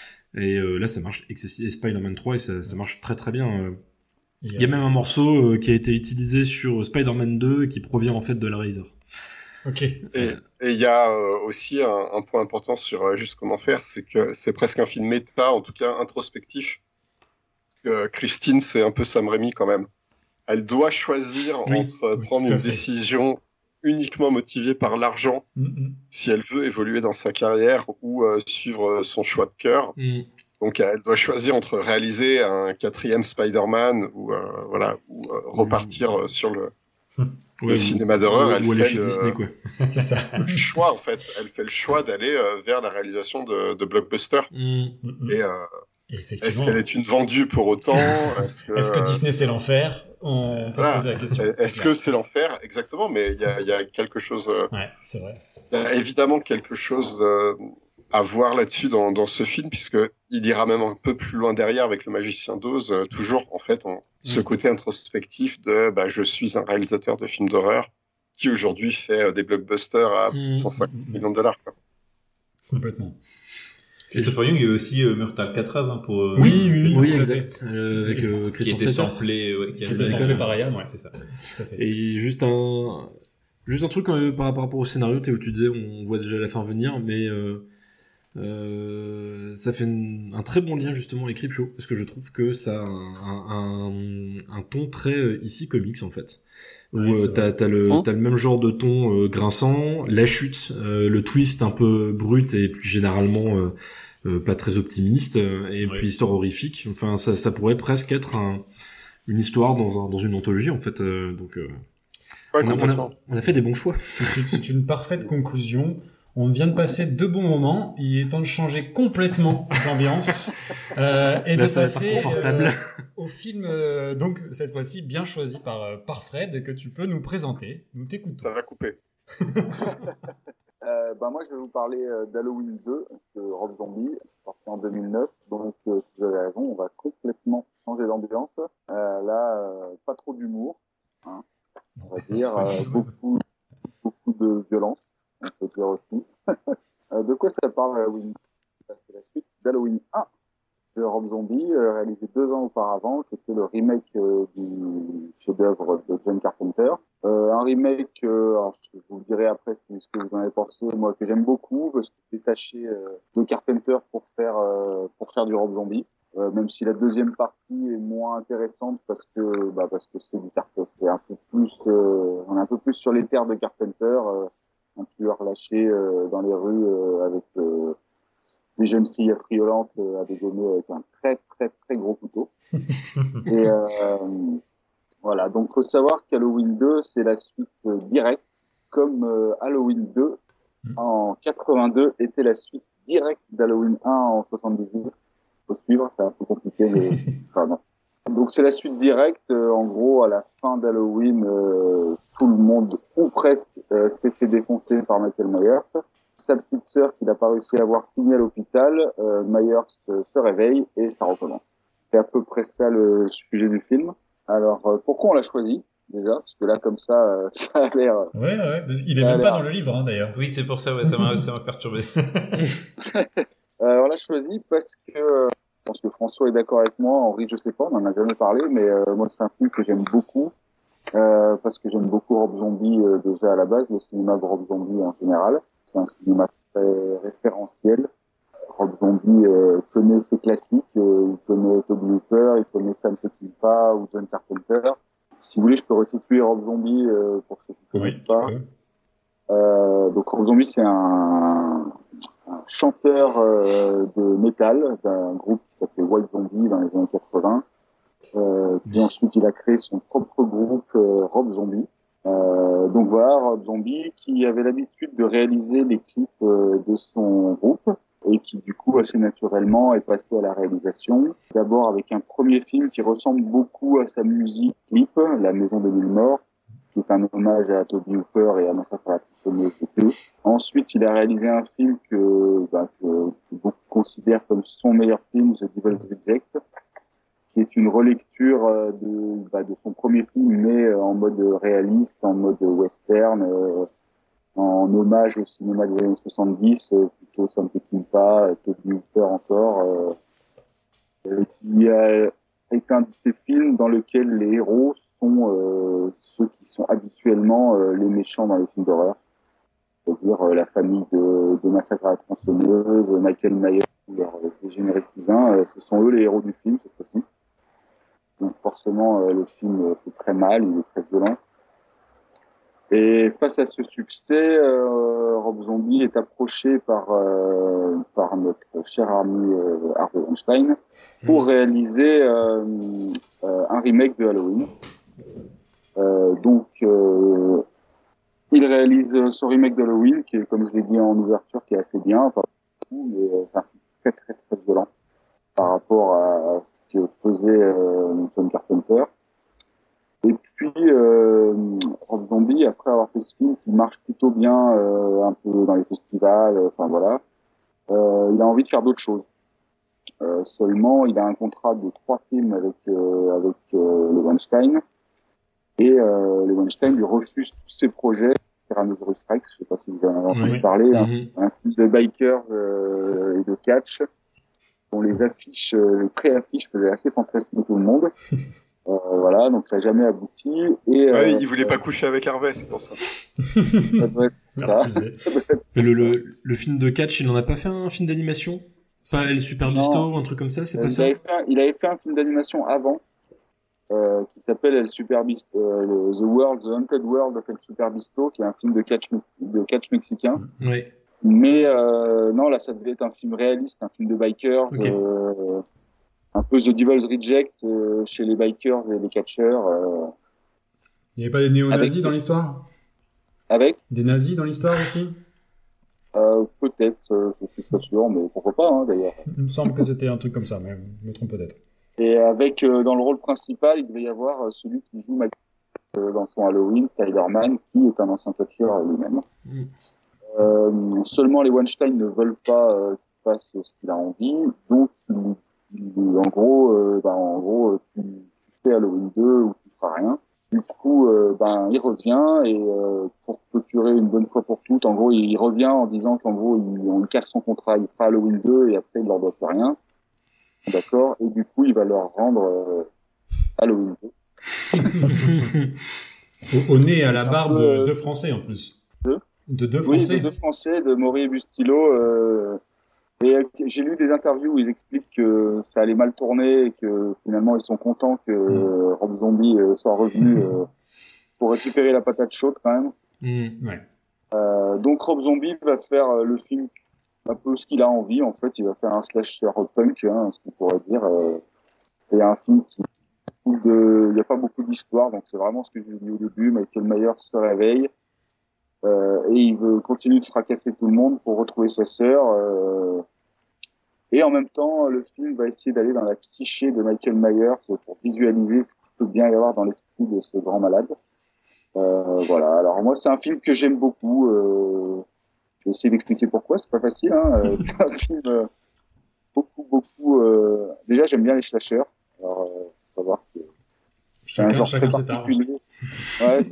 et euh, là ça marche excessivement. Et Spider-Man trois et ça, ça marche très très bien. Euh, Il y a même un morceau euh, qui a été utilisé sur Spider-Man deux et qui provient en fait de Hellraiser. Ok. Et il y a euh, aussi un, un point important sur euh, Jusqu'en Enfer, c'est que c'est presque un film méta, en tout cas introspectif. Euh, Christine, c'est un peu Sam Raimi quand même. Elle doit choisir oui, entre euh, oui, prendre une fait. décision uniquement motivée par l'argent, mm-hmm. si elle veut évoluer dans sa carrière ou euh, suivre son choix de cœur. Mm. Donc, elle doit choisir entre réaliser un quatrième Spider-Man ou, euh, voilà, ou euh, repartir euh, sur le, ouais, le cinéma d'horreur. Elle ou fait aller chez le, Disney, quoi. C'est ça. le choix, en fait. Elle fait le choix d'aller euh, vers la réalisation de, de blockbusters. Mm. Et, euh, est-ce qu'elle est une vendue pour autant? Est-ce que, est-ce que Disney, c'est l'enfer? On peut voilà. se poser la question. Est-ce c'est que c'est l'enfer? Exactement, mais il y a, y a quelque chose... Euh, ouais, c'est vrai. Il y a évidemment quelque chose... Euh, à voir là-dessus dans, dans ce film, puisque il ira même un peu plus loin derrière avec Le Magicien d'Oz, euh, toujours en fait en, mmh. ce côté introspectif de bah, je suis un réalisateur de films d'horreur qui aujourd'hui fait euh, des blockbusters à mmh. cent cinquante mmh. millions de dollars. Quoi. Complètement. Christopher Young, il y a aussi euh, Meurtre Alcatraz hein, pour. Euh, oui, oui, oui, oui exact. Euh, avec euh, Christian qui était samplé, ouais, qui, qui était samplé par Ryan, ouais, c'est ça. Et juste un, juste un truc euh, par rapport au scénario, tu sais, où tu disais, on voit déjà la fin venir, mais euh, Euh, ça fait une, un très bon lien justement avec Creepshow parce que je trouve que ça a un, un, un ton très euh, ici comics en fait où ouais, euh, t'as, t'as, le, hein t'as le même genre de ton euh, grinçant, la chute, euh, le twist un peu brut et puis généralement euh, euh, pas très optimiste euh, et ouais. puis histoire horrifique, enfin ça, ça pourrait presque être un, une histoire dans, un, dans une anthologie en fait euh, donc euh, ouais, on, a, on, a, on a fait des bons choix. C'est, c'est une parfaite conclusion. On vient de passer deux bons moments. Il est temps de changer complètement l'ambiance euh, et là, de passer confortable. Euh, au film, euh, donc cette fois-ci bien choisi par par Fred que tu peux nous présenter. Nous t'écoutons. Ça va couper. euh, bah moi je vais vous parler euh, d'Halloween deux de Rob Zombie, sorti en deux mille neuf. Donc euh, vous avez raison, on va complètement changer d'ambiance. Euh, là, euh, pas trop d'humour, hein, on va dire, euh, beaucoup beaucoup de violence. On peut dire aussi. euh, de quoi ça parle Halloween? C'est la suite d'Halloween un de Rob Zombie, euh, réalisé deux ans auparavant, qui était le remake euh, du chef-d'œuvre de John Carpenter. Euh, un remake, euh, alors je vous le dirai après si, ce que vous en avez pensé, moi que j'aime beaucoup, parce que c'est détaché euh, de Carpenter pour faire euh, pour faire du Rob Zombie. Euh, même si la deuxième partie est moins intéressante parce que bah parce que c'est du Carpenter, c'est un peu plus euh, on est un peu plus sur les terres de Carpenter, euh, un tueur lâché euh, dans les rues euh, avec euh, des jeunes filles affriolantes euh, à dégommer avec un très très très gros couteau. Et euh, voilà, donc faut savoir qu'Halloween deux c'est la suite euh, directe, comme euh, Halloween deux en quatre-vingt-deux était la suite directe d'Halloween un en soixante-dix-huit. Faut suivre, c'est un peu compliqué, mais pardon. Donc c'est la suite directe. Euh, en gros, à la fin d'Halloween, euh, tout le monde ou presque euh, s'est fait défoncer par Michael Myers. Sa petite sœur, qui n'a pas réussi à avoir fini à l'hôpital, euh, Myers euh, se réveille et ça recommence. C'est à peu près ça le sujet du film. Alors euh, pourquoi on l'a choisi déjà? Parce que là, comme ça, euh, ça a l'air. Ouais, ouais. Parce il est même pas dans le livre, hein, d'ailleurs. Oui, c'est pour ça. Ouais, ça m'a, ça m'a perturbé. euh, on l'a choisi parce que. Euh, Je pense que François est d'accord avec moi. Henri, je sais pas, on en a jamais parlé, mais euh, moi c'est un film que j'aime beaucoup euh, parce que j'aime beaucoup Rob Zombie euh, déjà à la base, le cinéma de Rob Zombie en général. C'est un cinéma très référentiel. Rob Zombie euh, connaît ses classiques, euh, il connaît Toby Hooper, il connaît Sam Peckinpah ou John Carpenter. Si vous voulez, je peux resituer Rob Zombie euh, pour ceux qui ne connaissent oui, pas. Euh, donc Rob Zombie, c'est un, un chanteur euh, de métal d'un groupe qui s'appelait White Zombie dans les années quatre-vingts. Euh, puis ensuite, il a créé son propre groupe euh, Rob Zombie. Euh, donc voilà, Rob Zombie qui avait l'habitude de réaliser les clips euh, de son groupe et qui du coup assez naturellement est passé à la réalisation. D'abord avec un premier film qui ressemble beaucoup à sa musique clip, La Maison des Mille Morts, qui est un hommage à Toby Hooper et à Massacre à la tronçonneuse de Dieu. Ensuite, il a réalisé un film que, bah, que, que beaucoup considèrent comme son meilleur film, The Devil's Reject, qui est une relecture euh, de, bah, de son premier film, mais euh, en mode réaliste, en mode western, euh, en hommage au cinéma des années soixante-dix, euh, plutôt Sam Peckinpah, euh, Toby Hooper encore, euh, euh, qui a, est un de ces films dans lequel les héros sont euh, ceux qui sont habituellement euh, les méchants dans les films d'horreur. C'est-à-dire euh, la famille de, de Massacre à la tronçonneuse, Michael Myers, leurs dégénérés cousins, euh, ce sont eux les héros du film cette fois-ci. Donc forcément, euh, le film euh, fait très mal, il est très violent. Et face à ce succès, euh, Rob Zombie est approché par euh, par notre cher ami euh, Harvey Weinstein pour mmh. réaliser euh, euh, un remake de Halloween. Euh, donc, euh, il réalise son remake d'Halloween, qui est, comme je l'ai dit en ouverture, qui est assez bien, enfin, mais euh, c'est un film très très très violent par rapport à ce que faisait euh, John Carpenter. Et puis, euh, Rob Zombie, après avoir fait ce film qui marche plutôt bien euh, un peu dans les festivals, euh, enfin voilà, euh, il a envie de faire d'autres choses. Euh, seulement, il a un contrat de trois films avec euh, avec euh, le Weinstein, et euh, le Weinstein lui refuse tous ses projets. Tyrannosaurus Rex, je sais pas si vous en avez entendu oui. parler, mm-hmm. hein, un film de bikers euh, et de catch, dont les affiches, euh, les pré-affiches faisaient assez fantasmer tout le monde. Euh, voilà, donc ça n'a jamais abouti. Et, ouais, euh, il voulait pas coucher avec Harvey, c'est pour ça. Ça doit être ça. Mais le, le, le film de catch, il en a pas fait un film d'animation? Pas El Super Bisto ou un truc comme ça, c'est euh, pas il ça? avait fait un, il avait fait un film d'animation avant, euh, qui s'appelle El Super Bisto, euh, le, The World, The Haunted World of El Super Bisto, qui est un film de catch, de catch mexicain. Oui. Mais euh, non, là, ça devait être un film réaliste, un film de bikers. Okay. Euh, un peu The Devil's Reject euh, chez les bikers et les catcheurs. Euh, Il n'y avait pas des néo-nazis avec... dans l'histoire? Avec Des nazis dans l'histoire aussi? euh, Peut-être, euh, je suis pas sûr, mais pourquoi pas, hein, d'ailleurs. Il me semble que c'était un truc comme ça, mais je me trompe peut-être. Et avec, euh, dans le rôle principal, il devait y avoir euh, celui qui joue Michael euh, dans son Halloween, Tyler Mann, qui est un ancien catcheur lui-même. Mm. Euh, seulement, les Weinstein ne veulent pas euh, qu'il fasse ce qu'il a envie, donc il en gros, euh, bah, en gros, tu, tu fais Halloween deux ou tu feras rien. Du coup, euh, ben, il revient et euh, pour clôturer une bonne fois pour toutes, en gros, il revient en disant qu'en gros, il, on casse son contrat, il fera Halloween deux et après, il leur doit plus rien. d'accord, et du coup, il va leur rendre euh, Halloween deux. au, au nez et à la barbe de deux Français en plus. Deux De deux Oui, Français. de deux Français, de Maury et Bustillo. Euh, et euh, j'ai lu des interviews où ils expliquent que ça allait mal tourner et que finalement ils sont contents que euh, Rob Zombie euh, soit revenu euh, pour récupérer la patate chaude quand même. Mmh, ouais. Euh, donc Rob Zombie va faire euh, le film un peu ce qu'il a envie en fait. Il va faire un slasher punk, hein, ce qu'on pourrait dire. Euh, c'est un film qui de, il n'y a pas beaucoup d'histoire, donc c'est vraiment ce que je dis au début. Michael Myers se réveille. Euh, et il veut continuer de fracasser tout le monde pour retrouver sa sœur. Euh, et en même temps, le film va essayer d'aller dans la psyché de Michael Myers pour visualiser ce qu'il peut bien y avoir dans l'esprit de ce grand malade. Euh, voilà. Alors moi, c'est un film que j'aime beaucoup. Euh, je vais essayer d'expliquer pourquoi. C'est pas facile. Hein. C'est un film euh, beaucoup, beaucoup. Euh... Déjà, j'aime bien les slashers. Alors, euh, faut savoir que c'est un genre très particulier. Ouais,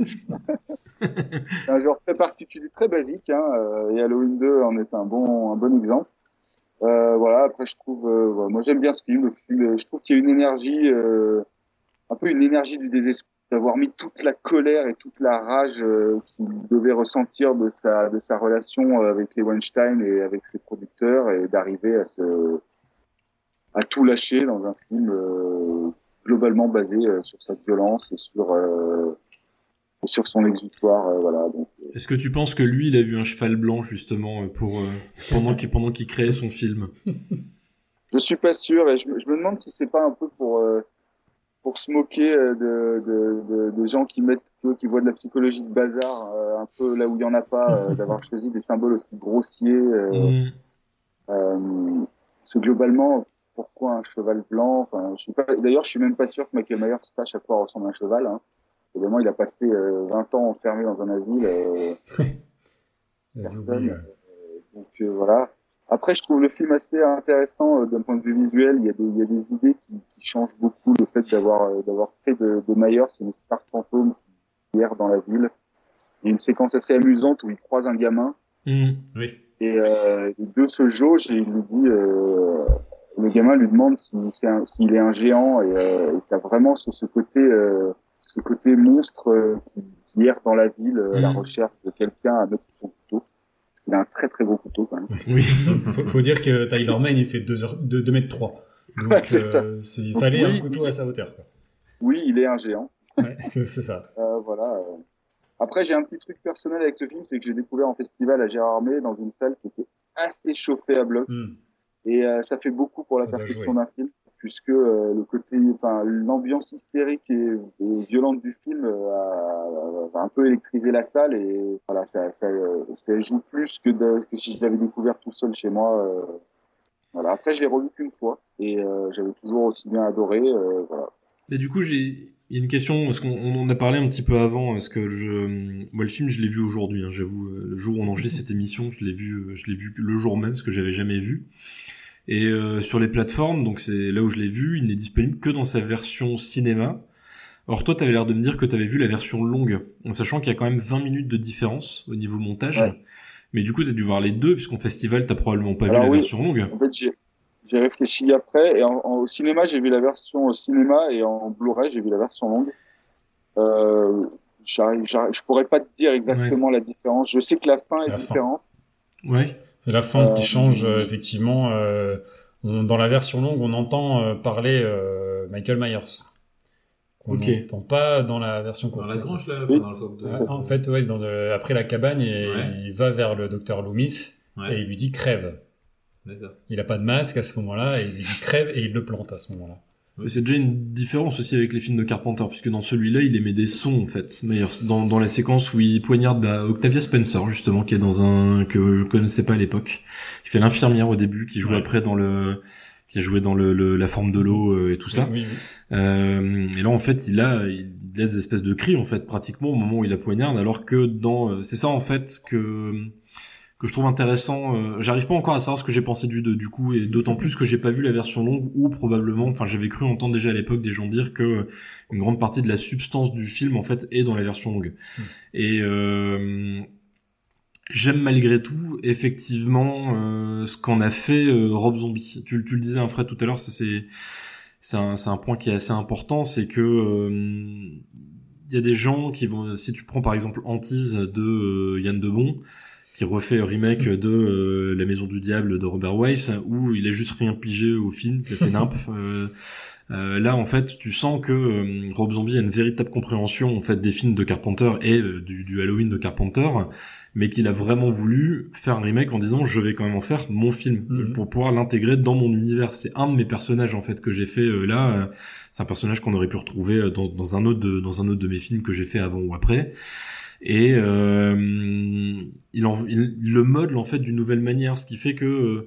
c'est un genre très particulier, très basique, hein, euh, et Halloween deux en est un bon, un bon exemple. Euh, voilà, après je trouve, euh, voilà, moi j'aime bien ce film, le film, je trouve qu'il y a une énergie, euh, un peu une énergie du désespoir, d'avoir mis toute la colère et toute la rage euh, qu'il devait ressentir de sa, de sa relation avec les Weinstein et avec ses producteurs, et d'arriver à se, à tout lâcher dans un film euh, globalement basé euh, sur sa violence et sur euh, sur son exutoire, euh, voilà. Donc, euh... Est-ce que tu penses que lui, il a vu un cheval blanc justement pour euh, pendant qu'il pendant qu'il créait son film? Je suis pas sûr, et je, je me demande si c'est pas un peu pour euh, pour se moquer de de, de de gens qui mettent qui voient de la psychologie de bazar euh, un peu là où il y en a pas, euh, d'avoir choisi des symboles aussi grossiers. Euh, mmh. euh, parce que globalement, pourquoi un cheval blanc? Enfin, je suis pas. D'ailleurs, je suis même pas sûr que Michael Myers sache à quoi ressemble un cheval. Hein. Évidemment, il a passé euh, vingt ans enfermé dans un asile. Euh, personne, euh, donc euh, voilà. Après, je trouve le film assez intéressant euh, d'un point de vue visuel. Il y a des, il y a des idées qui, qui changent beaucoup. Le fait d'avoir euh, d'avoir fait de, de Myers une star fantôme qui erre dans la ville. Il y a une séquence assez amusante où il croise un gamin. Mmh, oui. Et euh, les deux se jaugent et il lui dit. Euh, le gamin lui demande s'il si un, s'il est un géant et euh, il a vraiment ce, ce côté. Euh, ce côté monstre euh, qui, qui erre dans la ville euh, à la recherche de quelqu'un à mettre son couteau. Il a un très très gros couteau quand même. Oui, faut, faut dire que Tyler Mane il fait deux mètres trois. Donc ouais, c'est euh, c'est, il fallait oui, un couteau oui. à sa hauteur. Quoi. Oui, il est un géant. Ouais, c'est, c'est ça. Euh, voilà. Après, j'ai un petit truc personnel avec ce film, c'est que j'ai découvert en festival à Gérardmer dans une salle qui était assez chauffée à bloc. Mm. Et euh, ça fait beaucoup pour la ça perception d'un film. Puisque euh, le côté, enfin, l'ambiance hystérique et, et violente du film euh, a, a un peu électrisé la salle et voilà, ça, ça, ça joue plus que, de, que si je l'avais découvert tout seul chez moi. Euh, voilà. Après, je l'ai revu qu'une fois et euh, j'avais toujours aussi bien adoré. Euh, voilà. Mais du coup, j'ai, il y a une question parce qu'on on en a parlé un petit peu avant. Parce que je, moi, le film, je l'ai vu aujourd'hui. Hein, j'avoue, le jour où on enregistre cette émission, je l'ai vu, je l'ai vu le jour même, parce que j'avais jamais vu. Et euh, sur les plateformes, donc c'est là où je l'ai vu, il n'est disponible que dans sa version cinéma. Or toi, t'avais l'air de me dire que t'avais vu la version longue, en sachant qu'il y a quand même vingt minutes de différence au niveau montage. Ouais. Mais du coup, t'as dû voir les deux, puisqu'en festival, t'as probablement pas Alors vu la oui, version longue. En fait, j'ai, j'ai réfléchi après, et en, en, au cinéma, j'ai vu la version au cinéma, et en Blu-ray, j'ai vu la version longue. Euh, j'arrive, j'arrive, je pourrais pas te dire exactement ouais. la différence. Je sais que la fin est la différente. Fin. Ouais. C'est la fin euh, qui change, euh, effectivement. Euh, on, dans la version longue, on entend euh, parler euh, Michael Myers. On n'entend okay. pas dans la version courte. Dans la grange, là, oui. dans le sorte de... ouais, en fait, ouais, dans le, après la cabane, et, ouais. il va vers le docteur Loomis ouais. et il lui dit crève. D'accord. Il a pas de masque à ce moment-là, et il lui dit crève et il le plante à ce moment-là. C'est déjà une différence aussi avec les films de Carpenter, puisque dans celui-là, il émet des sons, en fait. Myers, dans, dans la séquence où il poignarde bah, Octavia Spencer, justement, qui est dans un, que je connaissais pas à l'époque. Il fait l'infirmière au début, qui joue ouais. après dans le, qui a joué dans le, le la forme de l'eau euh, et tout ça. Oui, oui. Euh, et là, en fait, il a, il a des espèces de cris, en fait, pratiquement, au moment où il la poignarde, alors que dans, c'est ça, en fait, que, que je trouve intéressant. Euh, j'arrive pas encore à savoir ce que j'ai pensé du, de, du coup, et d'autant plus que j'ai pas vu la version longue, ou probablement, enfin, j'avais cru entendre déjà à l'époque des gens dire que une grande partie de la substance du film, en fait, est dans la version longue. Mmh. Et, euh, j'aime malgré tout effectivement euh, ce qu'en a fait euh, Rob Zombie. Tu, tu le disais, hein, Fred, tout à l'heure, ça c'est c'est un, c'est un point qui est assez important, c'est que il euh, y a des gens qui vont, si tu prends par exemple Antise de euh, Yann Debon, qui refait un remake de euh, La Maison du Diable de Robert Weiss, où il a juste rien pigé au film, il a fait nimp. euh, euh, là, en fait, tu sens que euh, Rob Zombie a une véritable compréhension en fait des films de Carpenter et euh, du, du Halloween de Carpenter, mais qu'il a vraiment voulu faire un remake en disant je vais quand même en faire mon film mm-hmm. pour pouvoir l'intégrer dans mon univers. C'est un de mes personnages en fait que j'ai fait euh, là. Euh, c'est un personnage qu'on aurait pu retrouver dans, dans un autre de, dans un autre de mes films que j'ai fait avant ou après. Et euh, il, en, il, il le modèle en fait d'une nouvelle manière, ce qui fait que euh,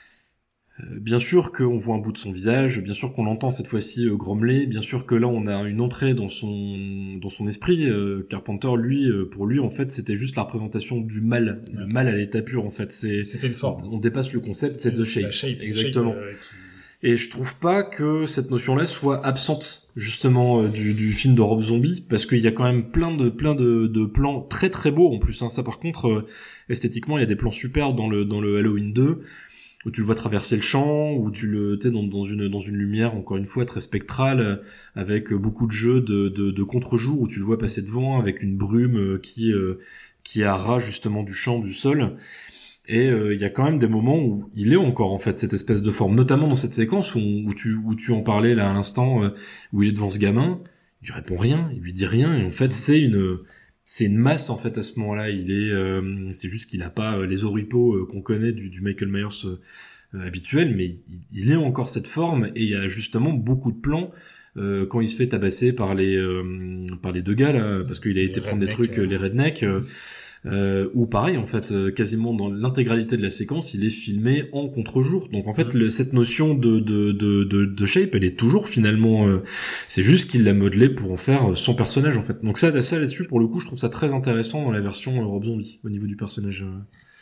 bien sûr qu'on voit un bout de son visage, bien sûr qu'on l'entend cette fois-ci euh, grommeler, bien sûr que là on a une entrée dans son dans son esprit. Euh, Carpenter, lui, euh, pour lui en fait, c'était juste la représentation du mal, ouais. le mal à l'état pur en fait. C'est c'était une forme. On, on dépasse le concept, c'est de shape. shape. Exactement. Shape, euh, qui... Et je trouve pas que cette notion-là soit absente justement euh, du, du film de Rob Zombie, parce qu'il y a quand même plein de plein de, de plans très très beaux en plus. Hein. Ça par contre, euh, esthétiquement, il y a des plans super dans le dans le Halloween deux où tu le vois traverser le champ, où tu le t'es dans, dans une dans une lumière encore une fois très spectrale, avec beaucoup de jeux de de, de contre-jour où tu le vois passer devant avec une brume qui euh, qui arrache justement du champ, du sol. Et il euh, y a quand même des moments où il est encore en fait cette espèce de forme, notamment dans cette séquence où, où tu où tu en parlais là à l'instant, euh, où il est devant ce gamin, il lui répond rien, il lui dit rien, et en fait c'est une c'est une masse en fait à ce moment-là. Il est euh, c'est juste qu'il a pas euh, les oripeaux euh, qu'on connaît du, du Michael Myers euh, habituel, mais il, il est encore cette forme. Et il y a justement beaucoup de plans euh, quand il se fait tabasser par les euh, par les deux gars là, parce qu'il a les été prendre des rednecks, trucs euh, les rednecks. Euh, Euh, ou pareil en fait euh, quasiment dans l'intégralité de la séquence il est filmé en contre-jour, donc en fait le, cette notion de de de de, de shape elle est toujours finalement euh, c'est juste qu'il l'a modelé pour en faire son personnage en fait. Donc ça ça là-dessus pour le coup je trouve ça très intéressant dans la version euh, Rob Zombie au niveau du personnage. euh.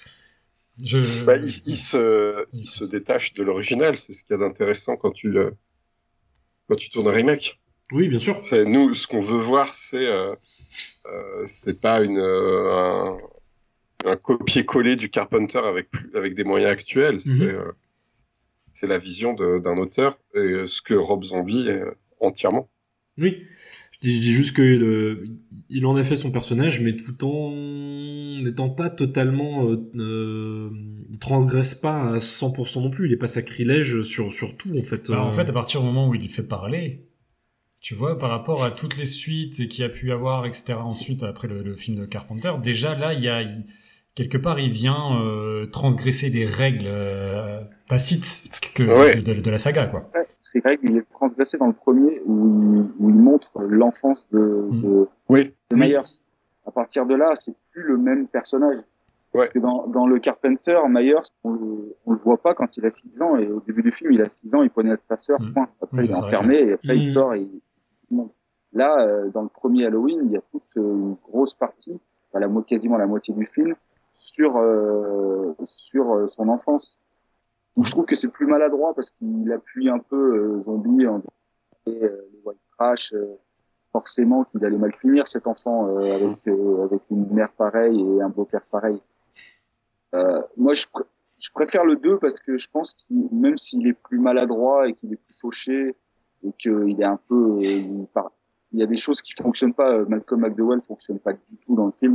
Je... bah, il, il se il se détache de l'original, c'est ce qu'il y a d'intéressant quand tu euh, quand tu tournes un remake. Oui bien sûr. C'est nous ce qu'on veut voir c'est euh... Euh, c'est pas une euh, un, un copier-coller du Carpenter avec plus, avec des moyens actuels. Mm-hmm. C'est, euh, c'est la vision de, d'un auteur et euh, ce que Rob Zombie est euh, entièrement. Oui, je dis, je dis juste que euh, il en a fait son personnage, mais tout en n'étant pas totalement, euh, euh, il transgresse pas à cent pour cent non plus. Il est pas sacrilège sur sur tout en fait. Bah, euh... En fait, à partir du moment où il fait parler. Tu vois, par rapport à toutes les suites qu'il y a pu y avoir, et cetera, ensuite, après le, le film de Carpenter, déjà, là, il y a, il, quelque part, il vient euh, transgresser les règles euh, tacites que, ouais. de, de, de la saga, quoi. Ouais, ces règles, il est transgressé dans le premier, où il, où il montre l'enfance de, mmh. de, oui. de Myers. À partir de là, c'est plus le même personnage. Ouais. Parce que dans, dans le Carpenter, Myers, on le, on le voit pas quand il a six ans, et au début du film, il a six ans, il prenait sa sœur, mmh. point. Après, oui, il est enfermé, et après, mmh. il sort, et là, euh, dans le premier Halloween, il y a toute euh, une grosse partie, enfin, la, quasiment la moitié du film, sur euh, sur euh, son enfance. Donc, je trouve que c'est plus maladroit parce qu'il appuie un peu euh, Zombie en et, euh, les white trash, euh, forcément qu'il allait mal finir cet enfant euh, avec euh, avec une mère pareille et un beau-père pareil. Euh, moi, je, pr- je préfère le deux parce que je pense qu'il, même s'il est plus maladroit et qu'il est plus fauché et qu'il est un peu, euh, il, par, il y a des choses qui fonctionnent pas. Malcolm McDowell fonctionne pas du tout dans le film.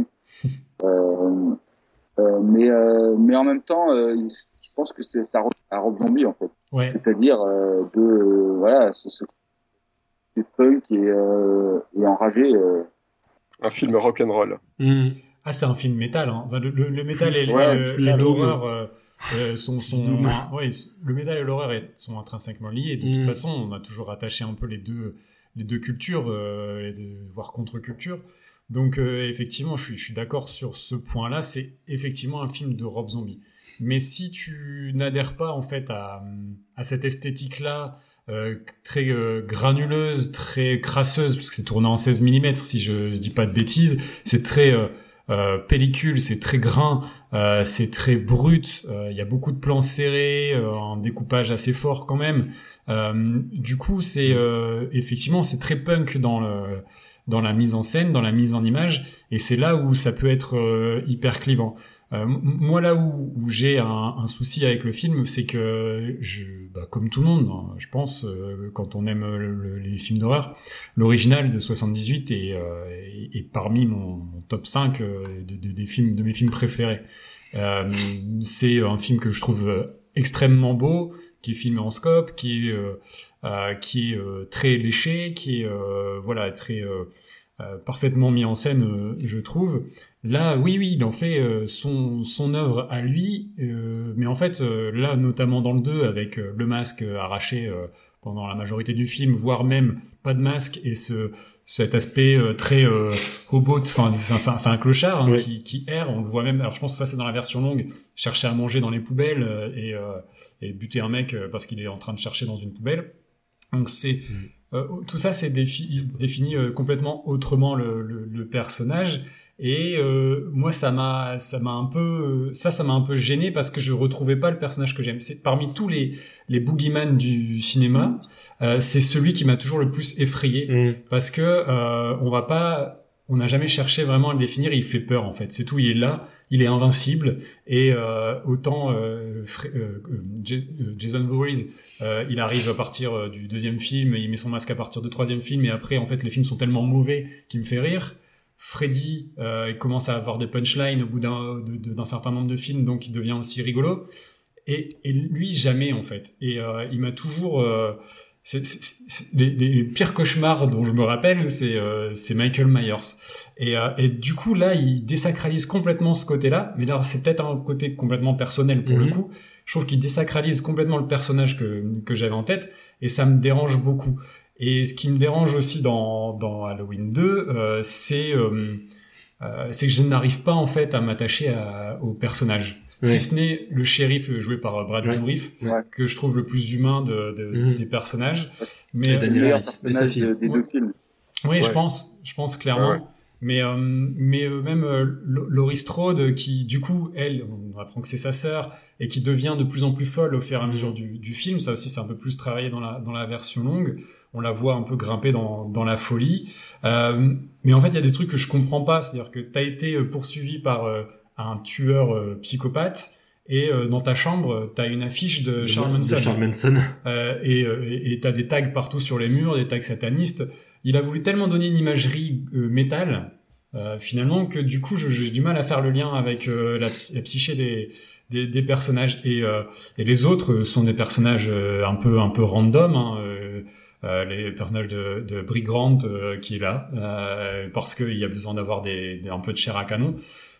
Euh, euh, mais euh, mais en même temps, euh, je pense que c'est ça à Rob Zombie en fait. Ouais. C'est-à-dire euh, de euh, voilà, ce, ce c'est punk et, euh, et enragé. Euh. Un film rock'n'roll. Mmh. Ah, c'est un film métal. Hein. Enfin, le, le, le métal et ouais, le, l'horreur euh, euh, sont, sont ouais, le métal et l'horreur sont intrinsèquement liés. De mmh. toute façon, on a toujours attaché un peu les deux, les deux cultures, euh, les deux, voire contre-cultures. Donc, euh, effectivement, je suis, je suis d'accord sur ce point-là. C'est effectivement un film de Rob Zombie. Mais si tu n'adhères pas en fait à, à cette esthétique-là, euh, très euh, granuleuse, très crasseuse, parce que c'est tourné en seize millimètres, si je ne dis pas de bêtises, c'est très euh, euh, pellicule, c'est très grain, euh, c'est très brut, il euh, y a beaucoup de plans serrés, euh, un découpage assez fort quand même. Euh, du coup, c'est euh, effectivement c'est très punk dans le dans la mise en scène, dans la mise en image, et c'est là où ça peut être euh, hyper clivant. Euh, moi, là où, où j'ai un, un souci avec le film, c'est que, je, bah, comme tout le monde, hein, je pense, euh, quand on aime le, le, les films d'horreur, l'original de soixante-dix-huit est, euh, est, est parmi mon, mon top cinq euh, de, de, des films, de mes films préférés. Euh, c'est un film que je trouve extrêmement beau, qui est filmé en scope, qui est, euh, euh, qui est euh, très léché, qui est euh, voilà très euh, euh, parfaitement mis en scène, euh, je trouve. Là, oui, oui, il en fait euh, son son œuvre à lui, euh, mais en fait, euh, là, notamment dans le deux, avec euh, le masque arraché euh, pendant la majorité du film, voire même pas de masque et ce cet aspect euh, très euh, hobbit, enfin c'est un, c'est un clochard hein, oui. qui, qui erre, on le voit même. Alors je pense que ça c'est dans la version longue, chercher à manger dans les poubelles euh, et, euh, et buter un mec parce qu'il est en train de chercher dans une poubelle. Donc c'est mmh. euh, tout ça c'est défi, défini euh, complètement autrement le, le, le personnage. Et euh, moi ça m'a ça m'a un peu ça ça m'a un peu gêné parce que je retrouvais pas le personnage que j'aime. C'est parmi tous les les boogeyman du cinéma, euh, c'est celui qui m'a toujours le plus effrayé mmh. parce que euh, on va pas on n'a jamais cherché vraiment à le définir, il fait peur en fait. C'est tout, il est là, il est invincible et euh, autant euh, euh, Jason Voorhees euh, il arrive à partir du deuxième film, il met son masque à partir du troisième film et après en fait les films sont tellement mauvais qu'il me fait rire. Freddy, euh, il commence à avoir des punchlines au bout d'un, de, de, d'un certain nombre de films, donc il devient aussi rigolo. Et, et lui, jamais, en fait. Et euh, il m'a toujours... Euh, c'est, c'est, c'est, les, les pires cauchemars dont je me rappelle, c'est, euh, c'est Michael Myers. Et, euh, et du coup, là, il désacralise complètement ce côté-là. Mais là, c'est peut-être un côté complètement personnel pour mm-hmm. le coup. Je trouve qu'il désacralise complètement le personnage que, que j'avais en tête. Et ça me dérange beaucoup. Et ce qui me dérange aussi dans, dans Halloween deux, euh, c'est, euh, euh, c'est que je n'arrive pas en fait à m'attacher à, au personnage. Oui. Si ce n'est le shérif joué par Brad Dourif, oui. que je trouve le plus humain de, de, mmh. des personnages. Mais euh, Daniel Harris, mais sa fille. Des deux films. Oui, ouais. je pense, je pense clairement. Ouais. Mais euh, mais euh, même euh, Laurie Strode qui du coup elle on apprend que c'est sa sœur et qui devient de plus en plus folle au fur et à mesure du, du film, ça aussi c'est un peu plus travaillé dans la dans la version longue. On la voit un peu grimper dans, dans la folie. Euh, mais en fait, il y a des trucs que je comprends pas. C'est-à-dire que tu as été poursuivi par euh, un tueur euh, psychopathe et euh, dans ta chambre, tu as une affiche de, de Charles Manson. De Charles Manson. Euh, et tu as des tags partout sur les murs, des tags satanistes. Il a voulu tellement donner une imagerie euh, métal, euh, finalement, que du coup, je, j'ai du mal à faire le lien avec euh, la, la psyché des, des, des personnages. Et, euh, et les autres sont des personnages euh, un peu un peu random, hein, euh, Euh, les personnages de, de Brig Grant euh, qui est là euh, parce qu'il y a besoin d'avoir des, des, un peu de chair à canon.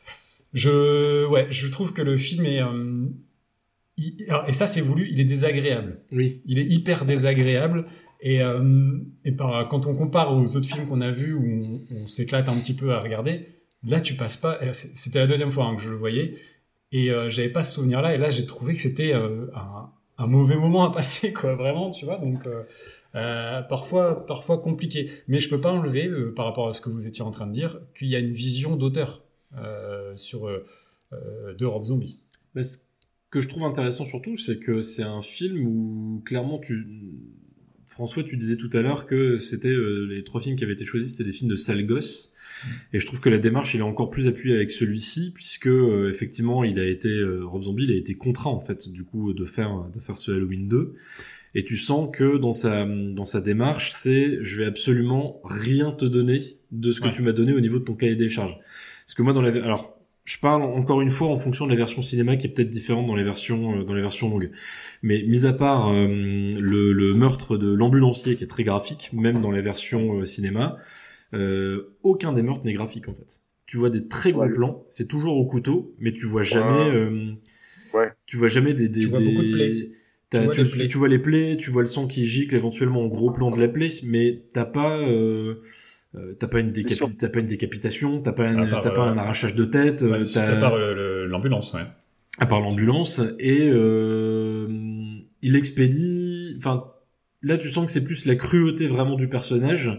Je, ouais, je trouve que le film est... Euh, il, et ça c'est voulu, il est désagréable. Oui. Il est hyper désagréable et, euh, et par, quand on compare aux autres films qu'on a vus où on, on s'éclate un petit peu à regarder, là tu passes pas... C'était la deuxième fois hein, que je le voyais et euh, j'avais pas ce souvenir là et là j'ai trouvé que c'était euh, un, un mauvais moment à passer quoi, vraiment, tu vois, donc... Euh, Euh, parfois, parfois compliqué, mais je peux pas enlever euh, par rapport à ce que vous étiez en train de dire qu'il y a une vision d'auteur euh, sur euh, de Rob Zombie. Mais ce que je trouve intéressant surtout, c'est que c'est un film où clairement tu, François, tu disais tout à l'heure que c'était euh, les trois films qui avaient été choisis, c'était des films de sale gosse. Mmh. Et je trouve que la démarche, il est encore plus appuyée avec celui-ci, puisque euh, effectivement, il a été euh, Rob Zombie, il a été contraint en fait, du coup, de faire de faire ce Halloween deux. Et tu sens que dans sa dans sa démarche, c'est je vais absolument rien te donner de ce que ouais. tu m'as donné au niveau de ton cahier des charges. Parce que moi dans la alors je parle encore une fois en fonction de la version cinéma qui est peut-être différente dans les versions dans les versions longues. Mais mis à part euh, le le meurtre de l'ambulancier qui est très graphique, même dans les versions euh, cinéma, euh, aucun des meurtres n'est graphique en fait. Tu vois des très gros ouais. plans, c'est toujours au couteau, mais tu vois jamais euh, ouais. tu vois jamais des des tu vois des beaucoup de plaies. Tu vois, tu, tu vois les plaies, tu vois le sang qui gicle éventuellement en gros plan de la plaie, mais t'as pas, euh, euh, t'as pas une décapi- t'as pas une décapitation, t'as pas, un, part, t'as euh, pas un arrachage de tête, ouais, t'as... à part le, le, l'ambulance, ouais. À part l'ambulance et euh, il expédie, enfin là tu sens que c'est plus la cruauté vraiment du personnage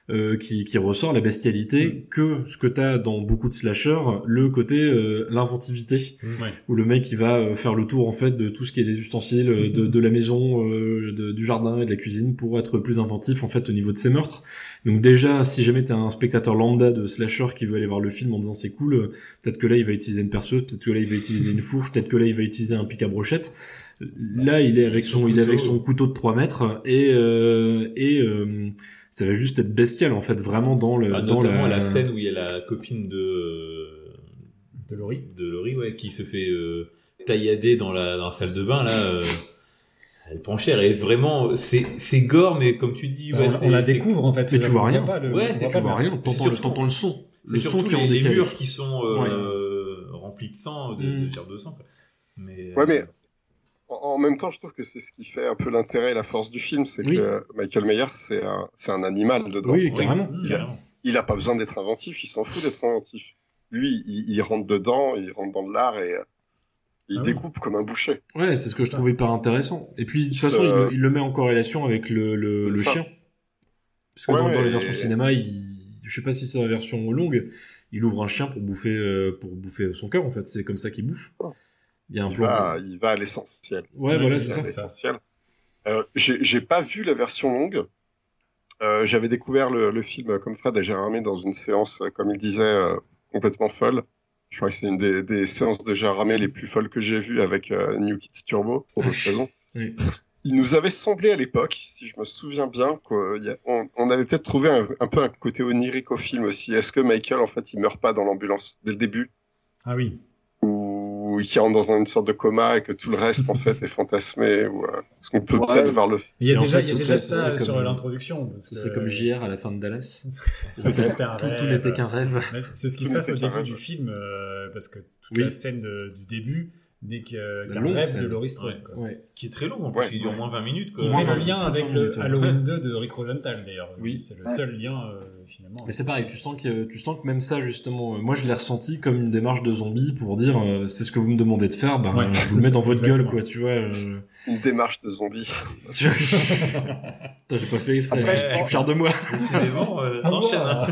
euh, qui, qui ressort, la bestialité, mmh. que ce que t'as dans beaucoup de slashers, le côté euh, l'inventivité, mmh. où le mec il va faire le tour en fait de tout ce qui est des ustensiles mmh. de, de la maison, euh, de, du jardin et de la cuisine pour être plus inventif en fait au niveau de ses meurtres. Donc déjà, si jamais t'es un spectateur lambda de slasher qui veut aller voir le film en disant c'est cool, euh, peut-être que là il va utiliser une perceuse, peut-être que là il va utiliser une fourche, peut-être que là il va utiliser un pic à brochette. Là, il est avec son, il est avec son couteau de trois mètres et euh, et euh, ça va juste être bestial en fait, vraiment dans le ah, dans notamment la... la scène où il y a la copine de de Laurie, de Laurie, ouais, qui se fait euh, taillader dans la dans la salle de bain là. Euh... Elle prend cher et vraiment c'est c'est gore mais comme tu dis ouais, on, on la découvre en fait. Mais tu vois rien. Pas le, ouais, c'est tu vois rien. T'entends le t'entends le son. Le son qui est en décalé. Les murs décalé. qui sont euh, ouais. remplis de sang, de, mm. de chair de sang. Quoi. Mais ouais, mais en même temps, je trouve que c'est ce qui fait un peu l'intérêt et la force du film, c'est oui. que Michael Myers, c'est un, c'est un animal dedans. Oui, carrément. Il, carrément. Il a pas besoin d'être inventif, il s'en fout d'être inventif. Lui, il, il rentre dedans, il rentre dans l'art et il ah découpe oui. comme un boucher. Ouais, c'est ce que je trouve hyper intéressant. Et puis, de toute façon, euh... il, il le met en corrélation avec le, le, le chien. Parce que ouais, dans, dans les versions et... cinéma, il, je sais pas si c'est la version longue, il ouvre un chien pour bouffer, euh, pour bouffer son cœur, en fait. C'est comme ça qu'il bouffe. Oh. Il y a un il, plan va, il va à l'essentiel. Ouais, il voilà, c'est ça. L'essentiel. Euh, j'ai, j'ai pas vu la version longue. Euh, j'avais découvert le, le film comme Fred et Gérard Ramé dans une séance, comme il disait, euh, complètement folle. Je crois que c'est une des, des séances de Gérard Ramé les plus folles que j'ai vues avec euh, New Kids Turbo, pour d'autres raisons. Oui. Il nous avait semblé à l'époque, si je me souviens bien, qu'on on avait peut-être trouvé un, un peu un côté onirique au film aussi. Est-ce que Michael, en fait, il meurt pas dans l'ambulance dès le début ? Ah oui. Ou qui rentre dans une sorte de coma et que tout le reste, en fait, est fantasmet, ou euh, est-ce qu'on peut ouais. peut-être voir le... Il y a et déjà, en fait, il y a déjà ça comme, sur l'introduction. Parce que... C'est comme J R à la fin de Dallas. Ça fait un tout, tout n'était qu'un rêve. C'est ce qui se passe au début du film, euh, parce que toute oui. la scène de, du début n'est qu'un qu rêve scène. de Laurie Strode. Ouais. Ouais. Qui est très long, en plus, ouais. il dure au moins vingt minutes. Quoi. Qui fait le lien avec le Halloween deux de Rick Rosenthal, d'ailleurs. Oui. C'est le seul lien, euh, finalement. Mais c'est pareil, tu sens, que, tu sens que même ça, justement, euh, moi je l'ai ressenti comme une démarche de zombie pour dire euh, c'est ce que vous me demandez de faire, ben ouais, je vous le mets dans votre exactement. gueule, quoi, tu vois. Euh... Une démarche de zombie. Putain, j'ai pas fait exprès, Après, je suis fier de moi. Décidément, euh, t'enchaînes. Hein.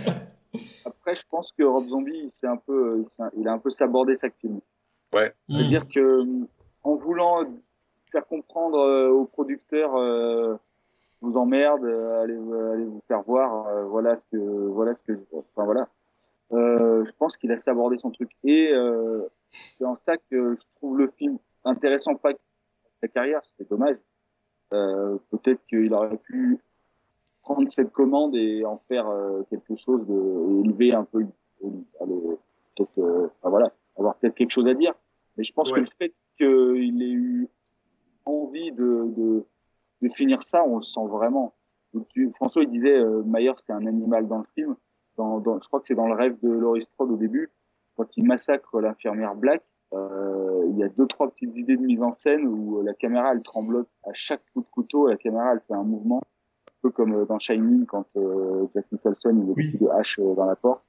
Après, je pense que Rob Zombie, c'est un peu, c'est un, il a un peu sabordé sa film. Ouais. C'est-à-dire mmh. que, en voulant faire comprendre euh, aux producteurs, euh, vous emmerde, euh, allez, euh, allez vous faire voir, euh, voilà ce que, voilà ce que, enfin voilà. Euh, je pense qu'il a sabordé son truc. Et euh, c'est en ça que je trouve le film intéressant, pas sa carrière, c'est dommage. Euh, peut-être qu'il aurait pu prendre cette commande et en faire euh, quelque chose de, et élever un peu, aller, peut-être, euh, enfin voilà, avoir peut-être quelque chose à dire. Mais je pense ouais. que le fait qu'il ait eu envie de, de, de finir ça, on le sent vraiment. Donc, tu, François, il disait, euh, Myers, c'est un animal dans le film. Dans, dans, je crois que c'est dans le rêve de Laurie Strode au début, quand il massacre l'infirmière Black. Euh, il y a deux, trois petites idées de mise en scène où la caméra, elle tremblote à chaque coup de couteau, et la caméra, elle fait un mouvement, un peu comme dans Shining, quand euh, Jack Nicholson, il a oui. des coups de hache dans la porte.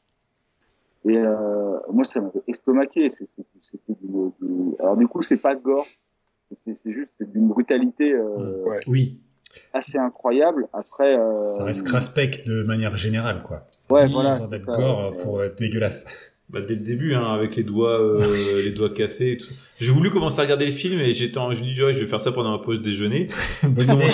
Et euh, moi, ça m'avait estomaqué. C'est, c'est, c'était du, du... Alors du coup, c'est pas gore. C'est, c'est juste, c'est d'une brutalité euh, ouais. oui. assez incroyable. Après, euh... ça reste craspec de manière générale, quoi. Ouais, oui, voilà. D'être gore ouais. pour être dégueulasse. Bah, dès le début, hein, avec les doigts, euh, les doigts cassés et tout. J'ai voulu commencer à regarder le film et j'étais en, je me dis, ouais, je vais faire ça pendant ma pause déjeuner. Bonne idée.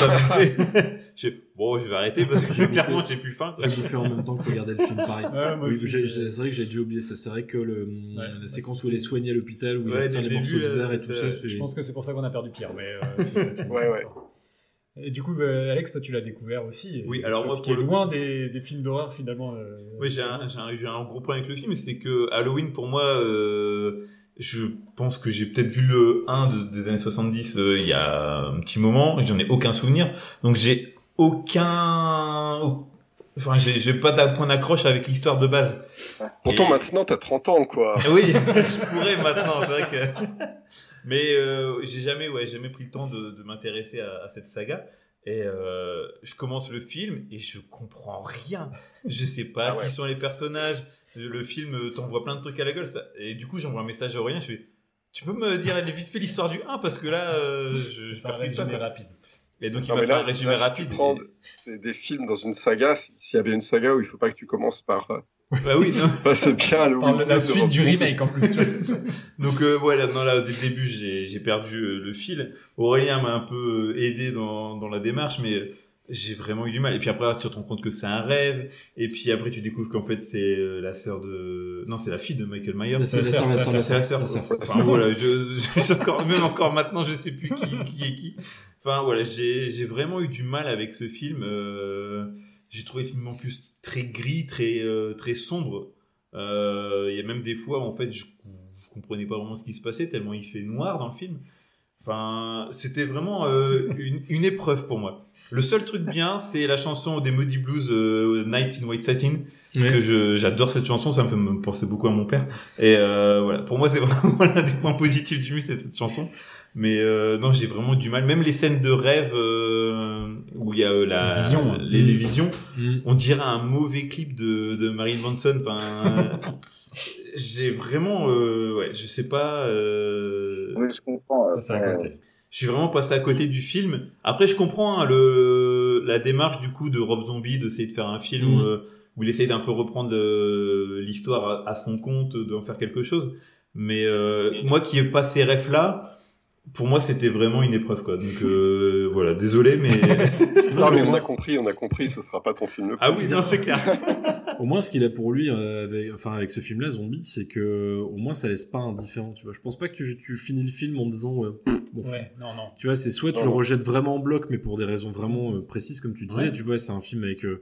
J'ai, bon, je vais arrêter parce que clairement, j'ai plus faim. J'ai bouffé en même temps que regarder le film, pareil. Ouais, moi oui, aussi, j'ai, j'ai, c'est vrai que j'ai déjà oublié ça. C'est vrai que le, ouais, la séquence où elle est soignée à l'hôpital, où ouais, il retire les morceaux de verre et tout ça. Je pense que c'est pour ça qu'on a perdu Pierre, mais, euh, ouais, ouais. Et du coup, euh, Alex, toi, tu l'as découvert aussi. Oui, alors moi, qui est loin des, des films d'horreur finalement. Euh, oui, j'ai un, j'ai, un, j'ai un gros problème avec le film, c'est que Halloween, pour moi, euh, je pense que j'ai peut-être vu le un de, des années soixante-dix euh, il y a un petit moment, et j'en ai aucun souvenir, donc j'ai aucun, enfin, j'ai, j'ai pas de point d'accroche avec l'histoire de base. Pourtant, et... maintenant, t'as trente ans, quoi. Oui, je pourrais maintenant, c'est vrai que. Mais euh, j'ai jamais, ouais, jamais pris le temps de, de m'intéresser à, à cette saga. Et euh, je commence le film et je comprends rien. Je sais pas ah ouais. qui sont les personnages. Le film t'envoie plein de trucs à la gueule. Ça. Et du coup, j'envoie un message à Aurélien. Je fais, tu peux me dire vite fait l'histoire du un parce que là, euh, je, je perds résumé rapide. Et donc il non, va mais faire là, un résumé là, rapide. Si tu prends et... des, des films dans une saga, s'il y avait une saga où il faut pas que tu commences par. Euh... Bah oui, non. bah, c'est bien Halloween. Par la suite du remake en plus. Donc euh, voilà, non, là dès le début j'ai, j'ai perdu euh, le fil. Aurélien m'a un peu aidé dans, dans la démarche, mais j'ai vraiment eu du mal. Et puis après tu te rends compte que c'est un rêve. Et puis après tu découvres qu'en fait c'est euh, la sœur de, non c'est la fille de Michael Myers. C'est la sœur, la sœur, c'est la sœur. Enfin voilà, je, je encore même encore maintenant je sais plus qui, qui est qui. Enfin voilà, j'ai j'ai vraiment eu du mal avec ce film. Euh, j'ai trouvé le film en plus très gris, très euh, très sombre. Il euh, y a même des fois où en fait je, je comprenais pas vraiment ce qui se passait tellement il fait noir dans le film. Enfin, c'était vraiment euh, une, une épreuve pour moi. Le seul truc bien, c'est la chanson des Moody Blues, euh, Night in White Satin, ouais. que je, j'adore cette chanson, ça me fait me penser beaucoup à mon père. Et euh, voilà, pour moi, c'est vraiment l'un des points positifs du film, c'est cette chanson. Mais euh, non, j'ai vraiment du mal. Même les scènes de rêve euh, où il y a euh, la vision, les, mmh. les visions, mmh. on dirait un mauvais clip de, de Marilyn Manson. Enfin, j'ai vraiment, euh, ouais, je sais pas. Euh... Oui, je comprends. Euh, ça, ouais. Je suis vraiment passé à côté du film. Après, je comprends hein, le la démarche du coup de Rob Zombie d'essayer de faire un film mmh. où, euh, où il essaye d'un peu reprendre le, l'histoire à, à son compte, d'en faire quelque chose. Mais euh, moi qui ai pas ces refs là, pour moi c'était vraiment une épreuve quoi. Donc euh, voilà, désolé mais. non mais on a compris, on a compris, ce sera pas ton film le plus. Ah oui, non c'est clair. Au moins, ce qu'il a pour lui, euh, avec, enfin avec ce film-là, Zombie, c'est que au moins ça laisse pas indifférent. Tu vois, je pense pas que tu, tu finis le film en disant ouais, bon, ouais, non, non. Tu vois, c'est soit tu non, le non. rejettes vraiment en bloc, mais pour des raisons vraiment euh, précises, comme tu disais. Ouais. Tu vois, c'est un film avec euh,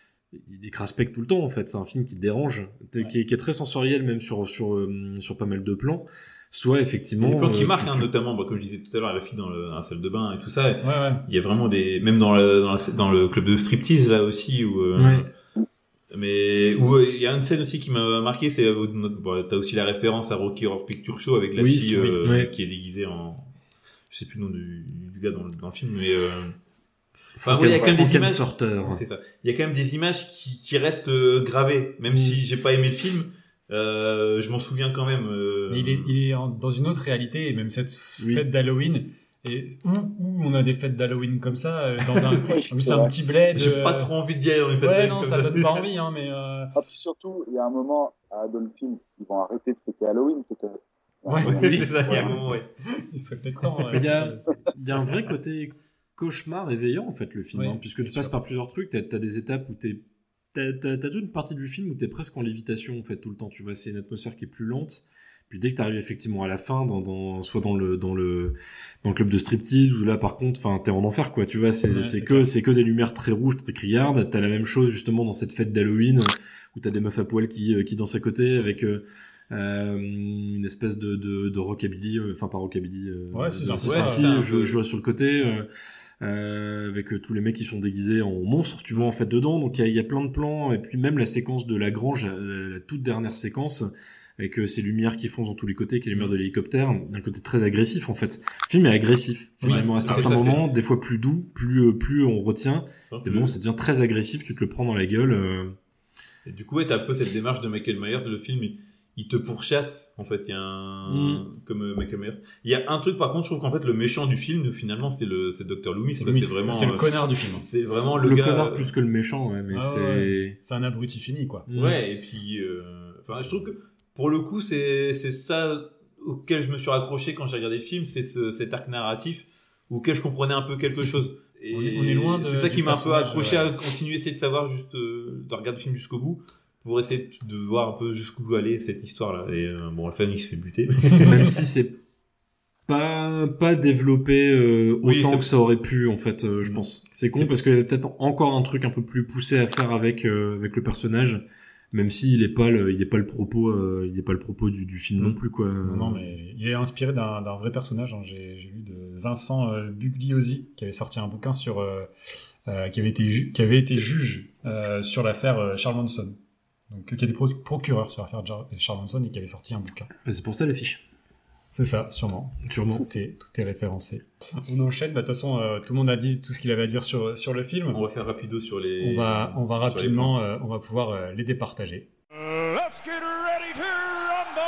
il écrase tout le temps en fait. C'est un film qui te dérange, ouais. qui, est, qui est très sensoriel même sur sur euh, sur pas mal de plans. Soit effectivement. Il y a des plans qui euh, marquent, tu, hein, tu... notamment, bah, comme je disais tout à l'heure, la fille dans, le, dans la salle de bain et tout ça. Ouais, ouais. Il y a vraiment des, même dans le dans, la, dans le club de striptease là aussi où. Euh, ouais. Mais où il y a une scène aussi qui m'a marqué, c'est bon, t'as aussi la référence à Rocky Horror Picture Show avec la oui, fille oui, euh, ouais. qui est déguisée en, je sais plus le nom du, du gars dans le, dans le film, mais euh... enfin, il y a quand même des images. C'est ça. Il y a quand même des images qui, qui restent euh, gravées, même mmh. si j'ai pas aimé le film. Euh, je m'en souviens quand même. Euh... Mais il est, il est en, dans une autre réalité, et même cette oui. fête d'Halloween. Et où, où on a des fêtes d'Halloween comme ça, dans un, c'est un petit bled. J'ai euh... pas trop envie d'y aller dans les fêtes ouais, d'Halloween. Ouais, non, comme ça, ça donne pas envie, hein, mais. Euh... Ah, puis surtout, il y a un moment dans le film, ils vont arrêter de fêter Halloween, peut-être. Ouais, ouais, oui, c'est ça, il y a un moment, ouais. Il serait peut-être temps. Ouais, il y a, il y a un vrai côté cauchemar éveillant, en fait, le film, oui, hein, puisque tu sûr. passes par plusieurs trucs, t'as, t'as des étapes où t'es. T'as, t'as, t'as toute une partie du film où t'es presque en lévitation, en fait, tout le temps. Tu vois, c'est une atmosphère qui est plus lente. Puis dès que t'arrives effectivement à la fin, dans, dans, soit dans le, dans le, dans le club de striptease, où là, par contre, enfin, t'es en enfer, quoi. Tu vois, c'est, ouais, c'est, c'est que, clair. c'est que des lumières très rouges, très criardes. T'as la même chose, justement, dans cette fête d'Halloween, où t'as des meufs à poil qui, qui dansent à côté avec, euh, une espèce de, de, de rockabilly, enfin, pas rockabilly, euh, ouais, c'est ça. Ouais, si, je, je vois sur le côté, euh, Euh, avec euh, tous les mecs qui sont déguisés en monstres, tu vois, en fait, dedans. Donc, il y, y a plein de plans. Et puis, même la séquence de la grange, la, la toute dernière séquence, avec euh, ces lumières qui foncent dans tous les côtés, qui est les lumières de l'hélicoptère, un côté très agressif, en fait. Le film est agressif, finalement. Oui. À certains ah, moments, fait... des fois plus doux, plus, euh, plus on retient. Ah, des moments, ça devient très agressif, tu te le prends dans la gueule. Euh... Et du coup, ouais, t'as un peu cette démarche de Michael Myers, le film, il, il te pourchasse, en fait. Il y a un, mm. comme euh, Michael Myers. Il y a un truc, par contre, je trouve qu'en fait, le méchant du film, finalement, c'est le, c'est docteur Loomis. C'est, quoi. C'est vraiment, c'est le euh, connard du film. C'est vraiment le, le gars. Le connard plus que le méchant, ouais, mais ah, c'est. Ouais. C'est un abruti fini, quoi. Mm. Ouais, et puis, euh, enfin, je trouve que, pour le coup, c'est, c'est ça auquel je me suis raccroché quand j'ai regardé le film, c'est ce, cet arc narratif auquel je comprenais un peu quelque chose. Et on, est, on est loin de. C'est ça qui m'a un peu accroché ouais. à continuer, essayer de savoir juste, euh, de regarder le film jusqu'au bout, pour essayer de voir un peu jusqu'où aller cette histoire-là. Et euh, bon, la famille se fait buter. Même si c'est pas, pas développé euh, autant oui, que ça aurait pu, en fait, euh, je mmh. pense. C'est con, c'est parce qu'il y a peut-être encore un truc un peu plus poussé à faire avec, euh, avec le personnage. Même s'il est pas le, il est pas le propos, euh, il est pas le propos du, du film mmh. non plus, quoi. Non, non, mais il est inspiré d'un, d'un vrai personnage. Hein. J'ai, j'ai lu de Vincent euh, Bugliosi, qui avait sorti un bouquin sur, euh, euh, qui avait été, ju- qui avait été juge euh, sur l'affaire euh, Charles Manson. Donc, qui était pro- procureur sur l'affaire Charles Manson et qui avait sorti un bouquin. C'est pour ça les fiches. C'est ça, sûrement. Sûrement. Tout est, tout est référencé. On enchaîne. Bah, de toute façon, euh, tout le monde a dit tout ce qu'il avait à dire sur, sur le film. On va faire rapido sur les. On va, on va rapidement, euh, on va pouvoir euh, les départager. Uh, let's get ready to rumble!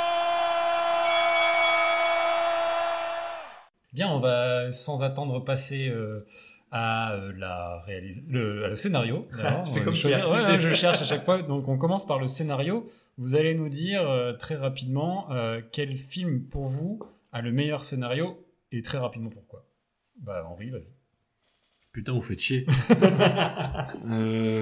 Bien, on va sans attendre passer euh, à euh, la réalis- le, à le scénario. Tu fais comme je, Pierre, ouais, tu ouais, sais. je cherche à chaque fois. Donc on commence par le scénario. Vous allez nous dire euh, très rapidement euh, quel film pour vous a le meilleur scénario et très rapidement pourquoi. Bah Henri, vas-y. Putain, vous faites chier. euh...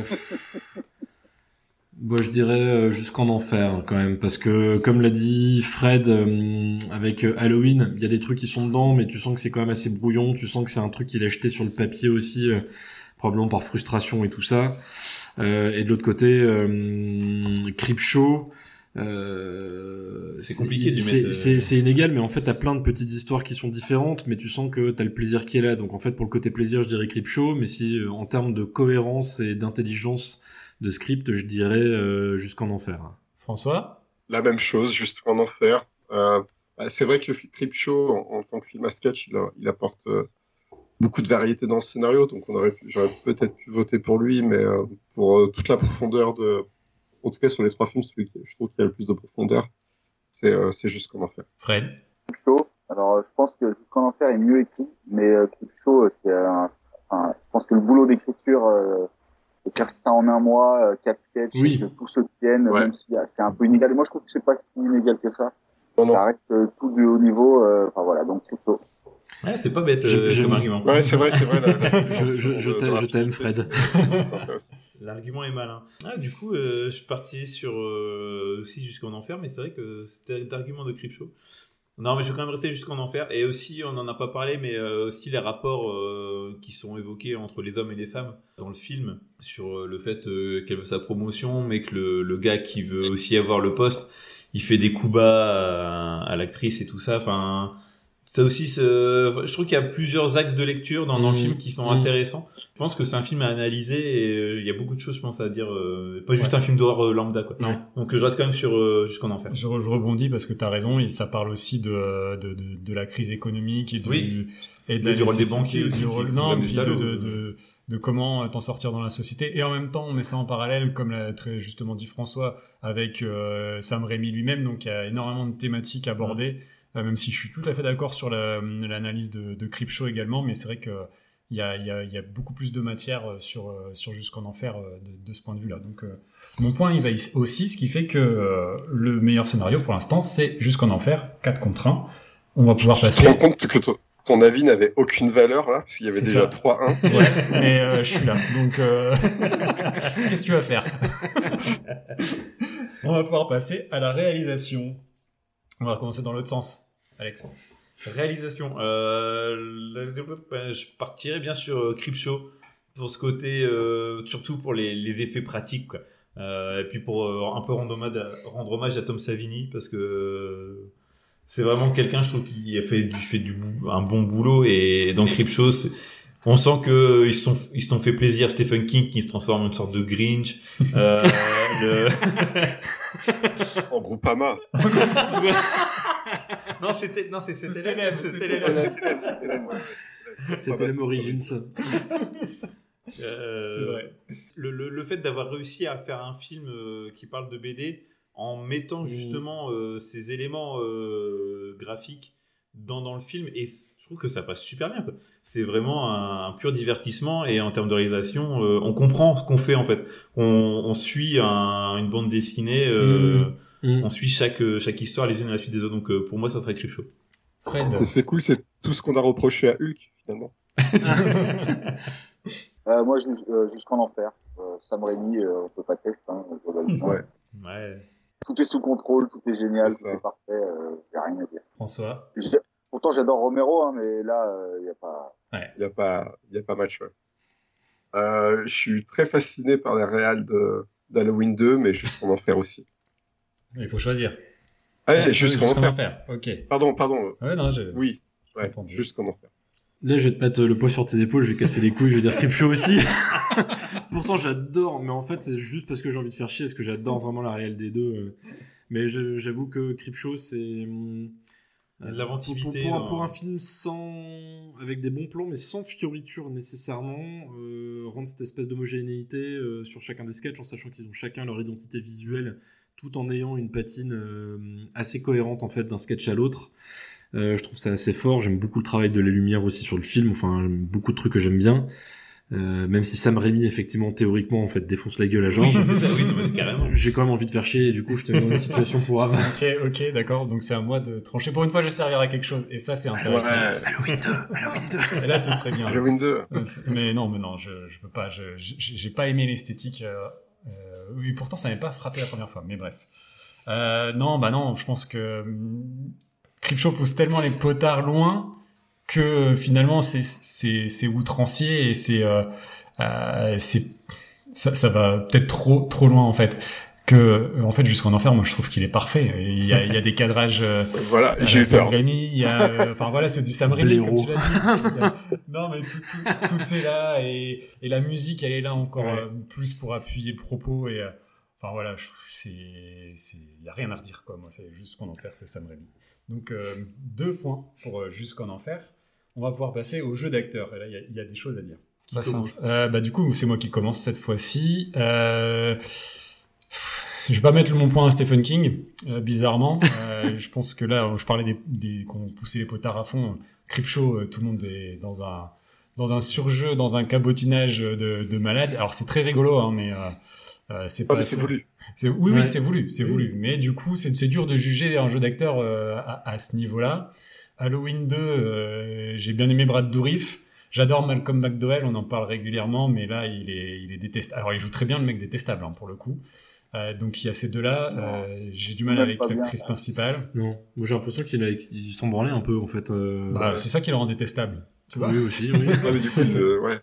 Bon, je dirais euh, Jusqu'en enfer quand même, parce que comme l'a dit Fred, euh, avec euh, Halloween, il y a des trucs qui sont dedans, mais tu sens que c'est quand même assez brouillon, tu sens que c'est un truc qu'il a jeté sur le papier aussi, euh, probablement par frustration et tout ça. Euh, et de l'autre côté, euh, Creepshow, euh, C'est compliqué de lui c'est, mettre, euh, c'est, c'est inégal, mais en fait t'as plein de petites histoires qui sont différentes, mais tu sens que t'as le plaisir qui est là. Donc en fait pour le côté plaisir, je dirais Creepshow, mais si euh, en termes de cohérence et d'intelligence de script, je dirais euh, Jusqu'en enfer. François ? La même chose, Jusqu'en enfer. Euh, bah, c'est vrai que Creepshow, en, en tant que film à sketch, il, a, il apporte euh, beaucoup de variété dans le scénario, donc on aurait pu, j'aurais peut-être pu voter pour lui, mais euh, pour euh, toute la profondeur de, en tout cas sur les trois films, celui qui, je trouve qu'il y a le plus de profondeur, c'est, euh, c'est Jusqu'en enfer. Fred ? Creepshow. Alors, je pense que Jusqu'en enfer est mieux écrit, mais euh, Creepshow, c'est un, enfin, je pense que le boulot d'écriture, euh, de faire ça en un mois, euh, quatre sketchs, Oui. que tout se tienne, Ouais. même si euh, c'est un peu inégal. Et moi, je trouve que c'est pas si inégal que ça. Non, non. Ça reste euh, tout du haut niveau. euh, Enfin voilà, donc Creepshow. Ouais, c'est pas bête Je- euh, je- comme argument. Ouais, c'est vrai, c'est vrai. La, la Je- je- je de- de t'aime- je rapidité, t'aime, Fred. c'est- c'est intéressant. L'argument est malin. Ah, du coup, euh, je suis parti sur euh, aussi Jusqu'en enfer, mais c'est vrai que c'était l'argument de Creepshow. Non, mais je vais quand même rester Jusqu'en enfer. Et aussi, on n'en a pas parlé, mais euh, aussi les rapports euh, qui sont évoqués entre les hommes et les femmes dans le film, sur euh, le fait euh, qu'elle veut sa promotion, mais que le, le gars qui veut aussi avoir le poste, il fait des coups bas à, à l'actrice et tout ça. Enfin, ça aussi, c'est- je trouve qu'il y a plusieurs axes de lecture dans, dans le Mmh. film qui sont Mmh. intéressants. Je pense que c'est un film à analyser et euh, il y a beaucoup de choses, je pense, à dire. euh, pas juste Ouais. un film d'horreur euh, lambda, quoi. Non. Donc, euh, je reste quand même sur euh, Jusqu'en enfer. Je, je rebondis parce que tu as raison, et ça parle aussi de, de, de, de la crise économique et du, Oui. et de Et la du rôle des nécessité- banquiers aussi, du qui rôle- font non, comme des puis de, salauds. de, de, de comment t'en sortir dans la société. Et en même temps, on met ça en parallèle, comme l'a très justement dit François, avec euh, Sam Raimi lui-même. Donc il y a énormément de thématiques abordées, euh, même si je suis tout à fait d'accord sur la, l'analyse de, de Creepshow également, mais c'est vrai que il y a, il y, a, il y a beaucoup plus de matière euh, sur, euh, sur Jusqu'en enfer euh, de, de ce point de vue-là. Donc euh, mon point il va ici aussi, ce qui fait que euh, le meilleur scénario pour l'instant, c'est Jusqu'en enfer, quatre contre un. On va pouvoir Tu te passer. rends compte que ton, ton avis n'avait aucune valeur, là, parce qu'il y avait C'est déjà ça. trois un. Ouais, mais euh, je suis là, donc euh... qu'est-ce que tu vas faire? On va pouvoir passer à la réalisation. On va commencer dans l'autre sens, Alex. Réalisation. Euh, le- je partirais bien sur euh, Creepshow pour ce côté, euh, surtout pour les, les effets pratiques, quoi. Euh, et puis pour euh, un peu rendre hommage, à, rendre hommage à Tom Savini parce que euh, c'est vraiment quelqu'un, je trouve, qui a fait du fait du bou- un bon boulot, et dans Creepshow, c'est- on sent que ils se sont ils se sont fait plaisir. Stephen King qui se transforme en une sorte de Grinch. Euh, le... En Groupama. non, c'était non, c'est- c'était C'était l'élève, l'élève, c'était c'était l'élève. C'était l'élève, c'était l'élève. C'était les Origins. Euh, C'est vrai. Le, le, le fait d'avoir réussi à faire un film euh, qui parle de B D en mettant justement euh, ces éléments euh, graphiques dans, dans le film, et je trouve que ça passe super bien, quoi. C'est vraiment un, un pur divertissement, et en termes de réalisation, euh, on comprend ce qu'on fait en fait. On, on suit un, une bande dessinée, euh, Mmh. on suit chaque, chaque histoire les unes à la suite des autres. Donc euh, pour moi, ça serait Creepshow. Fred. C'est- C'est cool, c'est tout ce qu'on a reproché à Hulk, finalement. Euh, moi, je, euh, Jusqu'en enfer. Euh, Sam Raimi, euh, on peut pas tester. Hein, globalement. Ouais. Ouais. Tout est sous contrôle, tout est génial, C'est tout ça. est parfait. Euh, y a rien à dire. François. J'ai- Pourtant, j'adore Romero, hein, mais là, il euh, y a pas. Il n'y a pas, il y a pas match, ouais. Euh, je suis très fasciné par les réals de, d'Halloween deux, mais Jusqu'en enfer aussi. Il faut choisir. Allez, Jusqu'en enfer. enfer. Ok. Pardon, pardon. Ouais, non, je... Oui, ouais, Entendu. Jusqu'en enfer. Là, je vais te mettre le poids sur tes épaules, je vais casser les couilles, je vais dire Creepshow aussi. Pourtant, j'adore, mais en fait, c'est juste parce que j'ai envie de faire chier, parce que j'adore vraiment la réelle des deux. euh. Mais je- j'avoue que Creepshow, c'est... hum, Il y a de euh, l'inventivité Pour, pour, dans- un, pour un film sans... avec des bons plans, mais sans fioriture nécessairement, euh, rendre cette espèce d'homogénéité euh, sur chacun des sketchs, en sachant qu'ils ont chacun leur identité visuelle, tout en ayant une patine euh, assez cohérente en fait d'un sketch à l'autre. Euh, je trouve ça assez fort. J'aime beaucoup le travail de les lumières aussi sur le film. Enfin, beaucoup de trucs que j'aime bien. Euh, même si Sam Raimi, effectivement, théoriquement, en fait, défonce la gueule à George. Oui, ça, oui, non, mais carrément. J'ai quand même envie de faire chier, et du coup, je te mets dans une situation pour avant. Ok, ok, d'accord. Donc c'est à moi de trancher. Pour une fois, je servirai à quelque chose. Et ça, c'est intéressant. Ouais. Halloween deux, Halloween deux. Et là, ce serait bien. Halloween deux. Mais non, mais non, je, je peux pas. Je, je- j'ai pas aimé l'esthétique. Euh, euh, oui, pourtant, ça m'avait pas frappé la première fois. Mais bref. Euh, non, bah non. Je pense que hum, Creepshow pousse tellement les potards loin que finalement, c'est c'est c'est outrancier et c'est euh, euh, c'est ça, ça va peut-être trop trop loin en fait. Que euh, en fait Jusqu'en Enfer, moi je trouve qu'il est parfait. Il y a il y a des cadrages. Euh, Voilà, euh, j'ai eu Sam peur. Raimi, il y a, euh, enfin voilà, c'est du Sam Raimi Blaireau. comme tu l'as dit. Il y a- Non mais tout, tout, tout est là et, et la musique elle est là encore Ouais. euh, plus pour appuyer le propos et euh, enfin voilà, je trouve que c'est c'est il y a rien à redire quoi. Moi c'est Jusqu'en Enfer, c'est Sam Raimi. Donc euh, deux points pour euh, Jusqu'en Enfer. On va pouvoir passer au jeu d'acteur et là il y a, il y a des choses à dire. Qui Pas commence simple. Euh, bah du coup c'est moi qui commence cette fois-ci. Euh... Je vais pas mettre mon point à Stephen King, euh, bizarrement. Euh, je pense que là, je parlais des, des qu'on poussait les potards à fond. Creepshow, euh, tout le monde est dans un dans un surjeu, dans un cabotinage de, de malade. Alors c'est très rigolo, hein, mais euh, euh, c'est Ah, pas. mais c'est voulu. c'est- oui, Ouais. oui, c'est voulu, c'est voulu. Mais du coup, c'est c'est dur de juger un jeu d'acteur euh, à, à ce niveau-là. Halloween deux, euh, j'ai bien aimé Brad Dourif. J'adore Malcolm McDowell, on en parle régulièrement, mais là, il est, il est détestable. Alors, il joue très bien le mec détestable, hein, pour le coup. Euh, donc, il y a ces deux-là. Euh, j'ai du mal Même avec pas bien. l'actrice principale. Non. Moi, j'ai l'impression qu'il a, il s'en branlait un peu, en fait. Euh... Bah, c'est ça qui le rend détestable. Tu vois oui, aussi, oui. Ouais, mais du coup, euh, ouais.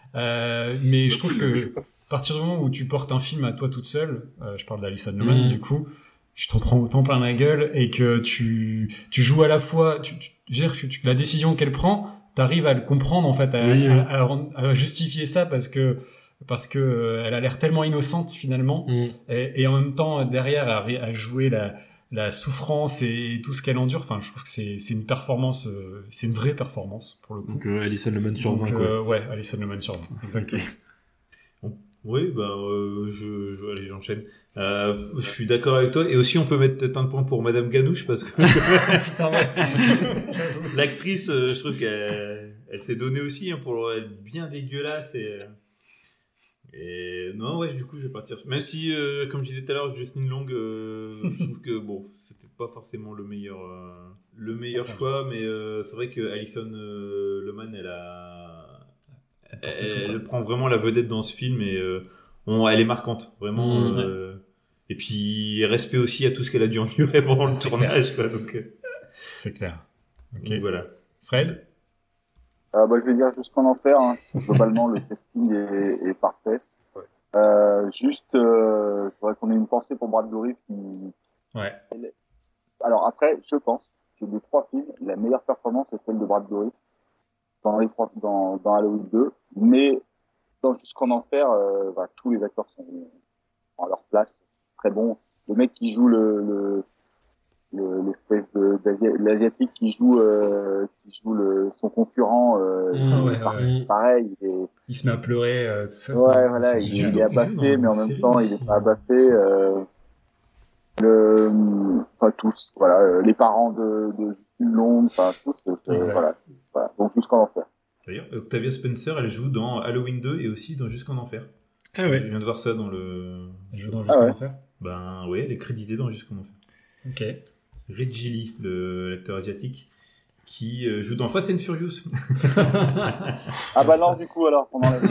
Euh, mais je trouve Je que sais pas. à partir du moment où tu portes un film à toi toute seule, euh, je parle d'Alison Lohman, Mhm. du coup, je t'en prends autant plein la gueule et que tu, tu joues à la fois, tu, tu, je veux dire, tu- tu- la décision qu'elle prend, t'arrives à le comprendre en fait, à, Oui, oui. à- à rendre- à justifier ça parce que parce que euh, elle a l'air tellement innocente finalement Mm. et, et en même temps derrière à, ré- à jouer la la souffrance et tout ce qu'elle endure. Enfin, je trouve que c'est c'est une performance, euh, c'est une vraie performance pour le coup. Donc, euh, Alison Lohman sur Donc, vingt, quoi. euh, ouais, Alison Lohman sur vingt. Exactement. Oui, bah, euh, je, je, allez, j'enchaîne. Euh, je suis d'accord avec toi. Et aussi, on peut mettre peut-être un point pour Madame Ganouche parce que Putain, ouais. l'actrice, euh, je trouve qu'elle elle s'est donnée aussi hein, pour être bien dégueulasse et, et non, ouais, du coup, je vais partir. Même si, euh, comme je disais tout à l'heure, Justin Long, euh, je trouve que bon, c'était pas forcément le meilleur, euh, le meilleur choix, mais euh, c'est vrai que Alison euh, Lohman, elle a, elle, elle prend vraiment la vedette dans ce film et euh, on, elle est marquante, vraiment. Mmh, euh, et puis respect aussi à tout ce qu'elle a dû endurer pendant le C'est tournage, quoi. Donc, euh, C'est clair. Ok. donc voilà. Fred? Euh, bah, je vais dire Jusqu'en Enfer. Hein. Globalement, le casting est, est parfait. Ouais. Euh, juste, euh, il faudrait qu'on ait une pensée pour Brad Dourif. Qui... Ouais. Alors après, je pense que des trois films, la meilleure performance est celle de Brad Dourif dans les trois, dans, dans Halloween deux. Mais dans Jusqu'en Enfer, euh, bah, tous les acteurs sont à leur place, très bons. Le mec qui joue le, le Le, l'espèce de d'Asi- l'asiatique qui joue euh, qui joue le son concurrent euh, Mmh, ouais, par- ouais. pareil il est Il se met à pleurer, euh, tout ça. ouais c'est- voilà c'est- il, joue il dans- est joue dans abaffé mais en une même série temps il aussi. est pas abaffé euh, le enfin tous voilà euh, les parents de de Justin Long enfin tous euh, Exact. voilà voilà donc Jusqu'en Enfer. D'ailleurs, Octavia Spencer, elle joue dans Halloween deux et aussi dans Jusqu'en Enfer. Ah Je ouais. viens de voir ça dans le. Elle joue dans Ah Jusqu'en ouais. Enfer. Ben ouais, elle est créditée dans Jusqu'en Enfer. Ok. Reggie Lee, le l'acteur asiatique, qui euh, joue dans Fast and Furious. Ah bah non du coup alors on enlève.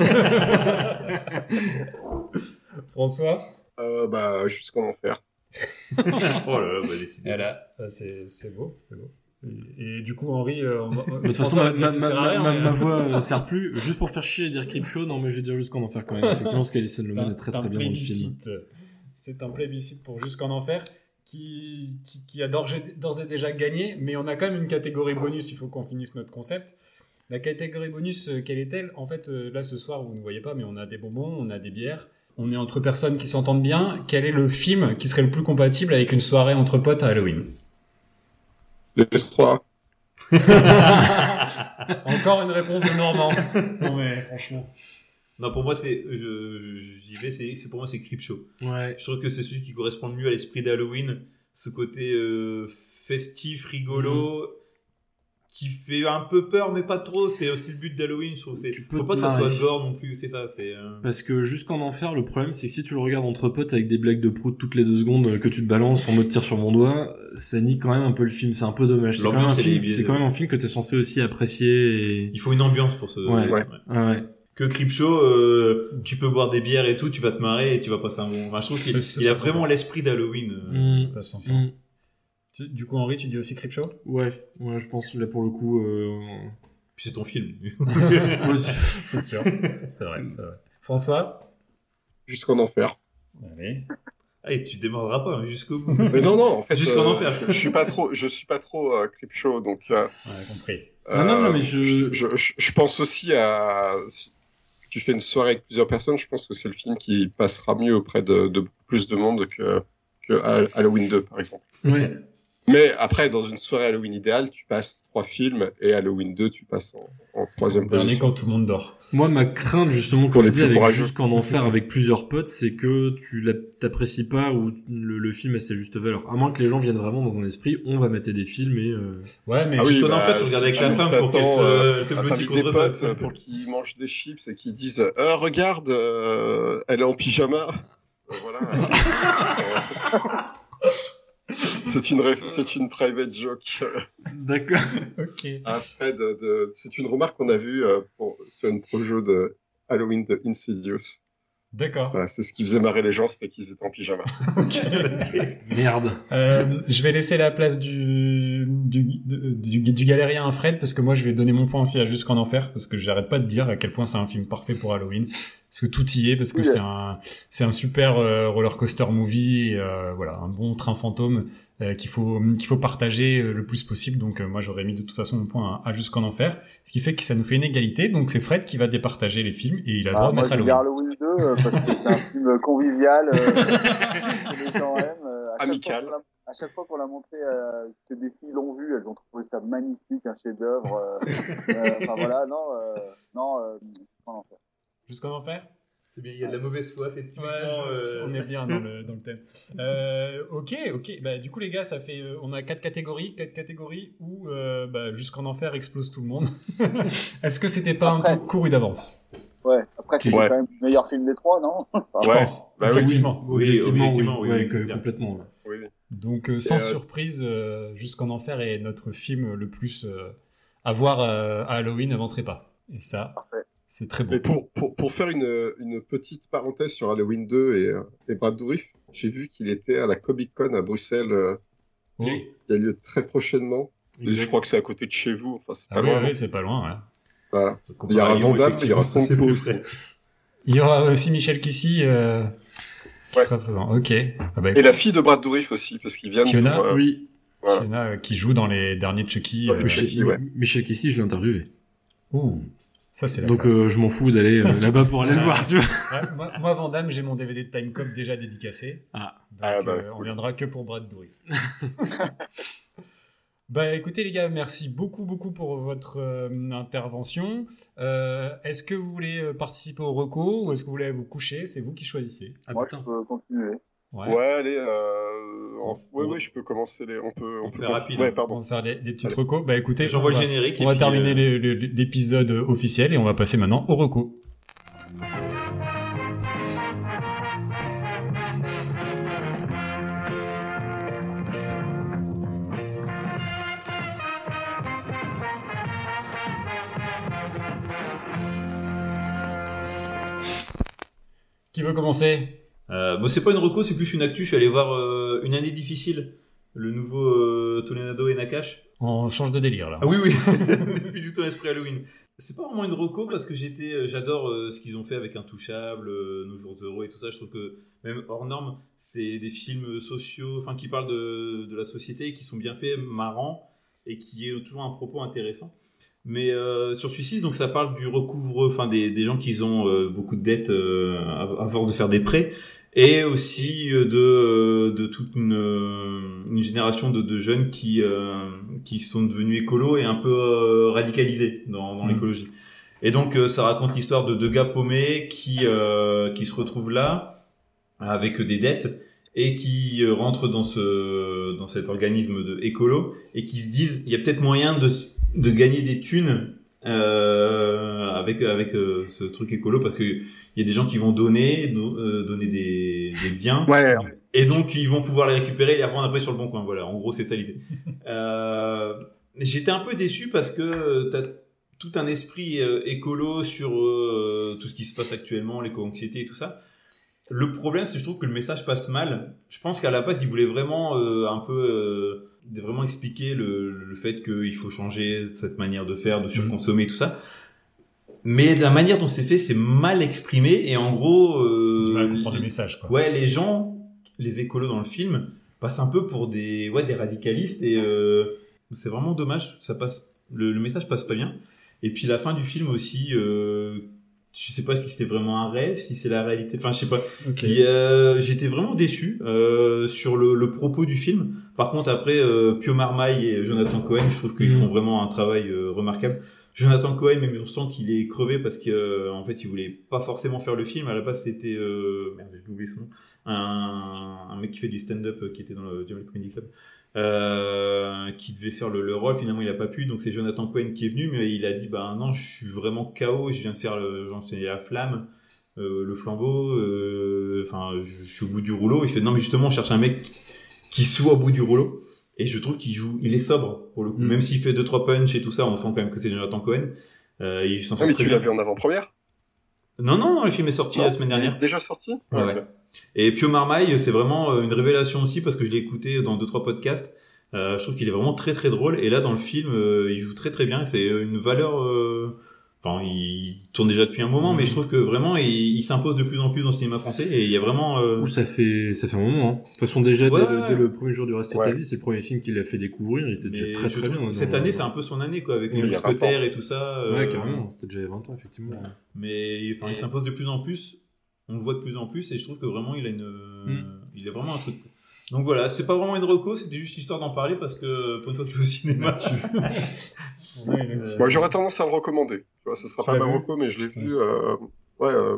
François? Euh, bah, Jusqu'en Enfer. Oh là là, bah décidé. Voilà, euh, c'est c'est beau, c'est beau. Et, et du coup, Henri, euh, on va- De toute façon, François ma, va dire ma, que tu ma, sers à ma, rien, ma- mais- ma voix euh, sert plus. Juste pour faire chier et dire Creepshow, non, mais je vais dire Jusqu'en Enfer quand même. Effectivement, parce qu'Alison Lohman est très C'est un très bien dans le film. plébiscite. C'est un plébiscite pour Jusqu'en Enfer qui, qui, qui a d'ores d'ores et déjà gagné, mais on a quand même une catégorie bonus, il faut qu'on finisse notre concept. La catégorie bonus, euh, quelle est-elle? En fait, euh, là ce soir, vous ne voyez pas, mais on a des bonbons, on a des bières, on est entre personnes qui s'entendent bien. Quel est le film qui serait le plus compatible avec une soirée entre potes à Halloween? Les trois. Encore une réponse de Normand. Non mais franchement. Non, pour moi, c'est, je, je- j'y vais, c'est, c'est pour moi, c'est Creepshow. Ouais. Je trouve que c'est celui qui correspond le mieux à l'esprit d'Halloween, ce côté euh, festif, rigolo, qui fait un peu peur mais pas trop, c'est aussi le but d'Halloween, je trouve. C'est Tu peux faut pas te que ça marrer. soit gore non plus, c'est ça, c'est euh... Parce que Jusqu'en Enfer, le problème c'est que si tu le regardes entre potes avec des blagues de prout toutes les deux secondes que tu te balances en mode tir sur mon doigt, ça nique quand même un peu le film, c'est un peu dommage. C'est quand, même un, film, c'est quand même un film que t'es censé aussi apprécier et... Il faut une ambiance pour ce... Ouais, ouais. ouais. ouais. Que Creepshow, euh, tu peux boire des bières et tout, tu vas te marrer et tu vas passer un bon... Enfin, je trouve qu'il il a vraiment l'esprit d'Halloween. Mmh. Ça s'entend. Mmh. Du coup, Henri, tu dis aussi Creepshow ? Ouais, ouais, je pense là pour le coup. Euh... Puis c'est ton film. C'est sûr, c'est vrai, c'est vrai. François ? Jusqu'en enfer. Allez. Ah, et tu démordras pas hein, jusqu'au bout. Mais non, non, en fait, Jusqu'en euh, enfer. Je, je suis pas trop, je suis pas trop euh, Creepshow, donc. Euh, Ouais, compris. euh, Non, non, non, mais je... je, je, je pense aussi à. Si tu fais une soirée avec plusieurs personnes, je pense que c'est le film qui passera mieux auprès de, de beaucoup plus de monde que, que Halloween deux, par exemple. Ouais. Mais après, dans une soirée Halloween idéale, tu passes trois films et Halloween deux, tu passes en, en troisième Dernier position. quand tout le monde dort. Moi, ma crainte, justement, Pour pour les les plus avec courageux. Jusqu'en Enfer avec plusieurs potes, c'est que tu la- t'apprécies pas ou le, le film a ses justes valeurs. À moins que les gens viennent vraiment dans un esprit, on va mettre des films et, euh... Ouais, mais Ah oui, Jusqu'en bah, enfer, tu regardes avec si ta tu femme pour qu'elle t'attends, se, euh, se à blotti t'inviter des contre toi. potes euh, pour qu'ils mangent des chips et qu'ils disent euh, regarde, euh, elle est en pyjama. Euh, voilà. c'est une ref- c'est une private joke. D'accord. ok. Après, de, de... c'est une remarque qu'on a vue euh, pour... sur une projo de Halloween de Insidious. D'accord. Voilà, c'est ce qui faisait marrer les gens, c'était qu'ils étaient en pyjama. Ok. Merde. Euh, je vais laisser la place du, du, du, du, du galérien à Fred, parce que moi je vais donner mon point aussi à Jusqu'en Enfer, parce que j'arrête pas de dire à quel point c'est un film parfait pour Halloween, parce que tout y est, parce que Oui. c'est un, c'est un super euh, roller coaster movie, et, euh, voilà, un bon train fantôme euh, qu'il faut, qu'il faut partager euh, le plus possible. Donc euh, moi j'aurais mis de toute façon mon point à, à Jusqu'en Enfer, ce qui fait que ça nous fait une égalité. Donc c'est Fred qui va départager les films et il a le droit Ah, de moi, mettre je vais Halloween. Halloween deux euh, parce que c'est un film convivial euh, que les gens aiment. euh, à chaque Amical. fois qu'on l'a- À chaque fois qu'on l'a montré, euh, que des filles l'ont vu, elles ont trouvé ça magnifique, un chef-d'œuvre. euh, euh, Enfin voilà, non, euh, non, euh, Jusqu'en Enfer. Jusqu'en Enfer? C'est bien, il y a de la mauvaise foi, c'est typiquement... Ouais, euh, on est bien dans le, dans le thème. Euh, ok, ok. Bah, du coup, les gars, ça fait, euh, on a quatre catégories, quatre catégories où euh, bah, Jusqu'en Enfer explose tout le monde. Est-ce que c'était pas Après. un peu couru d'avance? Ouais, après, c'est Ouais. quand même le meilleur film des trois, non? Enfin, Je Ouais. pense. Bah oui. Effectivement. Oui, Objectivement, objectivement, oui. oui, Ouais, oui, que- bien. complètement. ouais. Oui, oui. Donc, euh, sans Et, euh, surprise, euh, Jusqu'en Enfer est notre film le plus euh, à voir euh, à Halloween avant Trépas. Et ça, Parfait. c'est très beau. Mais pour, pour, pour faire une, une petite parenthèse sur Halloween deux et, euh, et Brad Dourif, j'ai vu qu'il était à la Comic Con à Bruxelles, euh, Oh. qui a lieu très prochainement. Et Exact. je crois que c'est à côté de chez vous, enfin c'est pas Ah oui, loin. oui, non c'est pas loin. Ouais. Voilà. Il y comparé à aura Lyon, Van Damme, il y aura effectivement, c'est Compo plus aussi. près. Il y aura aussi Michel Kissy euh, qui Ouais. sera présent. Ok. Ah bah, Et la fille de Brad Dourif aussi, parce qu'ils viennent Fiona, pour, euh, Oui. voilà. Fiona, euh, qui joue dans les derniers Chucky. Ouais, euh, Michel- Michel, ouais. Michel Kissy, je l'ai interviewé. Ouh, ça c'est la Donc classe. euh, je m'en fous d'aller euh, là-bas pour aller le Ouais. voir, tu vois. Ouais, moi, moi, Van Damme, j'ai mon D V D de Timecop déjà dédicacé. Ah. Donc, Ah, bah, euh, on cool. viendra que pour Brad Dourif. Bah écoutez les gars, merci beaucoup beaucoup pour votre euh, intervention. Euh, est-ce que vous voulez euh, participer au reco ou est-ce que vous voulez vous coucher? C'est vous qui choisissez. Ah, Moi, putain. je peux continuer. Ouais. Ouais, allez, euh... en- ouais, On- ouais, je peux commencer les, on peut, on, on peut fait commencer- rapide, Ouais, hein. On pardon. va faire des, des petites Allez. recos. Bah écoutez, J'envoie on le va- générique. On et va puis, terminer euh, les- les- l'épisode officiel et on va passer maintenant au reco. Qui veut commencer? Euh, bon, c'est pas une reco, c'est plus une actu. Je suis allé voir euh, Une année difficile, le nouveau euh, Tolenado et Nakash. On change de délire là. Ah oui, oui, plus du tout l'esprit Halloween. C'est pas vraiment une reco parce que j'étais, euh, j'adore euh, ce qu'ils ont fait avec Intouchable, euh, Nos jours heureux et tout ça. Je trouve que même hors norme, c'est des films sociaux, enfin qui parlent de, de la société et qui sont bien faits, marrants et qui ont toujours un propos intéressant. Mais euh, sur celui-ci, donc ça parle du recouvre, enfin des, des gens qui ont euh, beaucoup de dettes euh, à, à force de faire des prêts, et aussi euh, de euh, de toute une, euh, une génération de, de jeunes qui euh, qui sont devenus écolos et un peu euh, radicalisés dans, dans Mmh. l'écologie. Et donc euh, ça raconte l'histoire de deux gars paumés qui euh, qui se retrouvent là avec des dettes et qui euh, rentrent dans ce dans cet organisme de écolo et qui se disent il y a peut-être moyen de de gagner des thunes euh, avec avec euh, ce truc écolo, parce que il y a des gens qui vont donner do, euh, donner des, des biens, ouais. et donc ils vont pouvoir les récupérer et les revendre après sur le bon coin. Voilà, en gros c'est ça l'idée. euh, j'étais un peu déçu parce que t'as tout un esprit euh, écolo sur euh, tout ce qui se passe actuellement, l'éco-anxiété et tout ça. Le problème, c'est que je trouve que le message passe mal. Je pense qu'à la base, il voulait vraiment euh, un peu euh, de vraiment expliquer le, le fait qu'il faut changer cette manière de faire, de surconsommer, mmh. tout ça. Mais la manière dont c'est fait, c'est mal exprimé, et en gros, euh, tu vas comprendre le message, quoi. Ouais, les gens, les écolos dans le film, passent un peu pour des, ouais, des radicalistes, et euh, c'est vraiment dommage. Ça passe, le, le message passe pas bien. Et puis la fin du film aussi, euh, je sais pas si c'est vraiment un rêve, si c'est la réalité. Enfin, je sais pas. Okay. Et, euh, j'étais vraiment déçu euh, sur le, le propos du film. Par contre, après, euh, Pio Marmaille et Jonathan Cohen, je trouve qu'ils mmh. font vraiment un travail euh, remarquable. Jonathan Cohen, même on sent qu'il est crevé parce qu'en euh, fait, il voulait pas forcément faire le film. À la base, c'était euh, merde, j'ai oublié son nom. Un, un mec qui fait du stand-up, euh, qui était dans le Jamel Comedy Club. Euh, qui devait faire le, le rôle, finalement il a pas pu, donc c'est Jonathan Cohen qui est venu, mais il a dit bah non, je suis vraiment K O, je viens de faire le, genre c'est la flamme, euh, le flambeau, enfin euh, je, je suis au bout du rouleau. Il fait non mais justement on cherche un mec qui soit au bout du rouleau, et je trouve qu'il joue, il est sobre pour le coup, mmh. même s'il fait deux trois punch et tout ça, on sent quand même que c'est Jonathan Cohen. Euh, il s'en ah, mais tu l'as vu en avant-première? Non non non, le film est sorti non, la semaine dernière. Déjà sorti? Ouais. ouais. Et Pio Marmaille, c'est vraiment une révélation aussi, parce que je l'ai écouté dans deux trois podcasts. Euh, je trouve qu'il est vraiment très très drôle, et là dans le film, euh, il joue très très bien. C'est une valeur. Euh... Enfin, il tourne déjà depuis un moment, mmh. mais je trouve que vraiment il, il s'impose de plus en plus dans le cinéma français, et il y a vraiment. Euh... Ouh, ça fait ça fait un moment. Hein. De toute façon, déjà ouais, dès, ouais. Le, dès le premier jour du reste de ouais. ta vie, c'est le premier film qu'il a fait découvrir. Il était déjà mais très très bien. Dans cette dans... année, c'est un peu son année, quoi, avec oui, les mousquetaires et tout ça. Euh... Ouais, carrément. C'était déjà il y a vingt ans, effectivement. Ouais. Mais enfin, il s'impose de plus en plus. On le voit de plus en plus, et je trouve que vraiment il a une, mmh. il a vraiment un truc. Donc voilà, c'est pas vraiment une reco, c'était juste histoire d'en parler, parce que pour une fois que je vais au cinéma, tu... euh... Moi, j'aurais tendance à le recommander. Tu vois, ce sera pas ma reco, mais je l'ai vu. Euh... Ouais, euh...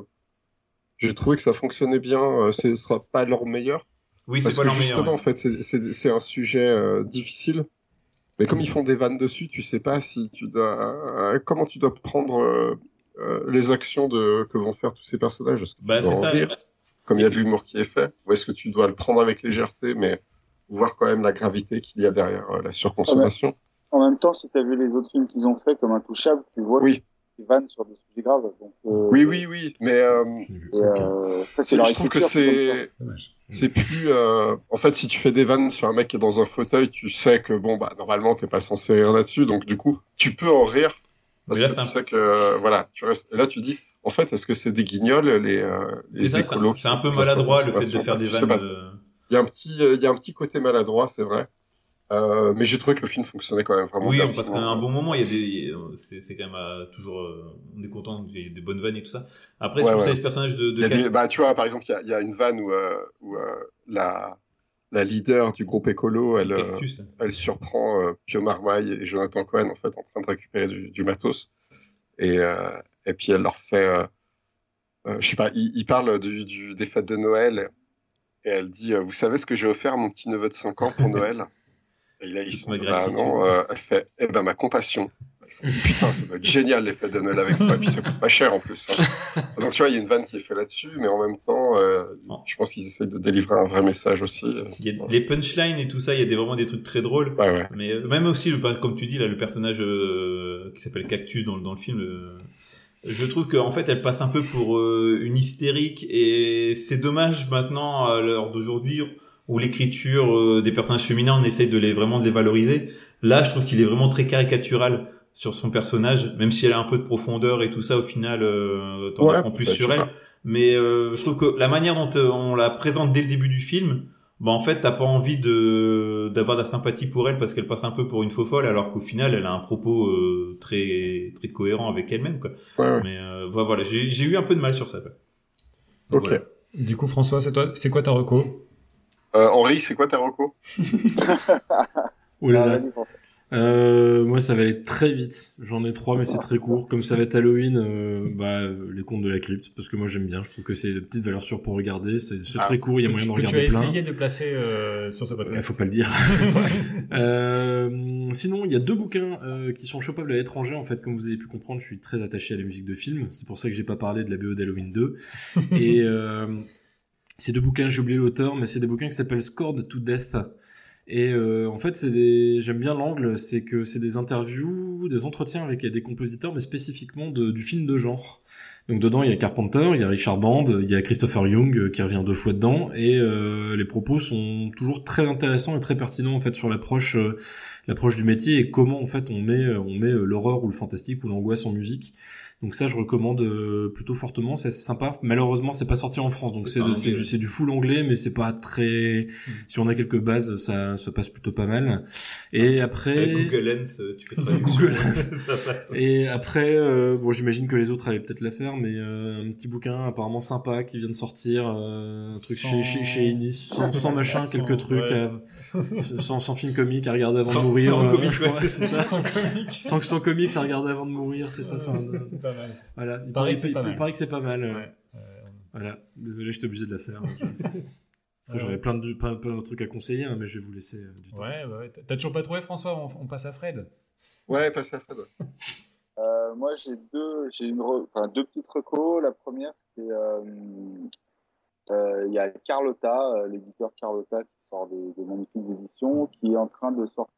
j'ai trouvé que ça fonctionnait bien. Ce sera pas leur meilleur. Oui, c'est parce pas que leur justement, meilleur. En fait, c'est, c'est, c'est un sujet euh, difficile. Mais comme ils font des vannes dessus, tu sais pas si tu dois, comment tu dois prendre euh, euh, les actions de que vont faire tous ces personnages. Est-ce que tu bah, dois c'est en ça. rire, comme il y a de l'humour qui est fait, ou est-ce que tu dois le prendre avec légèreté, mais voir quand même la gravité qu'il y a derrière euh, la surconsommation. En même temps, si tu as vu les autres films qu'ils ont fait, comme Intouchable, tu vois oui. qu'ils vannent sur des sujets graves. Donc, euh... Oui, oui, oui, mais euh, et, euh, ça, c'est c'est, je trouve que c'est, c'est plus. Euh... En fait, si tu fais des vannes sur un mec qui est dans un fauteuil, tu sais que bon, bah normalement, t'es pas censé rire là-dessus, donc du coup, tu peux en rire parce là, que tu un... sais que euh, voilà, tu restes. Et là, tu dis, en fait, est-ce que c'est des guignols les euh, les c'est écolos? Ça, c'est un peu maladroit le fait de faire des vannes. Il y a un petit, il y a un petit côté maladroit, c'est vrai. Euh, mais j'ai trouvé que le film fonctionnait quand même vraiment oui, bien. Oui, parce qu'à un bon moment, il y a des, c'est, c'est quand même euh, toujours, euh, on est content qu'il y ait des bonnes vannes et tout ça. Après, ouais, sur ouais. ces personnages de, de il y a des, bah, tu vois, par exemple, il y a, il y a une vanne où, euh, où euh, la, la leader du groupe écolo, elle, cactus, euh, elle surprend euh, Pio Marmaille et Jonathan Cohen en fait en train de récupérer du, du matos, et euh, et puis elle leur fait, euh, euh, je sais pas, ils, ils parlent du, du des fêtes de Noël, et elle dit, euh, vous savez ce que j'ai offert à mon petit neveu de cinq ans pour Noël? Et là, ils sont, bah, non, euh, elle fait, eh ben, ma compassion. Putain, ça doit être génial, les fêtes de Noël avec toi. Et puis, ça coûte pas cher, en plus. Hein. Donc, tu vois, il y a une vanne qui est faite là-dessus, mais en même temps, euh, je pense qu'ils essayent de délivrer un vrai message aussi. Il y a les punchlines et tout ça, il y a des, vraiment des trucs très drôles. Ouais, ouais. Mais euh, même aussi, le, comme tu dis, là, le personnage euh, qui s'appelle Cactus dans, dans le film, euh, je trouve qu'en fait, elle passe un peu pour euh, une hystérique, et c'est dommage maintenant, à l'heure d'aujourd'hui, où l'écriture euh, des personnages féminins, on essaye de les vraiment de les valoriser. Là, je trouve qu'il est vraiment très caricatural sur son personnage, même si elle a un peu de profondeur et tout ça, au final, euh, t'en ouais, apprends plus sur elle. Pas. Mais euh, je trouve que la manière dont euh, on la présente dès le début du film, bah en fait, t'as pas envie de d'avoir de la sympathie pour elle parce qu'elle passe un peu pour une faux folle, alors qu'au final, elle a un propos euh, très très cohérent avec elle-même, quoi. Ouais, ouais. Mais euh, voilà, j'ai j'ai eu un peu de mal sur ça, quoi. Ok. Voilà. Du coup, François, c'est toi, c'est quoi ta reco? Euh, Henri, c'est quoi ta reco? Oh là là. Euh, moi, ça va aller très vite. J'en ai trois, mais c'est très court. Comme ça va être Halloween, euh, bah, les contes de la crypte, parce que moi j'aime bien. Je trouve que c'est des petites valeurs sûres pour regarder. C'est, c'est ah, très court. Il y a moyen tu, de regarder plein. Tu as essayé de placer euh, sur ce podcast. Il faut pas le dire. euh, sinon, il y a deux bouquins euh, qui sont chopables à l'étranger. En fait, comme vous avez pu comprendre, je suis très attaché à la musique de film. C'est pour ça que j'ai pas parlé de la B O d'Halloween deux. Et euh, ces deux bouquins, j'ai oublié l'auteur, mais c'est des bouquins qui s'appellent Scored to Death. Et euh, en fait, c'est des, j'aime bien l'angle, c'est que c'est des interviews, des entretiens avec des compositeurs, mais spécifiquement de, du film de genre. Donc dedans, il y a Carpenter, il y a Richard Band, il y a Christopher Young qui revient deux fois dedans, et euh, les propos sont toujours très intéressants et très pertinents en fait sur l'approche, euh, l'approche du métier et comment en fait on met, on met l'horreur ou le fantastique ou l'angoisse en musique. Donc ça, je recommande euh, plutôt fortement, c'est assez sympa. Malheureusement, c'est pas sorti en France, donc c'est, c'est, de, c'est, du, c'est du full anglais, mais c'est pas très... Mmh. Si on a quelques bases, ça, ça passe plutôt pas mal. Et après... Avec Google Lens, tu fais traduction. Google ça passe. Et après, euh, bon, j'imagine que les autres allaient peut-être la faire, mais euh, un petit bouquin apparemment sympa qui vient de sortir, euh, un truc sans... chez, chez, chez Ennis, sans, sans machin, sans, quelques trucs, ouais. à, sans, sans film comique à regarder avant sans, de mourir. Sans euh, comique, crois, ouais. c'est ça. Sans comique. Sans, sans comics à regarder avant de mourir, c'est ça. Ouais, c'est, un... c'est pas mal. Voilà. Il paraît que c'est il, pas il, mal. Il paraît que c'est pas mal. Ouais. Euh... Euh... Voilà. Désolé, j'étais obligé de la faire. Ouais. J'aurais plein de, plein, plein de trucs à conseiller, hein, mais je vais vous laisser euh, du temps. Ouais, ouais. T'as toujours pas trouvé, François? On, on passe à Fred. Ouais, passe à Fred. Ouais. Euh, moi, j'ai deux, j'ai une, re... enfin, deux petites recos. La première, c'est, euh, euh, il y a Carlotta, euh, l'éditeur Carlotta qui sort des, des magnifiques éditions, qui est en train de sortir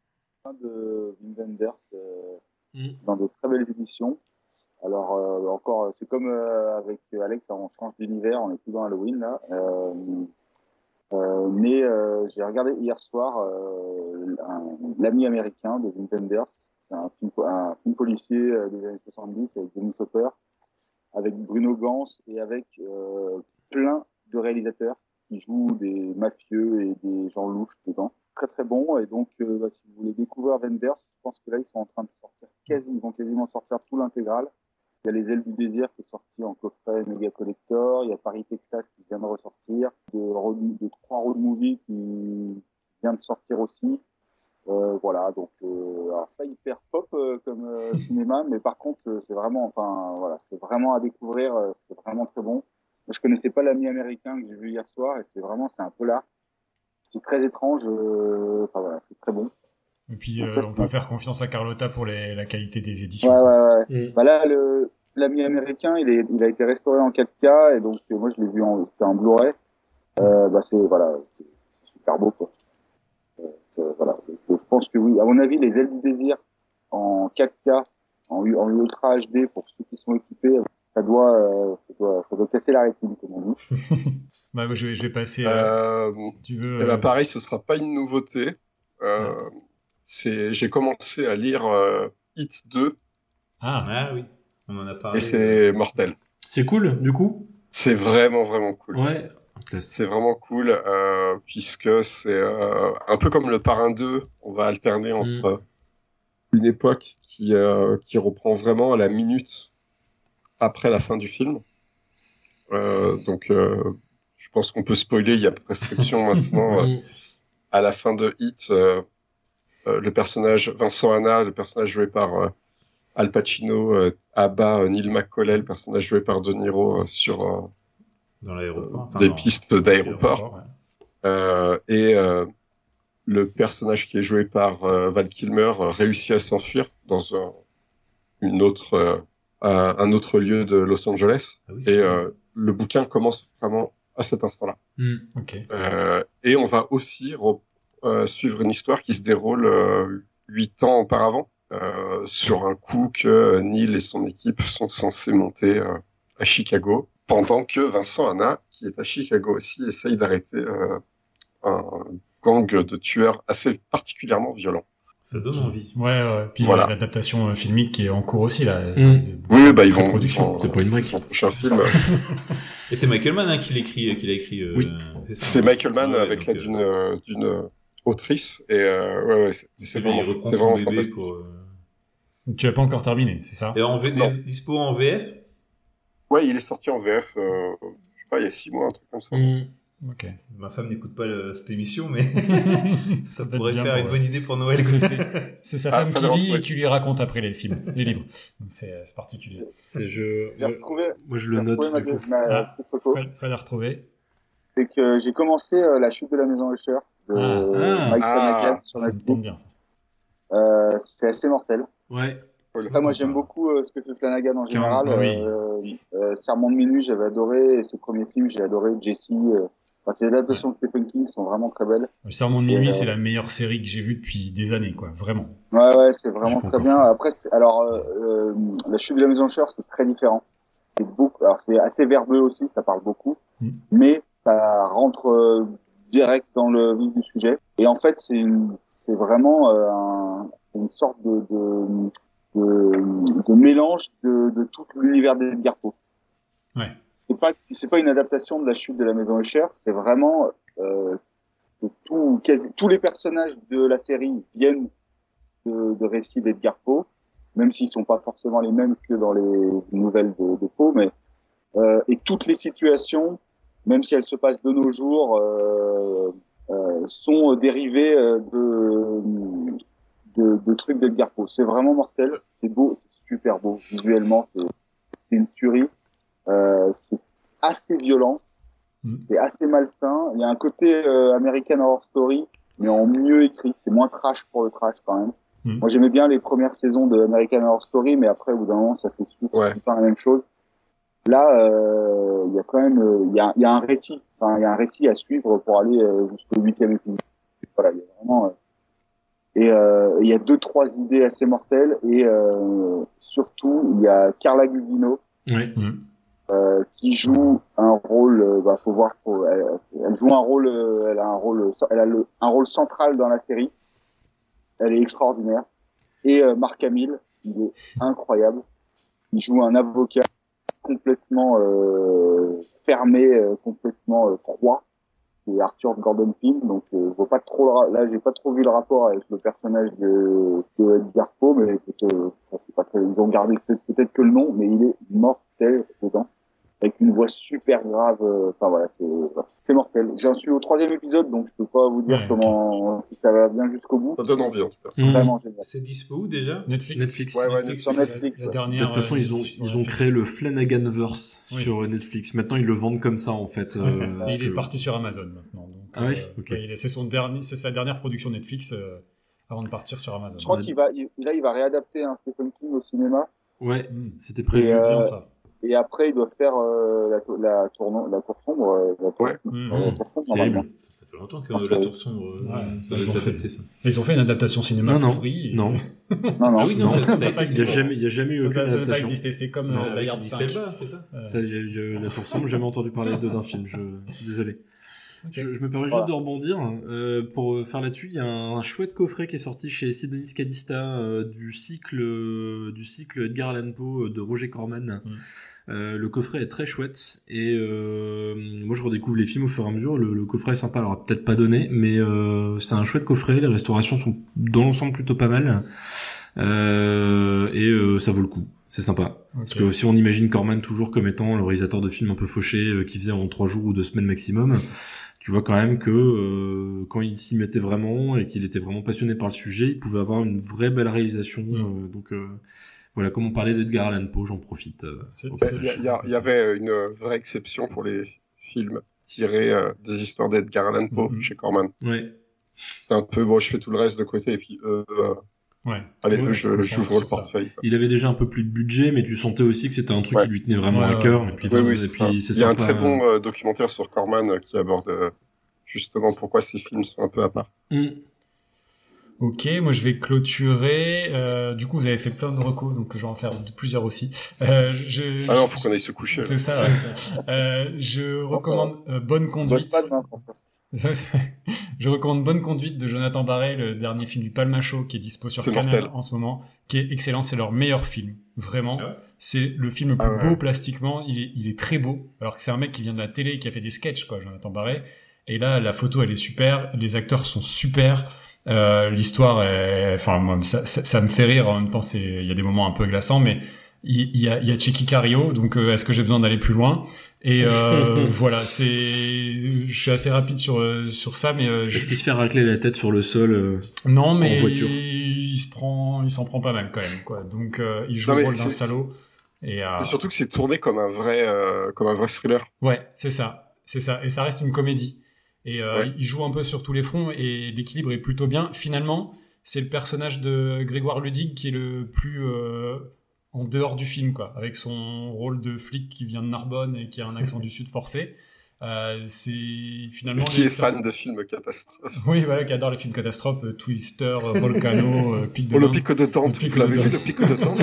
de Wim Wenders euh, mm. dans de très belles éditions. Alors euh, encore, c'est comme euh, avec Alex, on change d'univers, on est plus dans Halloween là. Euh, euh, mais euh, j'ai regardé hier soir euh, un, L'ami américain de Wim Wenders. C'est un film, un film policier euh, des années soixante-dix avec Dennis Hopper, avec Bruno Gans et avec euh, plein de réalisateurs qui jouent des mafieux et des gens louches dedans. Très très bon. Et donc, euh, bah, si vous voulez découvrir Wenders, je pense que là ils sont en train de sortir quasi, ils vont quasiment sortir tout l'intégral. Il y a Les Ailes du Désir qui est sorti en coffret méga collector. Il y a Paris Texas qui vient de ressortir. De, road, de trois road movies qui vient de sortir aussi. Euh, voilà, donc euh, alors pas hyper pop euh, comme euh, cinéma, mais par contre euh, c'est vraiment, enfin voilà, c'est vraiment à découvrir. Euh, c'est vraiment très bon. Moi, je connaissais pas L'ami américain que j'ai vu hier soir et c'est vraiment, c'est un peu là. C'est très étrange. Euh, enfin voilà, c'est très bon. Et puis, euh, ça, on peut bon. faire confiance à Carlotta pour les, la qualité des éditions. Ouais, ouais, ouais. Mm. Bah là, le, L'ami américain, il, est, il a été restauré en quatre K, et donc, euh, moi, je l'ai vu en, c'était en Blu-ray. Euh, bah, c'est, voilà, c'est, c'est super beau, quoi. Euh, voilà. Je pense que oui. À mon avis, Les Ailes du Désir en quatre K, en, en Ultra H D, pour ceux qui sont équipés, ça doit, euh, ça doit, ça doit casser la rétine, comme on dit. Bah, je vais, je vais passer, euh, euh, si tu veux. Eh ben, pareil, ce sera pas une nouveauté. Euh, ouais. C'est, j'ai commencé à lire euh, Hit deux. Ah, ah oui, on en a parlé. Et c'est mortel. C'est cool, du coup. C'est vraiment, vraiment cool. Ouais. C'est vraiment cool, euh, puisque c'est euh, un peu comme le Parrain deux. On va alterner entre mm. une époque qui, euh, qui reprend vraiment à la minute après la fin du film. Euh, donc, euh, je pense qu'on peut spoiler, il y a prescription maintenant. Euh, à la fin de Hit, euh, Euh, le personnage Vincent Hanna, le personnage joué par euh, Al Pacino, euh, abat euh, Neil McCauley, le personnage joué par De Niro euh, sur euh, dans l'aéroport, enfin, des dans pistes d'aéroport. Ouais. Euh, et euh, le personnage qui est joué par euh, Val Kilmer euh, réussit à s'enfuir dans un, une autre, euh, un autre lieu de Los Angeles. Ah oui, et euh, le bouquin commence vraiment à cet instant-là. Mm, okay. euh, et on va aussi re- Euh, suivre une histoire qui se déroule huit euh, ans auparavant, euh, sur un coup que Neil et son équipe sont censés monter euh, à Chicago, pendant que Vincent Hanna, qui est à Chicago aussi, essaye d'arrêter euh, un gang de tueurs assez particulièrement violents. Ça donne envie. Ouais, ouais. Puis voilà. L'adaptation euh, filmique qui est en cours aussi là. Mmh. Oui, bah ils vont. Production. C'est pas une brique. Son prochain film. Et c'est Michael Mann hein, qui l'écrit, qui l'a écrit. Euh, oui. C'est, c'est Michael Mann ouais, avec l'aide d'une, euh, d'une autrice et euh, ouais, ouais, c'est, c'est vraiment, c'est vraiment fantastique. Pour, euh... Tu l'as pas encore terminé, c'est ça? Et en V, non. Dispo en V F? Ouais, il est sorti en V F. Euh, je sais pas, il y a six mois, un truc comme ça. Mmh. Ok. Ma femme n'écoute pas le, cette émission, mais ça, ça pourrait faire une pour, bonne idée pour Noël. C'est, c'est, c'est, c'est sa femme ah, qui lit et qui lui raconte après les films, les livres. Donc c'est, c'est particulier. C'est je. J'ai retrouvé. Moi je le note du coup. Ma, ah, Fred, Fred a retrouvé. C'est que j'ai commencé euh, La chute de la maison Usher de ah, Mike ah, Flanagan sur ça Netflix. bien, ça. Euh, c'est assez mortel. Ouais. Après, moi j'aime beaucoup euh, ce que fait Flanagan en général. Ah, oui. euh, euh, Sermon de minuit, j'avais adoré. Et ses premiers films, j'ai adoré. Jesse. Euh, enfin, ces adaptations ouais. de Stephen King sont vraiment très belles. Le Sermon de minuit, euh, c'est la meilleure série que j'ai vue depuis des années, quoi. Vraiment. Ouais, ouais, c'est vraiment très bien. Fait. Après, c'est, alors, euh, euh, La chute de la maison Usher, c'est très différent. C'est beaucoup. Alors, c'est assez verbeux aussi, ça parle beaucoup, mm. mais ça rentre euh, direct dans le vif du sujet. Et en fait, c'est une, c'est vraiment euh, un, une sorte de, de De, de mélange de, de tout l'univers d'Edgar Poe. Ouais. C'est pas, c'est pas une adaptation de La chute de la maison Usher, c'est vraiment euh, tout, quasi, tous les personnages de la série viennent de, de récits d'Edgar Poe, même s'ils sont pas forcément les mêmes que dans les nouvelles de, de Poe, mais euh, et toutes les situations, même si elles se passent de nos jours, euh, euh, sont dérivées de De, de trucs d'Edgar Poe. C'est vraiment mortel, c'est beau, c'est super beau. Visuellement, c'est, c'est une tuerie. Euh, c'est assez violent, mm. c'est assez malsain. Il y a un côté euh, American Horror Story, mais en mieux écrit. C'est moins trash pour le trash quand même. Mm. Moi, j'aimais bien les premières saisons de American Horror Story, mais après, au bout d'un moment, ça s'essouffle, ouais. c'est pas la même chose. Là, euh, il y a quand même, il y a, il y a un récit, enfin, il y a un récit à suivre pour aller euh, jusqu'au huitième épisode. Voilà, il y a vraiment. Euh, Et euh, il y a deux, trois idées assez mortelles. Et euh, surtout, il y a Carla Gugino oui. euh, qui joue un rôle. Euh, bah, faut voir. Faut, elle, elle joue un rôle. Euh, elle a un rôle. Elle a le, un rôle central dans la série. Elle est extraordinaire. Et euh, Mark Hamill, il est incroyable. Il joue un avocat complètement euh, fermé, euh, complètement euh, froid. C'est Arthur Gordon Pym, donc euh, je vois pas trop le, là j'ai pas trop vu le rapport avec le personnage de, de Edgar Poe, mais euh, c'est pas très, ils ont gardé peut-être, peut-être que le nom, mais il est mortel dedans, avec une voix super grave. Enfin euh, voilà, c'est c'est mortel. J'en suis au troisième épisode, donc je peux pas vous dire ouais, comment okay. si ça va bien jusqu'au bout. Ça donne envie en tout cas. Mmh. Vraiment génial. C'est dispo où déjà? Netflix. Netflix. Ouais, ouais, Netflix. Sur Netflix. La, la dernière. De toute façon, ils ont ils ont créé le Flanaganverse oui. sur Netflix. Maintenant, ils le vendent comme ça en fait. Ouais. Euh, il est que... parti sur Amazon maintenant. Donc, ah oui. Euh, okay. ouais, c'est son dernier, c'est sa dernière production Netflix euh, avant de partir sur Amazon. Je crois ouais. qu'il va, il, là, il va réadapter un Stephen King au cinéma. Ouais, mmh. c'était prévu. Et, euh, bien ça. Et après, il doit faire euh, la, la, tour, la tour sombre. Euh, la tour, ouais. mmh. euh, la tour sombre normalement. Ça, ça fait longtemps que euh, la tour sombre. Euh, ouais. Ils, ont fait, ça. ils ont fait une adaptation cinéma. Non, non. Pourri, et... non. non, non. Ah oui, non, non. Ça, ça, ça, il n'y a jamais, il y a jamais eu ça, aucune ça, adaptation. Ça n'a pas existé. C'est comme non, euh, la Garde cinq. Bas, c'est ça. Euh... ça y a, y a, la tour sombre, j'ai jamais entendu parler de, d'un film. Je, je suis désolé. Okay. Je, je me permets voilà. juste de rebondir euh, pour faire là-dessus. Il y a un, un chouette coffret qui est sorti chez Sidonis Cadista euh, du cycle euh, du cycle Edgar Allan Poe de Roger Corman. Mm. Euh, le coffret est très chouette et euh, moi je redécouvre les films au fur et à mesure. Le, le coffret est sympa, alors peut-être pas donné, mais euh, c'est un chouette coffret. Les restaurations sont dans l'ensemble plutôt pas mal euh, et euh, ça vaut le coup. C'est sympa. Okay. Parce que si on imagine Corman toujours comme étant le réalisateur de films un peu fauchés euh, qui faisait en trois jours ou deux semaines maximum, tu vois quand même que euh, quand il s'y mettait vraiment et qu'il était vraiment passionné par le sujet, il pouvait avoir une vraie belle réalisation. Mm. Euh, donc euh, voilà, comme on parlait d'Edgar Allan Poe, j'en profite. Euh, il y, y, y avait une vraie exception pour les films tirés euh, des histoires d'Edgar Allan Poe mm-hmm. chez Corman. Ouais. C'est un peu bon, je fais tout le reste de côté et puis euh, ouais. Allez, ouais, je, j'ouvre le portefeuille. Il avait déjà un peu plus de budget, mais tu sentais aussi que c'était un truc ouais. qui lui tenait vraiment ouais, à cœur. Ouais, et puis, ouais, oui, et puis c'est Il y a sympa. un très bon euh, documentaire sur Corman euh, qui aborde euh, justement pourquoi ces films sont un peu à part. Mm. Ok, moi je vais clôturer. Euh, du coup, vous avez fait plein de recos, donc je vais en faire plusieurs aussi. Euh, je, ah non, faut qu'on aille se coucher. C'est ça. Ouais. euh, je recommande euh, Bonne Conduite. Je recommande Bonne Conduite de Jonathan Barré, le dernier film du Palma Show qui est dispo sur c'est Canal mortel. En ce moment, qui est excellent. C'est leur meilleur film, vraiment. Ah ouais. C'est le film le plus ah ouais. beau plastiquement. Il est, il est très beau. Alors que c'est un mec qui vient de la télé, qui a fait des sketchs, quoi, Jonathan Barré. Et là, la photo, elle est super. Les acteurs sont super. Euh, l'histoire est, enfin, moi, ça, ça, ça me fait rire. En même temps, c'est, il y a des moments un peu glaçants, mais il y a, il y a Checky Cario, donc euh, est-ce que j'ai besoin d'aller plus loin? Et euh, voilà, c'est, je suis assez rapide sur sur ça, mais euh, je... est-ce qu'il se fait racler la tête sur le sol euh, non, mais en voiture il, il se prend, il s'en prend pas mal quand même, quoi. Donc euh, il joue Non, le mais rôle d'un c'est- salaud. Et euh, C'est surtout que c'est tourné comme un vrai, euh, comme un vrai thriller. ouais, c'est ça, c'est ça, et ça reste une comédie. Et euh, Ouais. il joue un peu sur tous les fronts et l'équilibre est plutôt bien. Finalement, c'est le personnage de Grégoire Ludig qui est le plus euh, en dehors du film, quoi, avec son rôle de flic qui vient de Narbonne et qui a un accent du Sud forcé. Euh, c'est finalement Et qui les est fan perso- de films catastrophes. Oui, voilà, qui adore les films catastrophes, euh, Twister, euh, Volcano, euh, Pic de Oh, le Dinde. pic de Dante, Le pic vous l'avez de vu, Dante. le pic de Dante?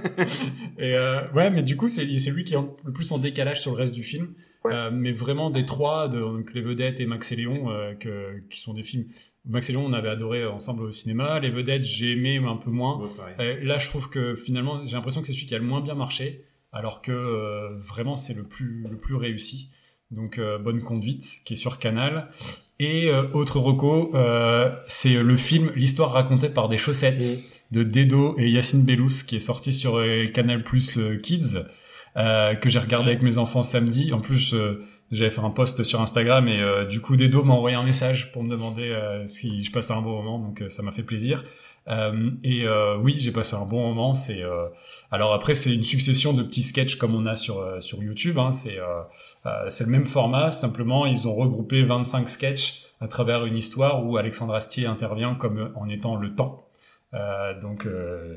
Et euh, ouais, mais du coup, c'est c'est lui qui est en- le plus en décalage sur le reste du film. Ouais. Euh, mais vraiment des trois, de, donc les vedettes et Max et Léon, euh, que, qui sont des films. Max et Léon, on avait adoré ensemble au cinéma. Les vedettes, j'ai aimé, mais un peu moins. Ouais, pareil. Euh, là, je trouve que finalement, j'ai l'impression que c'est celui qui a le moins bien marché, alors que euh, vraiment, c'est le plus, le plus réussi. Donc, euh, Bonne Conduite, qui est sur Canal. Et euh, autre reco, euh, c'est le film L'histoire racontée par des chaussettes de Dedo et Yacine Bellous, qui est sorti sur euh, Canal Plus euh, Kids, euh, que j'ai regardé avec mes enfants samedi. En plus, euh, j'avais fait un post sur Instagram et euh, du coup, Dedo m'a envoyé un message pour me demander euh, si je passais un bon moment, donc euh, ça m'a fait plaisir. Euh, et euh, oui, j'ai passé un bon moment. C'est euh... alors après, c'est une succession de petits sketchs comme on a sur euh, sur YouTube. Hein. C'est euh, euh, c'est le même format. Simplement, ils ont regroupé vingt-cinq sketchs à travers une histoire où Alexandre Astier intervient comme en étant le temps. Euh, donc euh,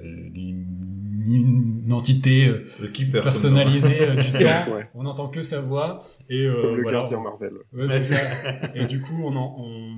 une, une entité euh, Le keeper. personnalisée euh, du temps. Ouais. On n'entend que sa voix et euh, Comme le voilà, gardien on- Marvel. Ouais, c'est ça. Et du coup, on, en- on,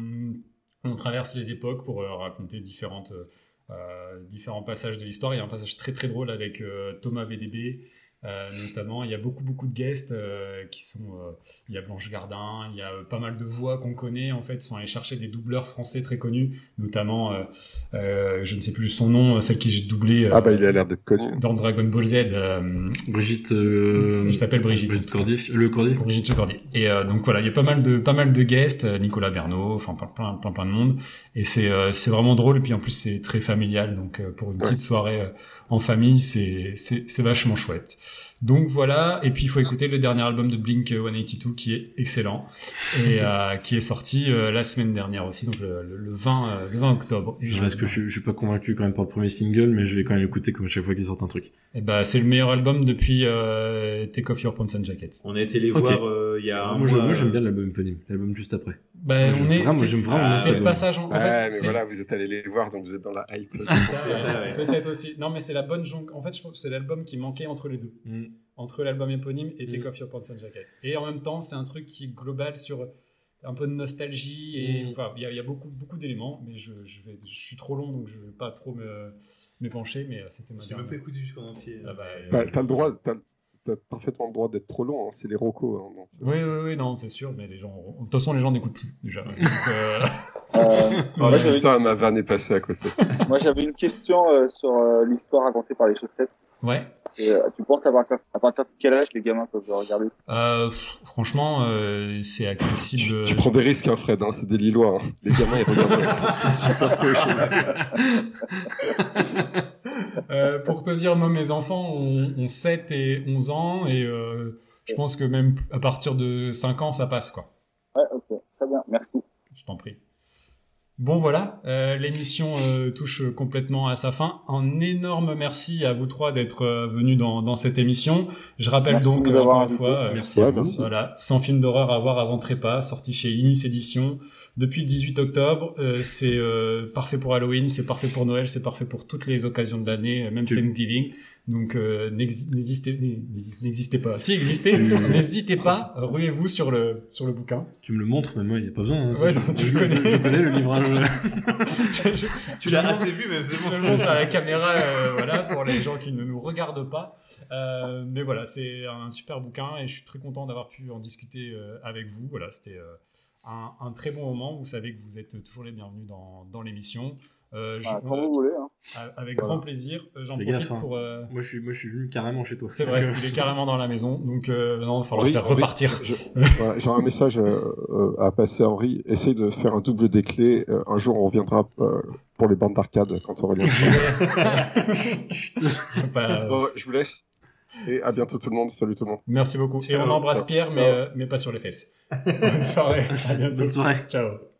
on traverse les époques pour euh, raconter différentes, euh, différents passages de l'histoire. Il y a un passage très très drôle avec euh, Thomas V D B, euh, notamment. Il y a beaucoup beaucoup de guests euh, qui sont. Euh, il y a Blanche Gardin, il y a euh, pas mal de voix qu'on connaît. En fait, ils sont allés chercher des doubleurs français très connus, notamment, euh, euh, je ne sais plus son nom, celle qui j'ai doublé euh, Ah bah il a l'air d'être connu. dans Dragon Ball Z. Euh, Brigitte euh... elle s'appelle Brigitte. Brigitte Cordier le Cordier Brigitte Lecordier. Et euh, donc voilà, il y a pas mal de pas mal de guests, euh, Nicolas Bernot, enfin plein plein plein plein de monde. Et c'est euh, c'est vraiment drôle. Et puis en plus c'est très familial, donc euh, pour une Ouais. petite soirée euh, en famille, c'est c'est c'est vachement chouette. Donc voilà. Et puis il faut écouter le dernier album de Blink cent quatre-vingt-deux qui est excellent et euh, qui est sorti euh, la semaine dernière aussi, donc le, le, le vingt euh, le vingt octobre. Et Parce que je, suis- je suis pas convaincu quand même par le premier single, mais je vais quand même l'écouter comme à chaque fois qu'ils sortent un truc. Et bah c'est le meilleur album depuis euh, Take Off Your Pants and Jackets. On a été les Ok. voir euh, il y a un moi, je- mois. moi, j'aime euh, bien l'album éponyme, l'album juste après. Bah, Moi, j'aime on est, vraiment- c'est- j'aime vraiment Ah, cet c'est le album. passage en, en Ouais, fait, mais c'est- voilà, vous êtes allés les voir, donc vous êtes dans la hype. C'est ça, C'est ouais. ça, ouais. Peut-être aussi. Non, mais c'est la bonne jonction. En fait, je pense que c'est l'album qui manquait entre les deux. Mm. Entre l'album éponyme et Take Mm. Off Your Pants and Jackets. Et en même temps, c'est un truc qui est global sur un peu de nostalgie. Et Mm. enfin, il y, a- il y a beaucoup, beaucoup d'éléments. Mais je, je, vais, je suis trop long, donc je vais pas trop me, m'épancher. Mais euh, c'était ma J'ai même dernière. pas écouté jusqu'en entier. Ah bah, T'as euh, t'as le droit, t'as t'as parfaitement le droit d'être trop long, hein, c'est les rocos. Hein, donc. Oui, oui, oui, non, c'est sûr. Mais les gens. De toute façon, les gens n'écoutent plus déjà. Donc, euh, Euh, moi, j'avais Putain, ma vanne est passée à côté. moi, j'avais une question euh, sur euh, l'histoire racontée par les chaussettes. ouais. Et, euh, tu penses à partir, à partir de quel âge les gamins peuvent le regarder? Euh, pff, franchement, euh, c'est accessible. Tu prends des risques, hein, Fred, hein, c'est des Lillois. Hein. Les gamins, ils regardent. Super Euh, pour te dire, moi, mes enfants ont, ont sept et onze ans et euh, je pense que même à partir de cinq ans, ça passe, quoi. Ouais, ok, très bien, merci. Je t'en prie. Bon, voilà, euh, l'émission euh, touche complètement à sa fin. Un énorme merci à vous trois d'être euh, venus dans, dans cette émission. Je rappelle Merci donc, de nous euh, avoir encore une invités. fois, euh, Merci à Ouais, vous. merci. voilà, cent films d'horreur à voir avant Trépas, sorti chez Inis Éditions depuis le dix-huit octobre. Euh, c'est euh, parfait pour Halloween, c'est parfait pour Noël, c'est parfait pour toutes les occasions de l'année, euh, même Tu- Thanksgiving. Donc euh, n'ex- n'hésitez, n'hésitez- n'existez pas. Si existez, n'hésitez pas, ruez-vous sur le sur le bouquin. Tu me le montres, mais moi, il n'y a pas besoin. Hein, Ouais, je, non, tu je- le je- connais. je connais le livrage. Je- je- Tu l'as assez vu, mais c'est Je bon. le montre à la caméra, euh, voilà, pour les gens qui ne nous regardent pas. Euh, mais voilà, c'est un super bouquin et je suis très content d'avoir pu en discuter euh, avec vous. Voilà, c'était euh, un, un très bon moment. Vous savez que vous êtes toujours les bienvenus dans, dans l'émission. Euh, je- Voilà, quand vous voulez. Hein. avec grand plaisir. Euh, J'en Fais profite gaffe, hein. pour. euh, moi, je suis, moi, je suis venu carrément chez toi. C'est vrai, Donc, euh, il est carrément dans la maison, donc euh, non, il va falloir Henri, le faire Henri, repartir. je- voilà, J'ai un message euh, euh, à passer à Henri. Essaye de faire un double des clés. Euh, un jour, on reviendra euh, pour les bandes d'arcade quand Aurélien sera là. Pas- Bon, je vous laisse. Et à bientôt tout le monde. Salut tout le monde. Merci beaucoup. Ciao. Et on embrasse Ciao. Pierre, mais, euh, mais pas sur les fesses. Bonne soirée. À bientôt. Bonne soirée. Ciao.